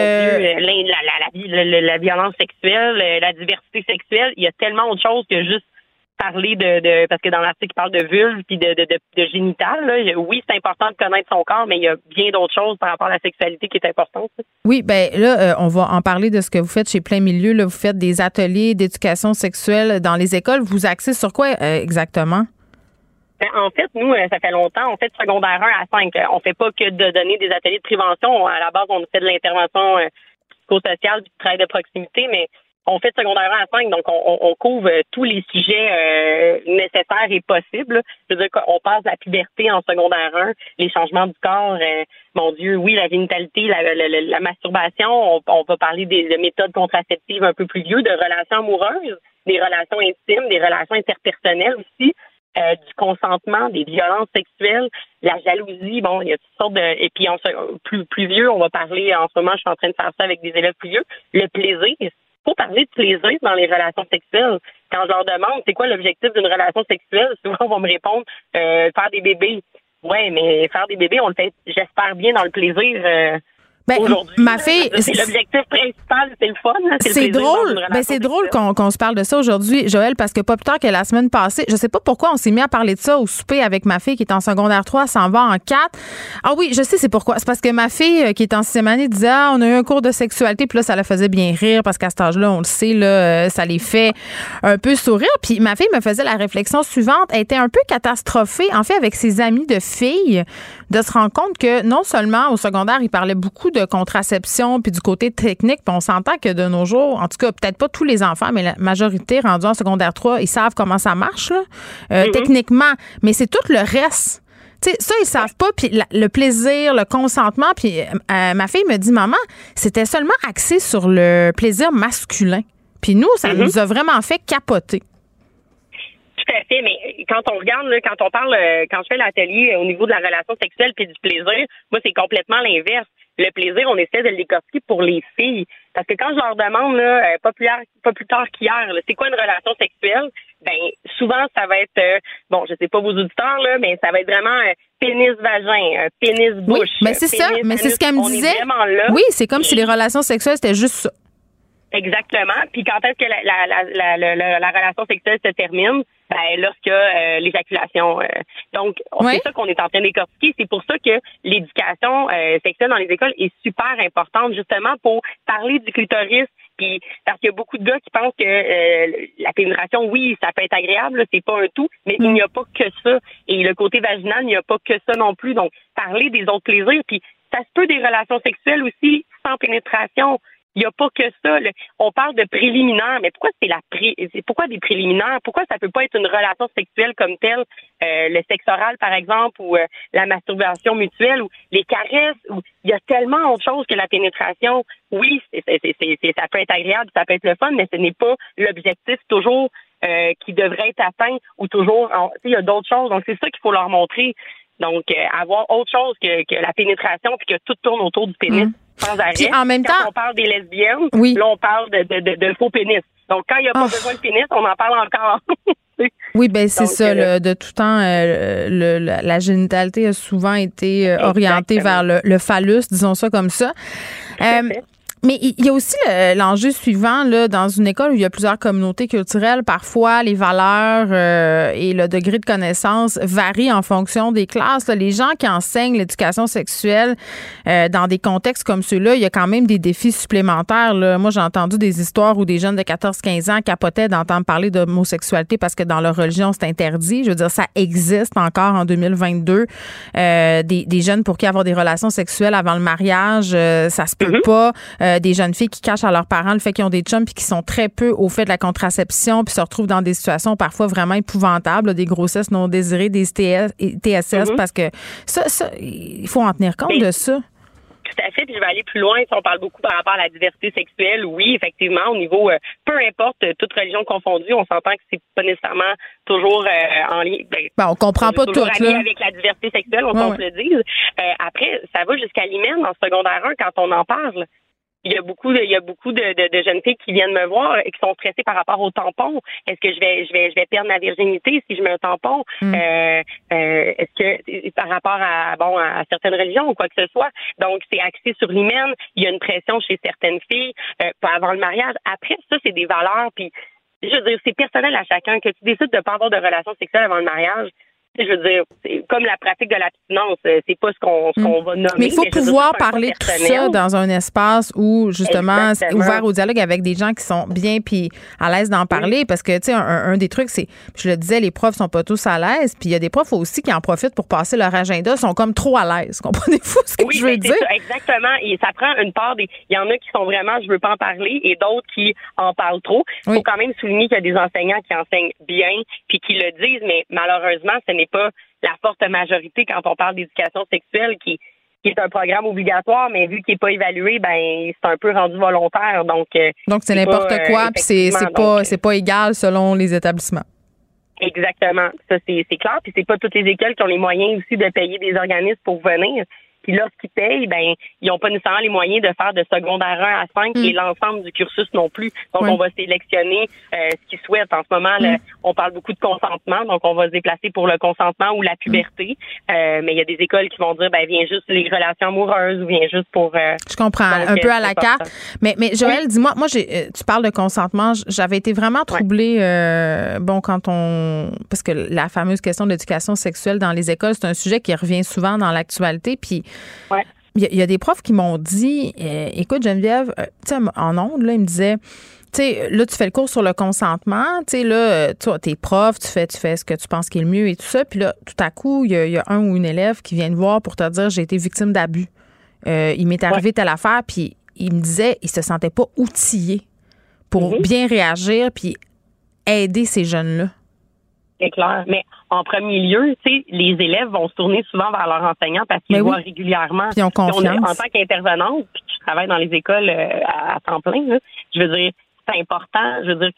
la violence sexuelle, la diversité sexuelle. Il y a tellement autre choses que juste parler parce que dans l'article, il parle de vulve puis de génital. Là. Oui, c'est important de connaître son corps, mais il y a bien d'autres choses par rapport à la sexualité qui est importante. Oui, ben là, on va en parler de ce que vous faites chez Plein Milieu. Là, vous faites des ateliers d'éducation sexuelle dans les écoles. Vous axez sur quoi exactement? En fait, nous, ça fait longtemps, on fait de secondaire 1 à 5. On fait pas que de donner des ateliers de prévention. À la base, on fait de l'intervention psychosociale puis du travail de proximité, mais on fait de secondaire 1 à 5, donc on couvre tous les sujets nécessaires et possibles. Je veux dire qu'on passe de la puberté en secondaire 1, les changements du corps, mon Dieu, oui, la génitalité, la masturbation, on va parler de méthodes contraceptives un peu plus vieux, de relations amoureuses, des relations intimes, des relations interpersonnelles aussi, du consentement, des violences sexuelles, la jalousie, bon, il y a toutes sortes de... Et puis plus vieux, on va parler, en ce moment, je suis en train de faire ça avec des élèves plus vieux, le plaisir. Faut parler de plaisir dans les relations sexuelles. Quand je leur demande c'est quoi l'objectif d'une relation sexuelle, souvent on va me répondre faire des bébés. Ouais, mais faire des bébés, on le fait, j'espère bien, dans le plaisir. Aujourd'hui, ma fille, c'est l'objectif principal, c'est le fun. C'est drôle. C'est drôle qu'on se parle de ça aujourd'hui, Joël, parce que pas plus tard que la semaine passée, je sais pas pourquoi on s'est mis à parler de ça au souper avec ma fille qui est en secondaire 3, s'en va en 4. Ah oui, je sais c'est pourquoi. C'est parce que ma fille qui est en 6e année disait on a eu un cours de sexualité, puis là ça la faisait bien rire parce qu'à cet âge-là, on le sait là, ça les fait un peu sourire. Puis ma fille me faisait la réflexion suivante, elle était un peu catastrophée en fait avec ses amis de filles de se rendre compte que non seulement au secondaire, ils parlaient beaucoup de contraception puis du côté technique, puis on s'entend que de nos jours, en tout cas, peut-être pas tous les enfants, mais la majorité rendus en secondaire 3, ils savent comment ça marche, là, techniquement, mais c'est tout le reste. Tu sais, ça, ils savent pas, puis le plaisir, le consentement, puis ma fille me dit, maman, c'était seulement axé sur le plaisir masculin. Puis nous, ça nous a vraiment fait capoter. Tout à fait, mais quand on regarde, là, quand on parle, quand je fais l'atelier au niveau de la relation sexuelle puis du plaisir, moi, c'est complètement l'inverse. Le plaisir, on essaie de le décortiquer pour les filles. Parce que quand je leur demande, là, pas plus tard qu'hier, là, c'est quoi une relation sexuelle? Ben, souvent, ça va être, bon, je sais pas vos auditeurs, là, mais ça va être vraiment pénis-vagin, pénis-bouche. Oui, mais c'est ça, mais c'est ce qu'elle me disait. Oui, c'est comme si les relations sexuelles, c'était juste ça. Exactement. Puis quand est-ce que la relation sexuelle se termine? Ben, lorsque l'éjaculation. Donc, c'est ça qu'on est en train de décortiquer. C'est pour ça que l'éducation sexuelle dans les écoles est super importante, justement, pour parler du clitoris. Puis, parce qu'il y a beaucoup de gars qui pensent que la pénétration, oui, ça peut être agréable, là, c'est pas un tout, mais il n'y a pas que ça. Et le côté vaginal, il n'y a pas que ça non plus. Donc, parler des autres plaisirs. Puis, ça se peut des relations sexuelles aussi sans pénétration. Il n'y a pas que ça. On parle de préliminaires, mais pourquoi pourquoi des préliminaires? Pourquoi ça peut pas être une relation sexuelle comme telle? Le sexe oral, par exemple, ou la masturbation mutuelle, ou les caresses, ou il y a tellement autre chose que la pénétration. Oui, ça peut être agréable, ça peut être le fun, mais ce n'est pas l'objectif toujours qui devrait être atteint, ou toujours, il y a d'autres choses. Donc, c'est ça qu'il faut leur montrer. Donc, avoir autre chose que la pénétration, puis que tout tourne autour du pénis. Sans arrêt. Puis en même temps, quand on parle des lesbiennes, là, on parle de faux pénis. Donc, quand il n'y a pas besoin de pénis, on en parle encore. Oui, ben c'est ça. De tout temps, la génitalité a souvent été orientée vers le phallus, disons ça comme ça. Mais il y a aussi l'enjeu suivant, là, dans une école où il y a plusieurs communautés culturelles, parfois les valeurs et le degré de connaissance varient en fonction des classes. Là. Les gens qui enseignent l'éducation sexuelle dans des contextes comme ceux-là, il y a quand même des défis supplémentaires. Là. Moi, j'ai entendu des histoires où des jeunes de 14-15 ans capotaient d'entendre parler d'homosexualité parce que dans leur religion, c'est interdit. Je veux dire, ça existe encore en 2022. Des jeunes pour qui avoir des relations sexuelles avant le mariage, ça se peut pas. Des jeunes filles qui cachent à leurs parents le fait qu'ils ont des chums puis qui sont très peu au fait de la contraception puis se retrouvent dans des situations parfois vraiment épouvantables, là, des grossesses non désirées, des TSS, parce que ça, il faut en tenir compte de ça. Tout à fait, puis je vais aller plus loin. Si on parle beaucoup par rapport à la diversité sexuelle, oui, effectivement, au niveau, peu importe, toute religion confondue, on s'entend que c'est pas nécessairement toujours en lien. On comprend pas tout, là. Avec la diversité sexuelle, on se le dise. Après, ça va jusqu'à l'hymen en secondaire 1 quand on en parle. Il y a beaucoup de jeunes filles qui viennent me voir et qui sont stressées par rapport au tampon. Est-ce que je vais perdre ma virginité si je mets un tampon? Est-ce que par rapport à certaines religions ou quoi que ce soit? Donc, c'est axé sur l'hymen. Il y a une pression chez certaines filles pas avant le mariage. Après, ça, c'est des valeurs. Puis, je veux dire, c'est personnel à chacun. Que tu décides de pas avoir de relations sexuelles avant le mariage, je veux dire, c'est comme la pratique de l'abstinence, c'est pas ce qu'on va nommer. Mais il faut pouvoir parler de tout ça dans un espace où, justement, c'est ouvert au dialogue avec des gens qui sont bien puis à l'aise d'en parler. Parce que, tu sais, un des trucs, c'est, je le disais, les profs sont pas tous à l'aise. Puis il y a des profs aussi qui en profitent pour passer leur agenda, sont comme trop à l'aise. Comprenez-vous ce que je veux dire? Ça, exactement. Et ça prend une part il y en a qui sont vraiment, je veux pas en parler, et d'autres qui en parlent trop. Il faut quand même souligner qu'il y a des enseignants qui enseignent bien puis qui le disent, mais malheureusement, ce n'est pas la forte majorité quand on parle d'éducation sexuelle qui est un programme obligatoire, mais vu qu'il n'est pas évalué, ben c'est un peu rendu volontaire. Donc c'est n'importe quoi, puis c'est pas égal selon les établissements. Exactement. Ça, c'est clair. Puis c'est pas toutes les écoles qui ont les moyens aussi de payer des organismes pour venir. Puis lorsqu'ils payent, ben ils n'ont pas nécessairement les moyens de faire de secondaire 1 à 5 et l'ensemble du cursus non plus. Donc, on va sélectionner ce qu'ils souhaitent. En ce moment, là, on parle beaucoup de consentement. Donc, on va se déplacer pour le consentement ou la puberté. Mais il y a des écoles qui vont dire, ben viens juste les relations amoureuses ou viens juste pour... Je comprends. Donc, un peu à la carte. Mais Joël, dis-moi, tu parles de consentement. J'avais été vraiment troublée, parce que la fameuse question de l'éducation sexuelle dans les écoles, c'est un sujet qui revient souvent dans l'actualité. Puis, il y a des profs qui m'ont dit, écoute Geneviève, tu sais, en ondes, là, ils me disaient, tu sais, là, tu fais le cours sur le consentement, tu sais, là, toi, t'es prof, tu fais ce que tu penses qui est le mieux et tout ça, puis là, tout à coup, il y a un ou une élève qui vient te voir pour te dire, j'ai été victime d'abus. Il m'est arrivé telle affaire, puis il me disait, il se sentait pas outillé pour bien réagir puis aider ces jeunes-là. C'est clair. Mais en premier lieu, tu sais, les élèves vont se tourner souvent vers leurs enseignants parce qu'ils voient régulièrement. Puis ils ont confiance. En tant qu'intervenante, puis je travaille dans les écoles à temps plein, là, je veux dire, c'est important, je veux dire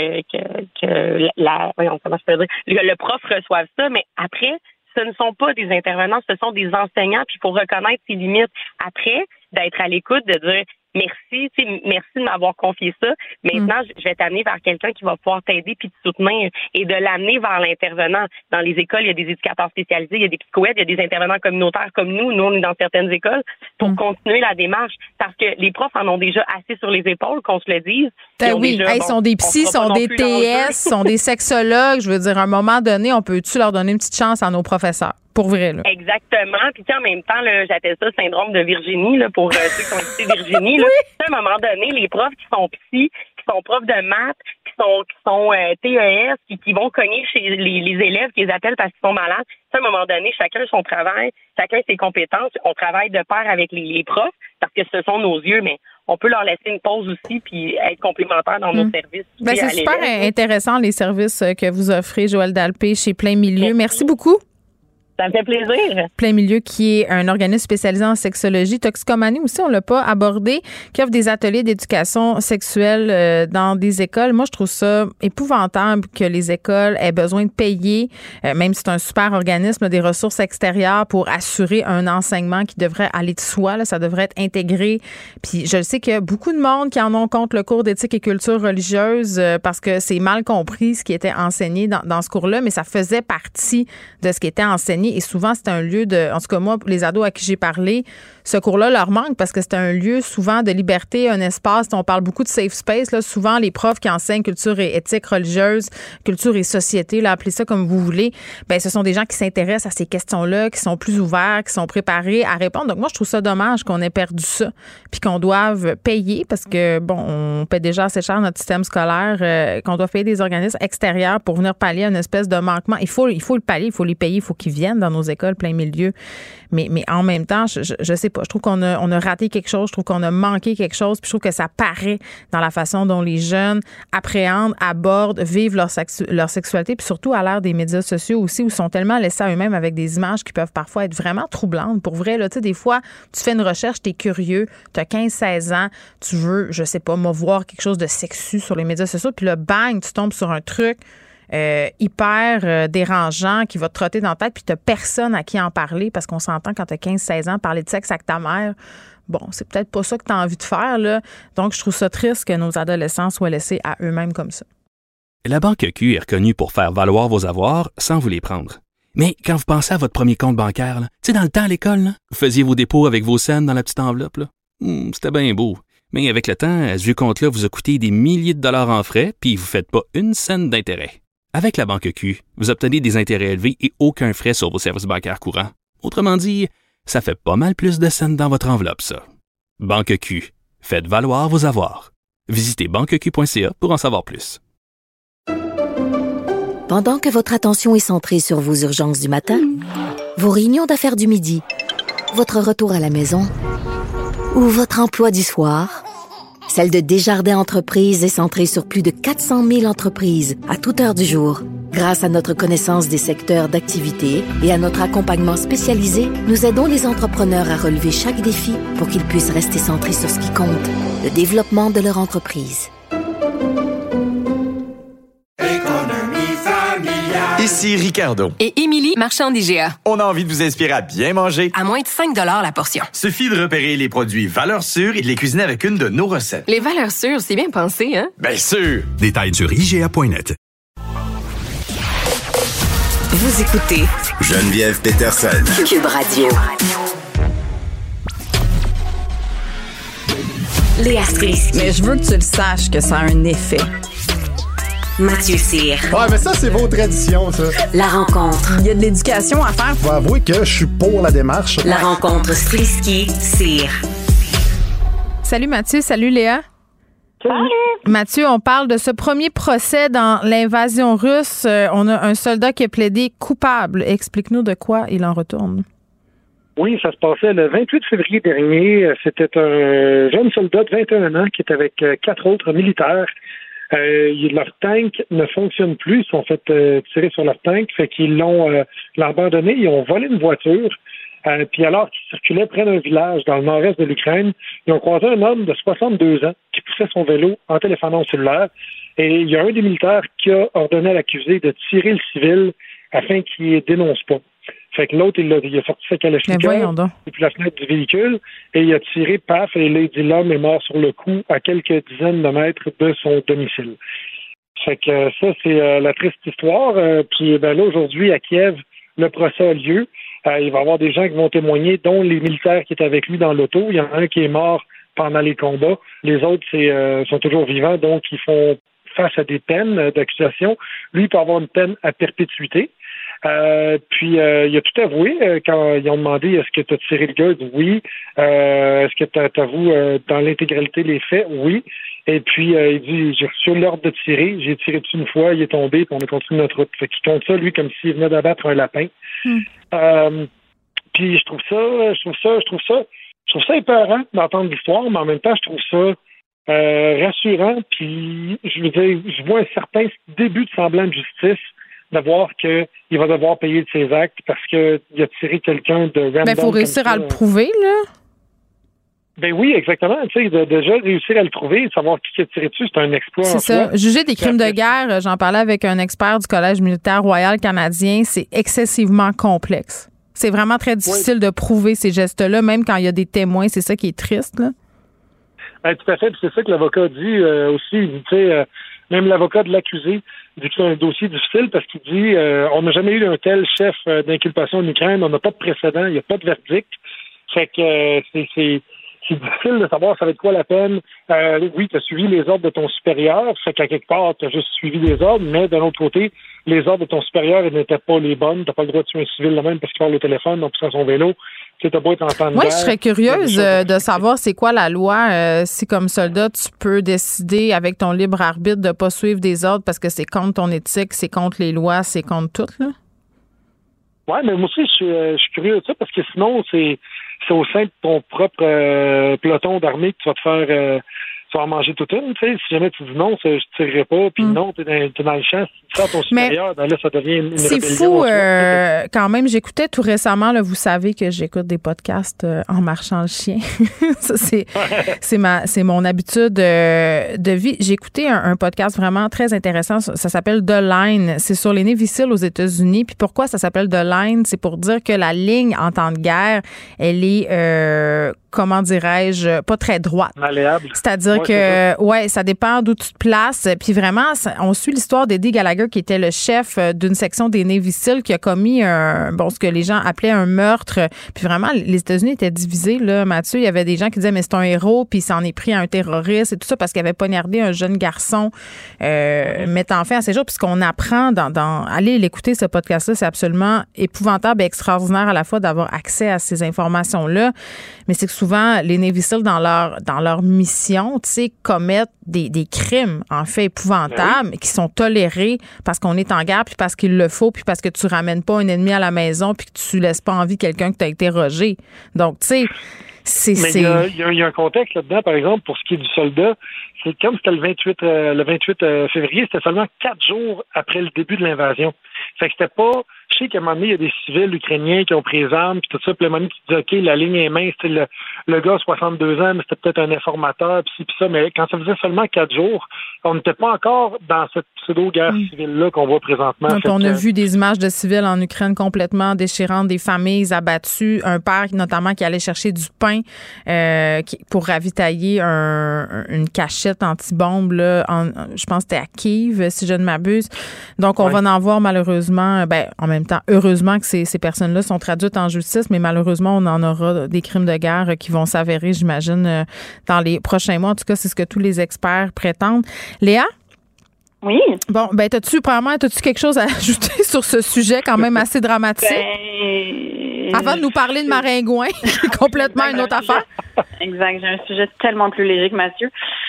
que le prof reçoive ça, mais après, ce ne sont pas des intervenants, ce sont des enseignants, puis il faut reconnaître ses limites. Après, d'être à l'écoute, de dire merci de m'avoir confié ça. Maintenant, je vais t'amener vers quelqu'un qui va pouvoir t'aider puis te soutenir et de l'amener vers l'intervenant. Dans les écoles, il y a des éducateurs spécialisés, il y a des psychoèdes, il y a des intervenants communautaires comme nous. Nous, on est dans certaines écoles pour continuer la démarche parce que les profs en ont déjà assez sur les épaules, qu'on se le dise. Ils sont des psys, sont des TS, sont des sexologues. Je veux dire, à un moment donné, on peut-tu leur donner une petite chance à nos professeurs? Pour vrai, là. Exactement. Puis, en même temps, là, j'appelle ça syndrome de Virginie, là, pour ceux qui ont écouté Virginie. Là. À un moment donné, les profs qui sont psy, qui sont profs de maths, qui sont TES, qui vont cogner chez les élèves qui les appellent parce qu'ils sont malades. À un moment donné, chacun son travail, chacun ses compétences. On travaille de pair avec les profs parce que ce sont nos yeux, mais on peut leur laisser une pause aussi puis être complémentaires dans nos services. C'est super intéressant, les services que vous offrez, Joël Dalpé, chez Plein Milieu. Merci beaucoup. Ça me fait plaisir. Plein Milieu, qui est un organisme spécialisé en sexologie, toxicomanie aussi, on l'a pas abordé, qui offre des ateliers d'éducation sexuelle dans des écoles. Moi, je trouve ça épouvantable que les écoles aient besoin de payer, même si c'est un super organisme, des ressources extérieures pour assurer un enseignement qui devrait aller de soi. Là, ça devrait être intégré. Puis je sais qu'il y a beaucoup de monde qui en ont contre le cours d'éthique et culture religieuse parce que c'est mal compris ce qui était enseigné dans ce cours-là, mais ça faisait partie de ce qui était enseigné. Et souvent, c'est un lieu de... En tout cas, moi, les ados à qui j'ai parlé, ce cours-là leur manque parce que c'est un lieu souvent de liberté, un espace. On parle beaucoup de safe space. Là, souvent, les profs qui enseignent culture et éthique religieuse, culture et société, là, appelez ça comme vous voulez, ben ce sont des gens qui s'intéressent à ces questions-là, qui sont plus ouverts, qui sont préparés à répondre. Donc, moi, je trouve ça dommage qu'on ait perdu ça puis qu'on doive payer parce que, bon, on paie déjà assez cher notre système scolaire, qu'on doit payer des organismes extérieurs pour venir pallier à une espèce de manquement. Il faut le pallier, il faut les payer, il faut qu'ils viennent dans nos écoles plein milieu. Mais en même temps, je sais pas. Je trouve qu'on a raté quelque chose. Je trouve qu'on a manqué quelque chose. Puis je trouve que ça paraît dans la façon dont les jeunes appréhendent, abordent, vivent leur sexualité. Puis surtout à l'ère des médias sociaux aussi, où ils sont tellement laissés à eux-mêmes avec des images qui peuvent parfois être vraiment troublantes. Pour vrai, là, tu sais, des fois, tu fais une recherche, t'es curieux, t'as 15-16 ans, tu veux, je sais pas, voir quelque chose de sexu sur les médias sociaux. Puis là, bang, tu tombes sur un truc hyper dérangeant qui va te trotter dans la tête puis t'as personne à qui en parler parce qu'on s'entend quand t'as 15-16 ans parler de sexe avec ta mère. Bon, c'est peut-être pas ça que t'as envie de faire, là. Donc, je trouve ça triste que nos adolescents soient laissés à eux-mêmes comme ça. La Banque Q est reconnue pour faire valoir vos avoirs sans vous les prendre. Mais quand vous pensez à votre premier compte bancaire, tu sais, dans le temps à l'école, là, vous faisiez vos dépôts avec vos scènes dans la petite enveloppe, là. C'était bien beau. Mais avec le temps, ce vieux compte-là vous a coûté des milliers de dollars en frais puis vous ne faites pas une scène d'intérêt. Avec la Banque Q, vous obtenez des intérêts élevés et aucun frais sur vos services bancaires courants. Autrement dit, ça fait pas mal plus de scènes dans votre enveloppe, ça. Banque Q, faites valoir vos avoirs. Visitez banqueq.ca pour en savoir plus. Pendant que votre attention est centrée sur vos urgences du matin, vos réunions d'affaires du midi, votre retour à la maison ou votre emploi du soir, celle de Desjardins Entreprises est centrée sur plus de 400 000 entreprises à toute heure du jour. Grâce à notre connaissance des secteurs d'activité et à notre accompagnement spécialisé, nous aidons les entrepreneurs à relever chaque défi pour qu'ils puissent rester centrés sur ce qui compte, le développement de leur entreprise. Ici Ricardo. Et Émilie, marchand d'IGA. On a envie de vous inspirer à bien manger. À moins de 5 $ la portion. Suffit de repérer les produits valeurs sûres et de les cuisiner avec une de nos recettes. Les valeurs sûres, c'est bien pensé, hein? Bien sûr! Détails sur IGA.net. Vous écoutez Geneviève Peterson. Cube Radio. Léa Strisky. Mais je veux que tu le saches que ça a un effet. Mathieu Cyr. Ouais, mais ça, c'est vos traditions, ça. La rencontre. Il y a de l'éducation à faire. Je vais avouer que je suis pour la démarche. La rencontre Strisky-Cyr. Salut Mathieu, salut Léa. Salut. Mathieu, on parle de ce premier procès dans l'invasion russe. On a un soldat qui est plaidé coupable. Explique-nous de quoi il en retourne. Oui, ça se passait le 28 février dernier. C'était un jeune soldat de 21 ans qui était avec 4 autres militaires. Leur tank ne fonctionne plus. Ils sont fait tirer sur leur tank. Fait qu'ils l'ont abandonné. Ils ont volé une voiture. Puis alors qu'ils circulaient près d'un village dans le nord-est de l'Ukraine, ils ont croisé un homme de 62 ans qui poussait son vélo en téléphonant au cellulaire. Et il y a un des militaires qui a ordonné à l'accusé de tirer le civil afin qu'il ne dénonce pas. Fait que l'autre, il a sorti sa kalachnikov depuis la fenêtre du véhicule et il a tiré, paf, et là, il dit l'homme est mort sur le coup à quelques dizaines de mètres de son domicile. Fait que ça, c'est la triste histoire. Puis là, aujourd'hui, à Kiev, le procès a lieu. Il va y avoir des gens qui vont témoigner, dont les militaires qui étaient avec lui dans l'auto. Il y en a un qui est mort pendant les combats. Les autres sont toujours vivants, donc ils font face à des peines d'accusation. Lui, il peut avoir une peine à perpétuité. Puis il a tout avoué quand ils ont demandé est-ce que tu as tiré le gars? Il dit oui. Est-ce que tu avoues dans l'intégralité les faits? Oui. Et puis il dit j'ai reçu l'ordre de tirer, j'ai tiré dessus une fois, il est tombé, puis on a continué notre route. Fait qu'il compte ça, lui, comme s'il venait d'abattre un lapin. Puis je trouve ça épeurant d'entendre l'histoire, mais en même temps, je trouve ça rassurant. Puis je veux dire, je vois un certain début de semblant de justice de voir qu'il va devoir payer de ses actes parce qu'il a tiré quelqu'un de random. Mais il faut réussir à le prouver, là. Ben oui, exactement. Tu sais, déjà réussir à le trouver, savoir qui a tiré dessus, c'est un exploit. C'est ça. Juger des crimes de guerre, j'en parlais avec un expert du Collège militaire royal canadien, c'est excessivement complexe. C'est vraiment très difficile de prouver ces gestes-là, même quand il y a des témoins. C'est ça qui est triste, là. Ben, tout à fait. Puis c'est ça que l'avocat dit aussi. Il dit, tu sais, même l'avocat de l'accusé dit que c'est un dossier difficile parce qu'il dit on n'a jamais eu un tel chef d'inculpation en Ukraine, on n'a pas de précédent, il n'y a pas de verdict. Fait que c'est difficile de savoir ça va être quoi la peine. Oui, tu as suivi les ordres de ton supérieur, fait qu'à quelque part, tu as juste suivi les ordres, mais d'un autre côté, les ordres de ton supérieur n'étaient pas les bonnes. Tu n'as pas le droit de tuer un civil là même parce qu'il parle au téléphone, donc sur son vélo. Tu sais, t'as beau être en temps de guerre. Moi, je serais curieuse de savoir c'est quoi la loi. Si, comme soldat, tu peux décider avec ton libre arbitre de ne pas suivre des ordres parce que c'est contre ton éthique, c'est contre les lois, c'est contre tout, là. Oui, mais moi aussi, je suis curieux de ça parce que sinon, c'est au sein de ton propre peloton d'armée que tu vas te faire tu vas en manger toute une. Tu sais, si jamais tu dis non, je ne tirerai pas, puis non, t'es dans le champ. Si tu fais à ton supérieur, ben là, ça devient une c'est rébellion. C'est fou, quand même. J'écoutais tout récemment, là, vous savez que j'écoute des podcasts en marchant le chien. Ça, c'est mon habitude de vie. J'ai écouté un podcast vraiment très intéressant. Ça s'appelle The Line. C'est sur les Navy Seals aux États-Unis. Puis pourquoi ça s'appelle The Line? C'est pour dire que la ligne en temps de guerre, elle est, comment dirais-je, pas très droite. Malléable. C'est-à-dire que, ça dépend d'où tu te places. Puis vraiment, on suit l'histoire d'Eddie Gallagher, qui était le chef d'une section des Navy Seals, qui a commis ce que les gens appelaient un meurtre. Puis vraiment, les États-Unis étaient divisés, là, Mathieu. Il y avait des gens qui disaient, mais c'est un héros, puis il s'en est pris à un terroriste et tout ça parce qu'il avait poignardé un jeune garçon mettant fin à ses jours. Puis ce qu'on apprend allez l'écouter, ce podcast-là, c'est absolument épouvantable et extraordinaire à la fois d'avoir accès à ces informations-là. Mais c'est que souvent, les Navy Seals, dans leur mission, tu sais, commettent des crimes, en fait, épouvantables, qui sont tolérés parce qu'on est en guerre, puis parce qu'il le faut, puis parce que tu ramènes pas un ennemi à la maison, puis que tu laisses pas en vie quelqu'un que tu as interrogé. Donc, tu sais, Mais il y a un contexte là-dedans, par exemple, pour ce qui est du soldat. C'est comme c'était le 28 février, c'était seulement 4 jours après le début de l'invasion. Fait que c'était pas... Je sais qu'à un moment donné, il y a des civils ukrainiens qui ont pris les armes, puis tout ça, puis le moment tu dis, OK, la ligne est mince, le gars a 62 ans, mais c'était peut-être un informateur, puis ça, mais quand ça faisait seulement 4 jours, on n'était pas encore dans cette pseudo-guerre civile-là qu'on voit présentement. Donc, on a vu des images de civils en Ukraine complètement déchirantes, des familles abattues, un père notamment qui allait chercher du pain pour ravitailler une cachette anti-bombe, là, je pense que c'était à Kiev, si je ne m'abuse. Donc, on va en voir malheureusement, en même temps, heureusement que ces personnes-là sont traduites en justice, mais malheureusement, on en aura des crimes de guerre qui vont s'avérer, j'imagine, dans les prochains mois. En tout cas, c'est ce que tous les experts prétendent. Léa? Oui. Bon, t'as-tu quelque chose à ajouter sur ce sujet quand même assez dramatique? Avant de nous parler de Maringouin, qui est complètement une autre affaire. Exact. J'ai un sujet tellement plus léger que Mathieu.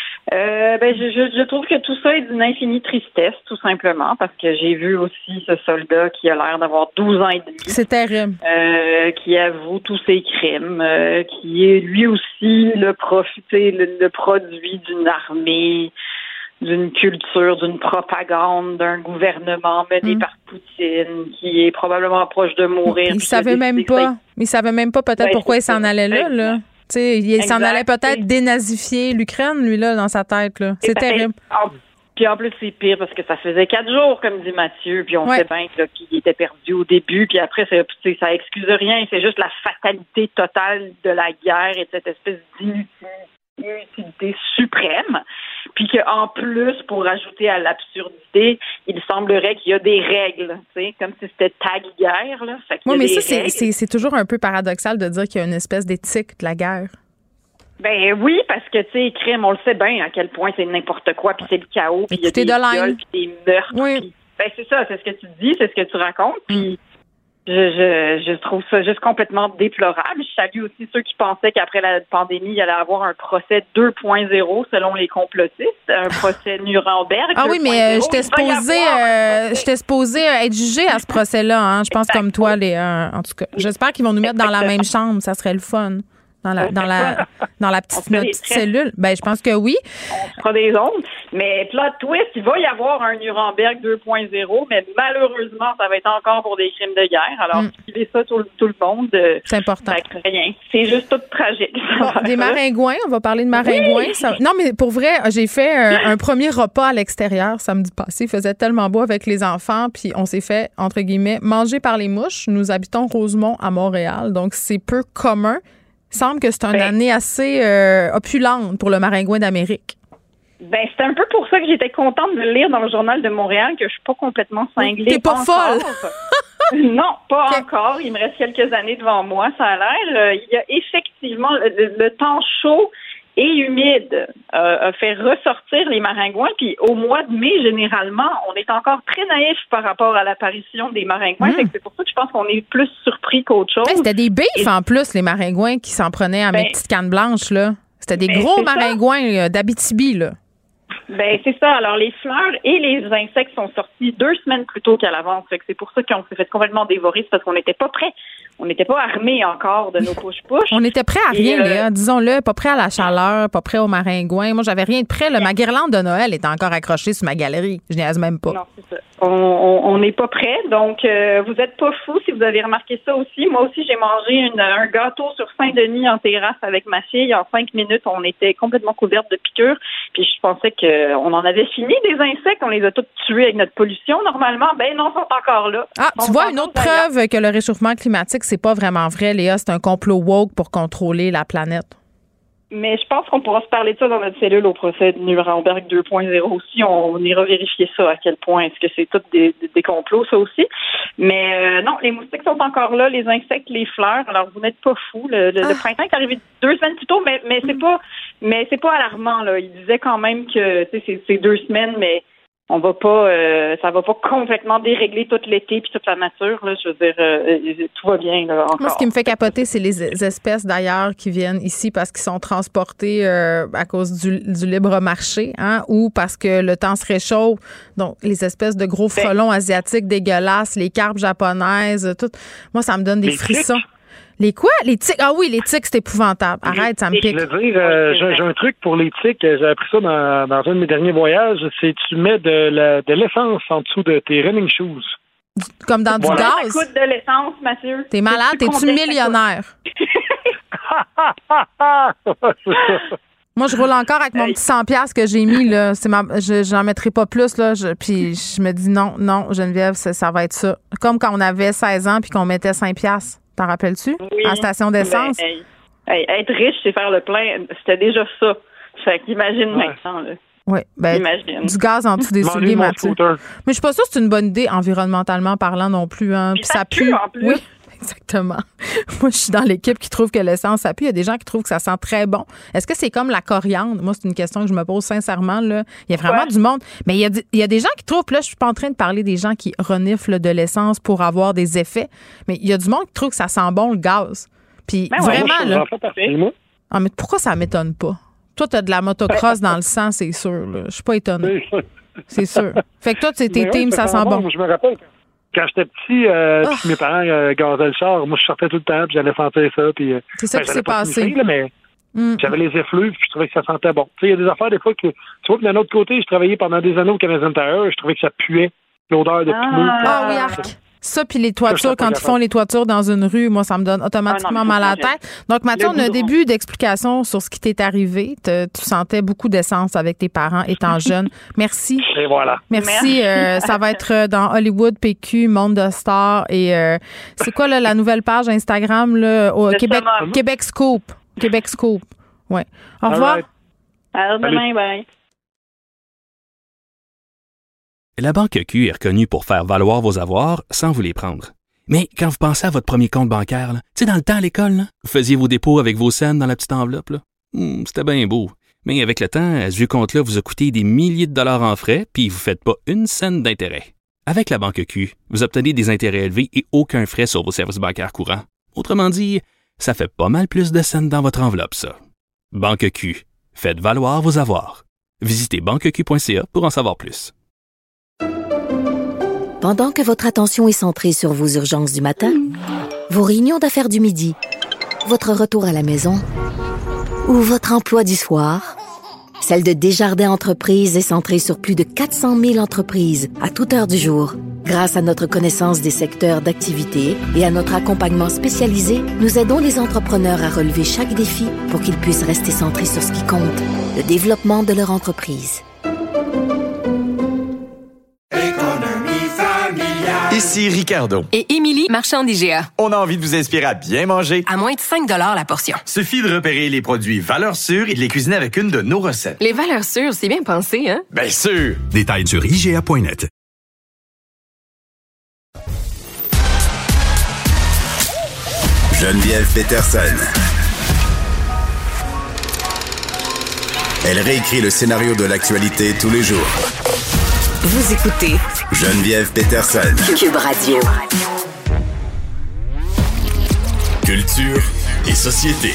Je trouve que tout ça est d'une infinie tristesse, tout simplement, parce que j'ai vu aussi ce soldat qui a l'air d'avoir 12 ans et demi. C'est terrible. Qui avoue tous ses crimes, qui est lui aussi le produit d'une armée, d'une culture, d'une propagande, d'un gouvernement mené par Poutine, qui est probablement proche de mourir. Il savait même pas peut-être pourquoi il s'en allait là. Il s'en allait peut-être dénazifier l'Ukraine, lui, là, dans sa tête. Là. C'est terrible. Puis en plus, c'est pire parce que ça faisait 4 jours, comme dit Mathieu, puis on sait bien qu'il était perdu au début, puis après, ça excuse rien, c'est juste la fatalité totale de la guerre et de cette espèce d'inutilité suprême. Puis qu'en plus, pour ajouter à l'absurdité, il semblerait qu'il y a des règles, tu sais, comme si c'était tag guerre, là. Oui, mais ça, c'est toujours un peu paradoxal de dire qu'il y a une espèce d'éthique de la guerre. Ben oui, parce que, tu sais, crime, on le sait bien à quel point c'est n'importe quoi, puis c'est le chaos, puis il y a des viols, puis des meurtres. Oui. Puis, c'est ça, c'est ce que tu dis, c'est ce que tu racontes, puis je trouve ça juste complètement déplorable. Je salue aussi ceux qui pensaient qu'après la pandémie, il y allait avoir un procès 2.0 selon les complotistes, un procès Nuremberg. Ah oui, mais j'étais supposée être jugée à ce procès-là, hein. Je pense comme toi, en tout cas. J'espère qu'ils vont nous mettre dans la même chambre, ça serait le fun. Dans la petite, notre petite cellule? Ben, je pense que oui. On fera des ondes. Mais plot twist, il va y avoir un Nuremberg 2.0, mais malheureusement, ça va être encore pour des crimes de guerre. Alors, suivez ça tout le monde. C'est important. Rien. C'est juste tout tragique. Bon, des maringouins, on va parler de maringouins. Oui. Non, mais pour vrai, j'ai fait un premier repas à l'extérieur samedi passé. Il faisait tellement beau avec les enfants, puis on s'est fait, entre guillemets, manger par les mouches. Nous habitons Rosemont à Montréal, donc c'est peu commun. Il semble que c'est une année assez opulente pour le maringouin d'Amérique. Ben, c'est un peu pour ça que j'étais contente de lire dans le Journal de Montréal que je suis pas complètement cinglée. T'es pas folle! Non, pas encore. Il me reste quelques années devant moi, ça a l'air. Il y a effectivement le temps chaud et humide a fait ressortir les maringouins. Puis au mois de mai, généralement, on est encore très naïf par rapport à l'apparition des maringouins. Fait que c'est pour ça que je pense qu'on est plus surpris qu'autre chose. Ouais, c'était des bifs en plus, les maringouins qui s'en prenaient à mes petites cannes blanches, là. C'était des gros maringouins d'Abitibi, là. Ben c'est ça. Alors les fleurs et les insectes sont sortis 2 semaines plus tôt qu'à l'avance. Fait que c'est pour ça qu'on s'est fait complètement dévorer, c'est parce qu'on n'était pas prêts. On n'était pas armés encore de nos push-push. On était prêts à rien, Léa, disons-le, pas prêts à la chaleur, pas prêts aux maringouins. Moi, j'avais rien de prêt. Ma guirlande de Noël était encore accrochée sur ma galerie. Je niaise même pas. Non, c'est ça. On n'est pas prêts, donc vous êtes pas fous si vous avez remarqué ça aussi. Moi aussi, j'ai mangé un gâteau sur Saint-Denis en terrasse avec ma fille. En 5 minutes, on était complètement couvertes de piqûres. Puis je pensais qu'on en avait fini des insectes. On les a tous tués avec notre pollution. Normalement, ben non, ils sont encore là. Ah, tu vois, une autre preuve que le réchauffement climatique, c'est pas vraiment vrai, Léa. C'est un complot woke pour contrôler la planète. Mais je pense qu'on pourra se parler de ça dans notre cellule au procès de Nuremberg 2.0 aussi. On ira vérifier ça, à quel point est-ce que c'est tout des complots, ça aussi. Mais non, les moustiques sont encore là, les insectes, les fleurs. Alors, vous n'êtes pas fous. Le printemps est arrivé 2 semaines plus tôt, mais c'est pas alarmant, là. Il disait quand même que c'est 2 semaines, mais on va pas, ça va pas complètement dérégler tout l'été puis toute la nature. Là, je veux dire, tout va bien là, encore. Moi, ce qui me fait capoter, c'est les espèces d'ailleurs qui viennent ici parce qu'ils sont transportés à cause du libre marché, hein, ou parce que le temps se réchauffe. Donc, les espèces de gros frelons asiatiques dégueulasses, les carpes japonaises, tout. Moi, ça me donne des frissons. Tiques. Les quoi? Les tiques? Ah oui, les tiques, c'est épouvantable. Arrête, ça me pique. Je veux dire, j'ai un truc pour les tiques. J'ai appris ça dans un de mes derniers voyages. C'est tu mets de l'essence en dessous de tes running shoes. Comme dans du gaz? Ça coûte de l'essence, Mathieu. T'es malade? T'es-tu millionnaire? Moi, je roule encore avec mon petit 100$ que j'ai mis, là. J'en mettrai pas plus, là. Puis je me dis non, Geneviève, ça va être ça. Comme quand on avait 16 ans puis qu'on mettait 5$. T'en rappelles-tu? Oui. En station d'essence? Être riche, c'est faire le plein. C'était déjà ça. Fait qu'imagine maintenant, là. Oui, du gaz en dessous des souliers, Mathieu. Mais je suis pas sûre que c'est une bonne idée, environnementalement parlant non plus. Hein. Puis ça pue. En plus. Oui, exactement. Moi, je suis dans l'équipe qui trouve que l'essence, ça pue. Il y a des gens qui trouvent que ça sent très bon. Est-ce que c'est comme la coriandre? Moi, c'est une question que je me pose sincèrement. Là. Il y a vraiment du monde. Mais il y a des gens qui trouvent, puis là, je suis pas en train de parler des gens qui reniflent de l'essence pour avoir des effets, mais il y a du monde qui trouve que ça sent bon, le gaz. Puis vraiment, là. Ah, mais pourquoi ça m'étonne pas? Toi, t'as de la motocross dans le sang, c'est sûr. Je suis pas étonnée. C'est sûr. Fait que toi, t'es team, ça sent bon. Je me rappelle, quand j'étais petit, puis mes parents gazaient le char, moi, je sortais tout le temps, puis j'allais sentir ça. Puis, c'est ça qui s'est passé. Mais j'avais les effluves, puis je trouvais que ça sentait bon. Tu sais, il y a des affaires, des fois, que tu vois que d'un autre côté, je travaillais pendant des années au Canadien Tire, je trouvais que ça puait l'odeur de pneus. Ah oui, arc. Ça, puis les toitures, quand ils font les toitures dans une rue, moi, ça me donne automatiquement mal à la tête. Donc, Mathieu, on a un début d'explication sur ce qui t'est arrivé. Tu sentais beaucoup d'essence avec tes parents étant jeune. Merci. Et voilà. Merci. Ça va être dans Hollywood, PQ, Monde de Stars. Et c'est quoi là, la nouvelle page Instagram là, au Québec Scoop. Québec Scoop. Ouais. Au revoir. À demain, bye. La Banque Q est reconnue pour faire valoir vos avoirs sans vous les prendre. Mais quand vous pensez à votre premier compte bancaire, tu sais, dans le temps à l'école, là, vous faisiez vos dépôts avec vos scènes dans la petite enveloppe. Là. C'était bien beau. Mais avec le temps, ce vieux compte-là vous a coûté des milliers de dollars en frais, puis vous ne faites pas une scène d'intérêt. Avec la Banque Q, vous obtenez des intérêts élevés et aucun frais sur vos services bancaires courants. Autrement dit, ça fait pas mal plus de scènes dans votre enveloppe, ça. Banque Q. Faites valoir vos avoirs. Visitez banqueq.ca pour en savoir plus. Pendant que votre attention est centrée sur vos urgences du matin, vos réunions d'affaires du midi, votre retour à la maison ou votre emploi du soir, celle de Desjardins Entreprises est centrée sur plus de 400 000 entreprises à toute heure du jour. Grâce à notre connaissance des secteurs d'activité et à notre accompagnement spécialisé, nous aidons les entrepreneurs à relever chaque défi pour qu'ils puissent rester centrés sur ce qui compte, le développement de leur entreprise. Ici Ricardo. Et Émilie, marchand d'IGA. On a envie de vous inspirer à bien manger. À moins de 5 $ la portion. Suffit de repérer les produits valeurs sûres et de les cuisiner avec une de nos recettes. Les valeurs sûres, c'est bien pensé, hein? Bien sûr! Détails sur IGA.net. Geneviève Peterson. Elle réécrit le scénario de l'actualité tous les jours. Vous écoutez Geneviève Peterson. Cube Radio. Culture et société.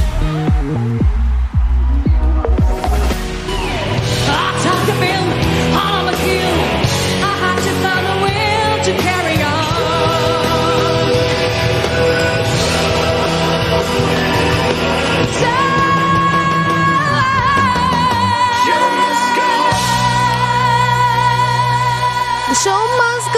Show must go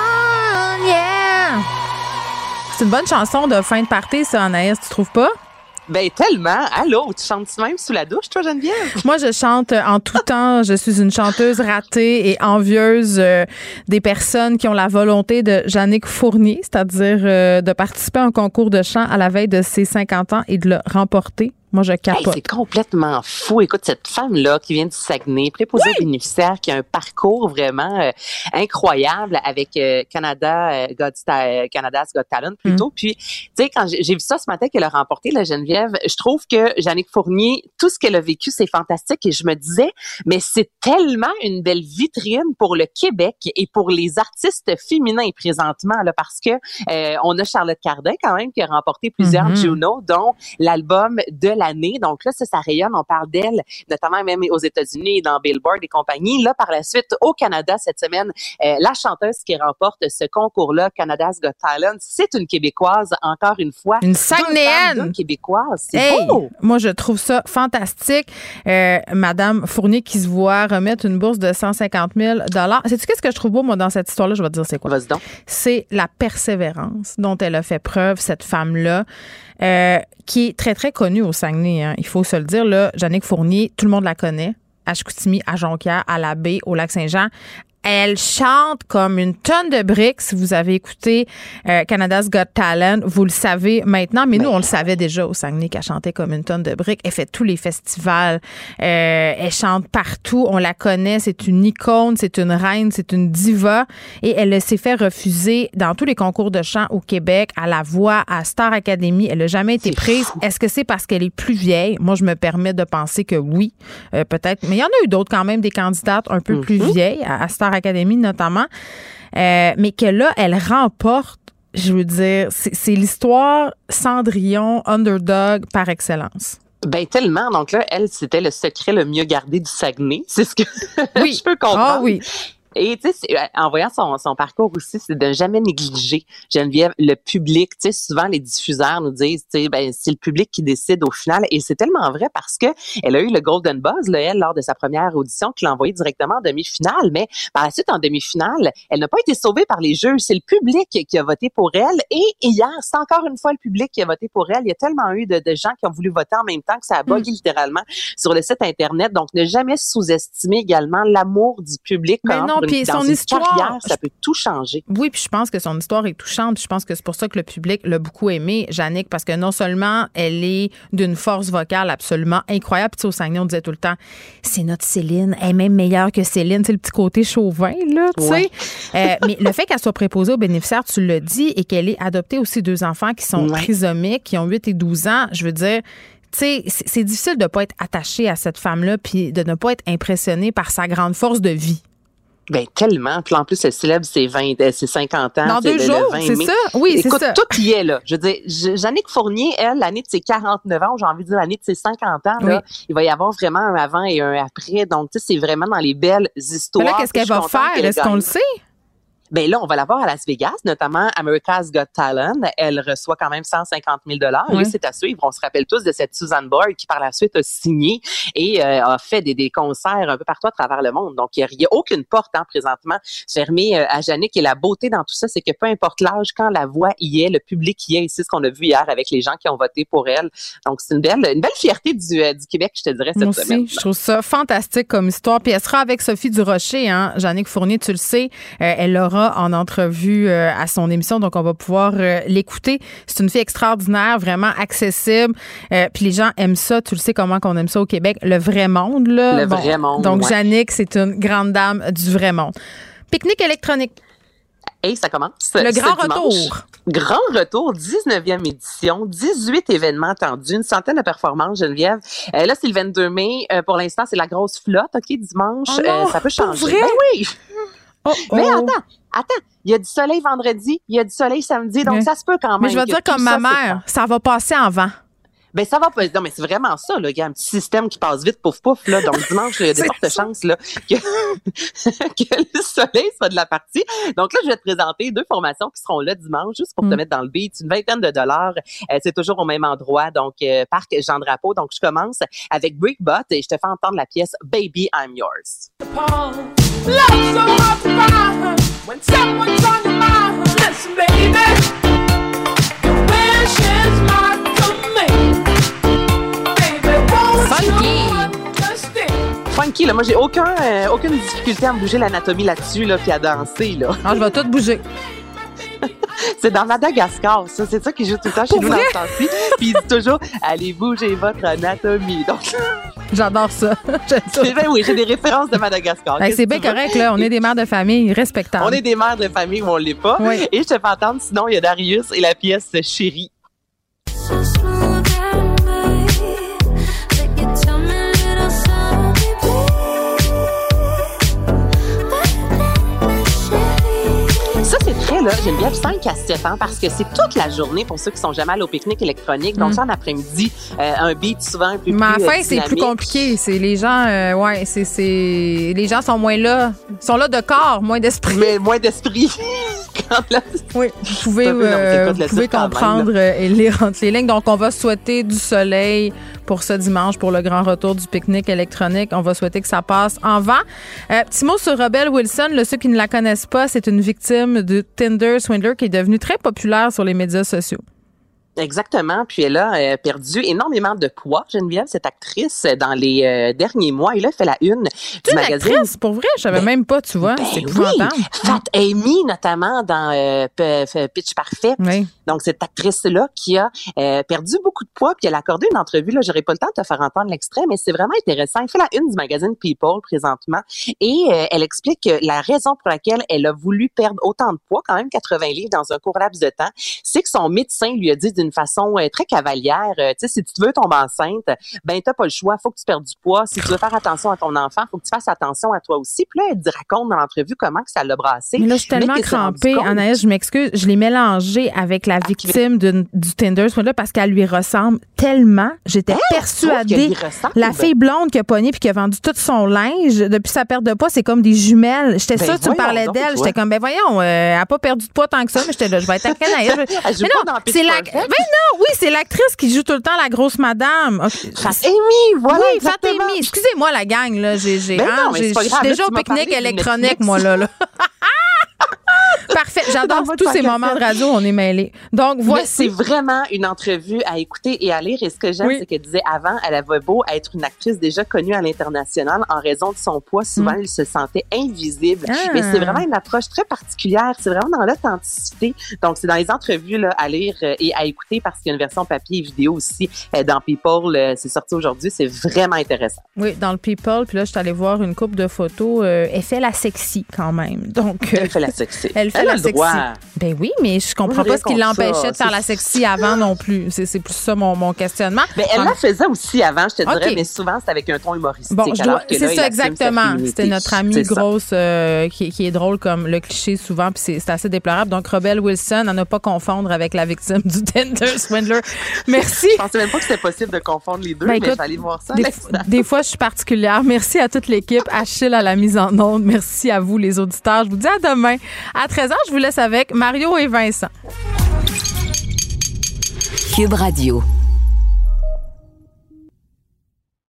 on, yeah! C'est une bonne chanson de fin de party, ça, Anaïs, tu trouves pas? Ben tellement. Allô, tu chantes-tu même sous la douche, toi, Geneviève? Moi, je chante en tout temps. Je suis une chanteuse ratée et envieuse des personnes qui ont la volonté de Jannick Fournier, c'est-à-dire de participer à un concours de chant à la veille de ses 50 ans et de le remporter. Moi, je capote. Hey, c'est complètement fou. Écoute, cette femme-là qui vient du Saguenay, préposée aux bénéficiaires, qui a un parcours vraiment incroyable avec Canada's Got Talent plutôt. Puis, tu sais, quand j'ai vu ça ce matin qu'elle a remporté, la Geneviève, je trouve que Jannick Fournier, tout ce qu'elle a vécu, c'est fantastique. Et je me disais, mais c'est tellement une belle vitrine pour le Québec et pour les artistes féminins présentement, là, parce que on a Charlotte Cardin quand même qui a remporté plusieurs Juno, dont l'album de l'année. Donc là, ça rayonne. On parle d'elle, notamment même aux États-Unis, dans Billboard et compagnie. Là, par la suite, au Canada, cette semaine, la chanteuse qui remporte ce concours-là, Canada's Got Talent, c'est une Québécoise, encore une fois. Une Saguenayenne! Québécoise. C'est beau! Moi, je trouve ça fantastique. Madame Fournier qui se voit remettre une bourse de 150 000 $. Sais-tu qu'est-ce que je trouve beau, moi, dans cette histoire-là? Je vais te dire c'est quoi. Vas-y donc. C'est la persévérance dont elle a fait preuve, cette femme-là. Qui est très, très connue au Saguenay. Hein. Il faut se le dire, là, Jannick Fournier, tout le monde la connaît. À Chicoutimi, à Jonquière, à la Baie, au Lac-Saint-Jean. Elle chante comme une tonne de briques. Si vous avez écouté Canada's Got Talent, vous le savez maintenant. Mais nous, on le savait déjà au Saguenay qu'elle chantait comme une tonne de briques. Elle fait tous les festivals. Elle chante partout. On la connaît. C'est une icône, c'est une reine, c'est une diva. Et elle s'est fait refuser dans tous les concours de chant au Québec, à La Voix, à Star Academy. Elle n'a jamais été prise. Est-ce que c'est parce qu'elle est plus vieille? Moi, je me permets de penser que oui, peut-être. Mais il y en a eu d'autres quand même, des candidates un peu plus vieilles, à Star Academy notamment, mais que là, elle remporte, je veux dire, c'est l'histoire Cendrillon, underdog par excellence. Ben tellement. Donc là, elle, c'était le secret le mieux gardé du Saguenay. C'est ce que je peux comprendre. Ah oui. Et tu sais, en voyant son parcours aussi, c'est de jamais négliger, Geneviève, le public. Tu sais, souvent les diffuseurs nous disent, tu sais, ben c'est le public qui décide au final. Et c'est tellement vrai parce que elle a eu le Golden Buzz, là, elle, lors de sa première audition, qui l'a envoyée directement en demi-finale. Mais par la suite, en demi-finale, elle n'a pas été sauvée par les juges. C'est le public qui a voté pour elle. Et hier, c'est encore une fois le public qui a voté pour elle. Il y a tellement eu de gens qui ont voulu voter en même temps que ça a bugué littéralement sur le site Internet. Donc, ne jamais sous-estimer également l'amour du public. Puis son histoire, carrière, ça peut tout changer. Oui, puis je pense que son histoire est touchante. Puis je pense que c'est pour ça que le public l'a beaucoup aimé, Jannick, parce que non seulement elle est d'une force vocale absolument incroyable. Puis tu sais, au Saguenay, on disait tout le temps, c'est notre Céline, elle est même meilleure que Céline. C'est le petit côté chauvin, là, tu sais. Mais le fait qu'elle soit préposée aux bénéficiaires, tu l'as dit, et qu'elle ait adopté aussi 2 enfants qui sont trisomiques, qui ont 8 et 12 ans, je veux dire, tu sais, c'est difficile de ne pas être attaché à cette femme-là puis de ne pas être impressionné par sa grande force de vie. Ben tellement. Puis en plus, elle célèbre ses 50 ans. Dans 2 jours, c'est ça? Oui, écoute, c'est ça. Tout y est là. Je veux dire, Jannick Fournier, elle, l'année de ses 49 ans, j'ai envie de dire l'année de ses 50 ans, là, il va y avoir vraiment un avant et un après. Donc, tu sais, c'est vraiment dans les belles histoires. Mais là, qu'est-ce qu'elle va faire? Est-ce qu'on le sait? Ben là, on va la voir à Las Vegas, notamment America's Got Talent. Elle reçoit quand même 150 000 $. Et là, c'est à suivre. On se rappelle tous de cette Suzanne Boyle qui, par la suite, a signé et a fait des concerts un peu partout à travers le monde. Donc, il n'y a aucune porte présentement fermée à Jannick. Et la beauté dans tout ça, c'est que peu importe l'âge, quand la voix y est, le public y est. C'est ce qu'on a vu hier avec les gens qui ont voté pour elle. Donc, c'est une belle fierté du Québec, je te dirais, cette semaine. Moi aussi, je trouve ça fantastique comme histoire. Puis elle sera avec Sophie Durocher, hein. Jannick Fournier, tu le sais. Elle aura en entrevue à son émission, donc on va pouvoir l'écouter. C'est une fille extraordinaire, vraiment accessible. Puis les gens aiment ça, tu le sais comment qu'on aime ça au Québec, le vrai monde, là. Vrai monde. Donc Jannick, c'est une grande dame du vrai monde. Pique-nique électronique. Et ça commence. Le grand dimanche. retour. Grand retour, 19e édition, 18 événements attendus, une centaine de performances, Geneviève. Là, c'est le 22 mai. Pour l'instant, c'est la grosse flotte, OK, dimanche. Oh non, ça peut changer. vrai? Ben oui! Mais attends. Il y a du soleil vendredi, il y a du soleil samedi, donc ça se peut quand même. Mais je vais dire comme ma mère, ça va passer en vent. Ben ça va pas. Non, mais c'est vraiment ça, là. Il y a un petit système qui passe vite, pouf, pouf, là. Donc, dimanche, il y a des fortes chances, là, que le soleil soit de la partie. Donc là, je vais te présenter 2 formations qui seront là dimanche, juste pour te mettre dans le beat. Une vingtaine de $. C'est toujours au même endroit. Donc, Parc Jean-Drapeau. Donc, je commence avec Breakbot et je te fais entendre la pièce Baby, I'm Yours. Funky, là. Moi, j'ai aucune difficulté à me bouger l'anatomie là-dessus, là, puis à danser, là. Ah, je vais tout bouger. C'est dans Madagascar, ça. C'est ça qui joue tout le temps chez nous dans le temps-ci. Puis il dit toujours, allez bouger votre anatomie. Donc, j'adore ça. Ben oui, j'ai des références de Madagascar. C'est bien correct, là. On est des mères de famille respectables. On est des mères de famille où on l'est pas. Oui. Et je te fais entendre, sinon, il y a Darius et la pièce Chérie. Ça, c'est très, là, j'aime bien 5 à 7 ans parce que c'est toute la journée pour ceux qui sont jamais allés au pique-nique électronique. Donc, ça, en après-midi, un beat souvent un peu plus. Mais à la fin, c'est dynamique. plus compliqué. C'est les gens, les gens sont moins là. Ils sont là de corps, moins d'esprit. Mais moins d'esprit. Oui, vous pouvez comprendre et lire entre les lignes. Donc, on va souhaiter du soleil pour ce dimanche, pour le grand retour du pique-nique électronique. On va souhaiter que ça passe en vent. Petit mot sur Rebel Wilson. Ceux qui ne la connaissent pas, c'est une victime de Tinder Swindler qui est devenue très populaire sur les médias sociaux. Exactement. Puis elle a perdu énormément de poids, Geneviève, cette actrice, dans les derniers mois. Et là, elle fait la une du magazine. Une actrice, pour vrai? Je savais même pas, tu vois. C'est épouvantable. Oui. Fat Amy, notamment, dans Pitch Parfait. Oui. Donc, cette actrice-là qui a perdu beaucoup de poids, puis elle a accordé une entrevue. Là, j'aurais pas le temps de te faire entendre l'extrait, mais c'est vraiment intéressant. Elle fait la une du magazine People, présentement. Et elle explique que la raison pour laquelle elle a voulu perdre autant de poids, quand même 80 livres dans un court laps de temps, c'est que son médecin lui a dit d'une façon très cavalière, tu sais, si tu veux tomber enceinte, ben t'as pas le choix, faut que tu perdes du poids. Si tu veux faire attention à ton enfant, faut que tu fasses attention à toi aussi. Puis là, elle raconte dans l'entrevue comment que ça l'a brassé. Mais là, je suis tellement crampée, Anaïs, je m'excuse, je l'ai mélangée avec la victime du Tinder Swindler parce qu'elle lui ressemble tellement. J'étais persuadée. La fille blonde qui a pogné puis qui a vendu tout son linge depuis sa perte de poids, c'est comme des jumelles. J'étais sûre que tu me parlais d'elle. J'étais comme, ben voyons, elle a pas perdu de poids tant que ça, mais j'étais là, je vais être avec Anaïs. Mais non, c'est la... non, oui, c'est l'actrice qui joue tout le temps la grosse madame. Okay. Fat Amy, voilà. Oui, Fat Amy. Excusez-moi, la gang, là. Je suis déjà au pique-nique électronique, moi, là. Parfait. J'adore tous ces moments de radio, on est mêlés. Donc, voici. C'est vraiment une entrevue à écouter et à lire. Et ce que j'aime, c'est qu'elle disait avant, elle avait beau être une actrice déjà connue à l'international, en raison de son poids, souvent, elle se sentait invisible. Mais c'est vraiment une approche très particulière. C'est vraiment dans l'authenticité. Donc, c'est dans les entrevues là, à lire et à écouter parce qu'il y a une version papier et vidéo aussi dans People. C'est sorti aujourd'hui. C'est vraiment intéressant. Oui, dans le People. Puis là, je suis allée voir une couple de photos. Elle fait la sexy quand même. Donc, elle fait la sexy. Elle fait la sexy. Ben oui, mais je comprends pas ce qui l'empêchait de faire la sexy avant non plus. C'est plus ça mon questionnement. Mais elle la faisait aussi avant, je te dirais, mais souvent c'est avec un ton humoristique. Bon, c'est ça exactement. C'était notre amie grosse qui est drôle comme le cliché souvent, puis c'est assez déplorable. Donc Rebel Wilson, à ne pas confondre avec la victime du Tinder Swindler. Merci. Je pensais même pas que c'était possible de confondre les deux, mais écoute, j'allais voir ça. Des fois, je suis particulière. Merci à toute l'équipe, Achille à la mise en onde. Merci à vous, les auditeurs. Je vous dis à demain. À 13h, je vous laisse avec Mario et Vincent. Cube Radio.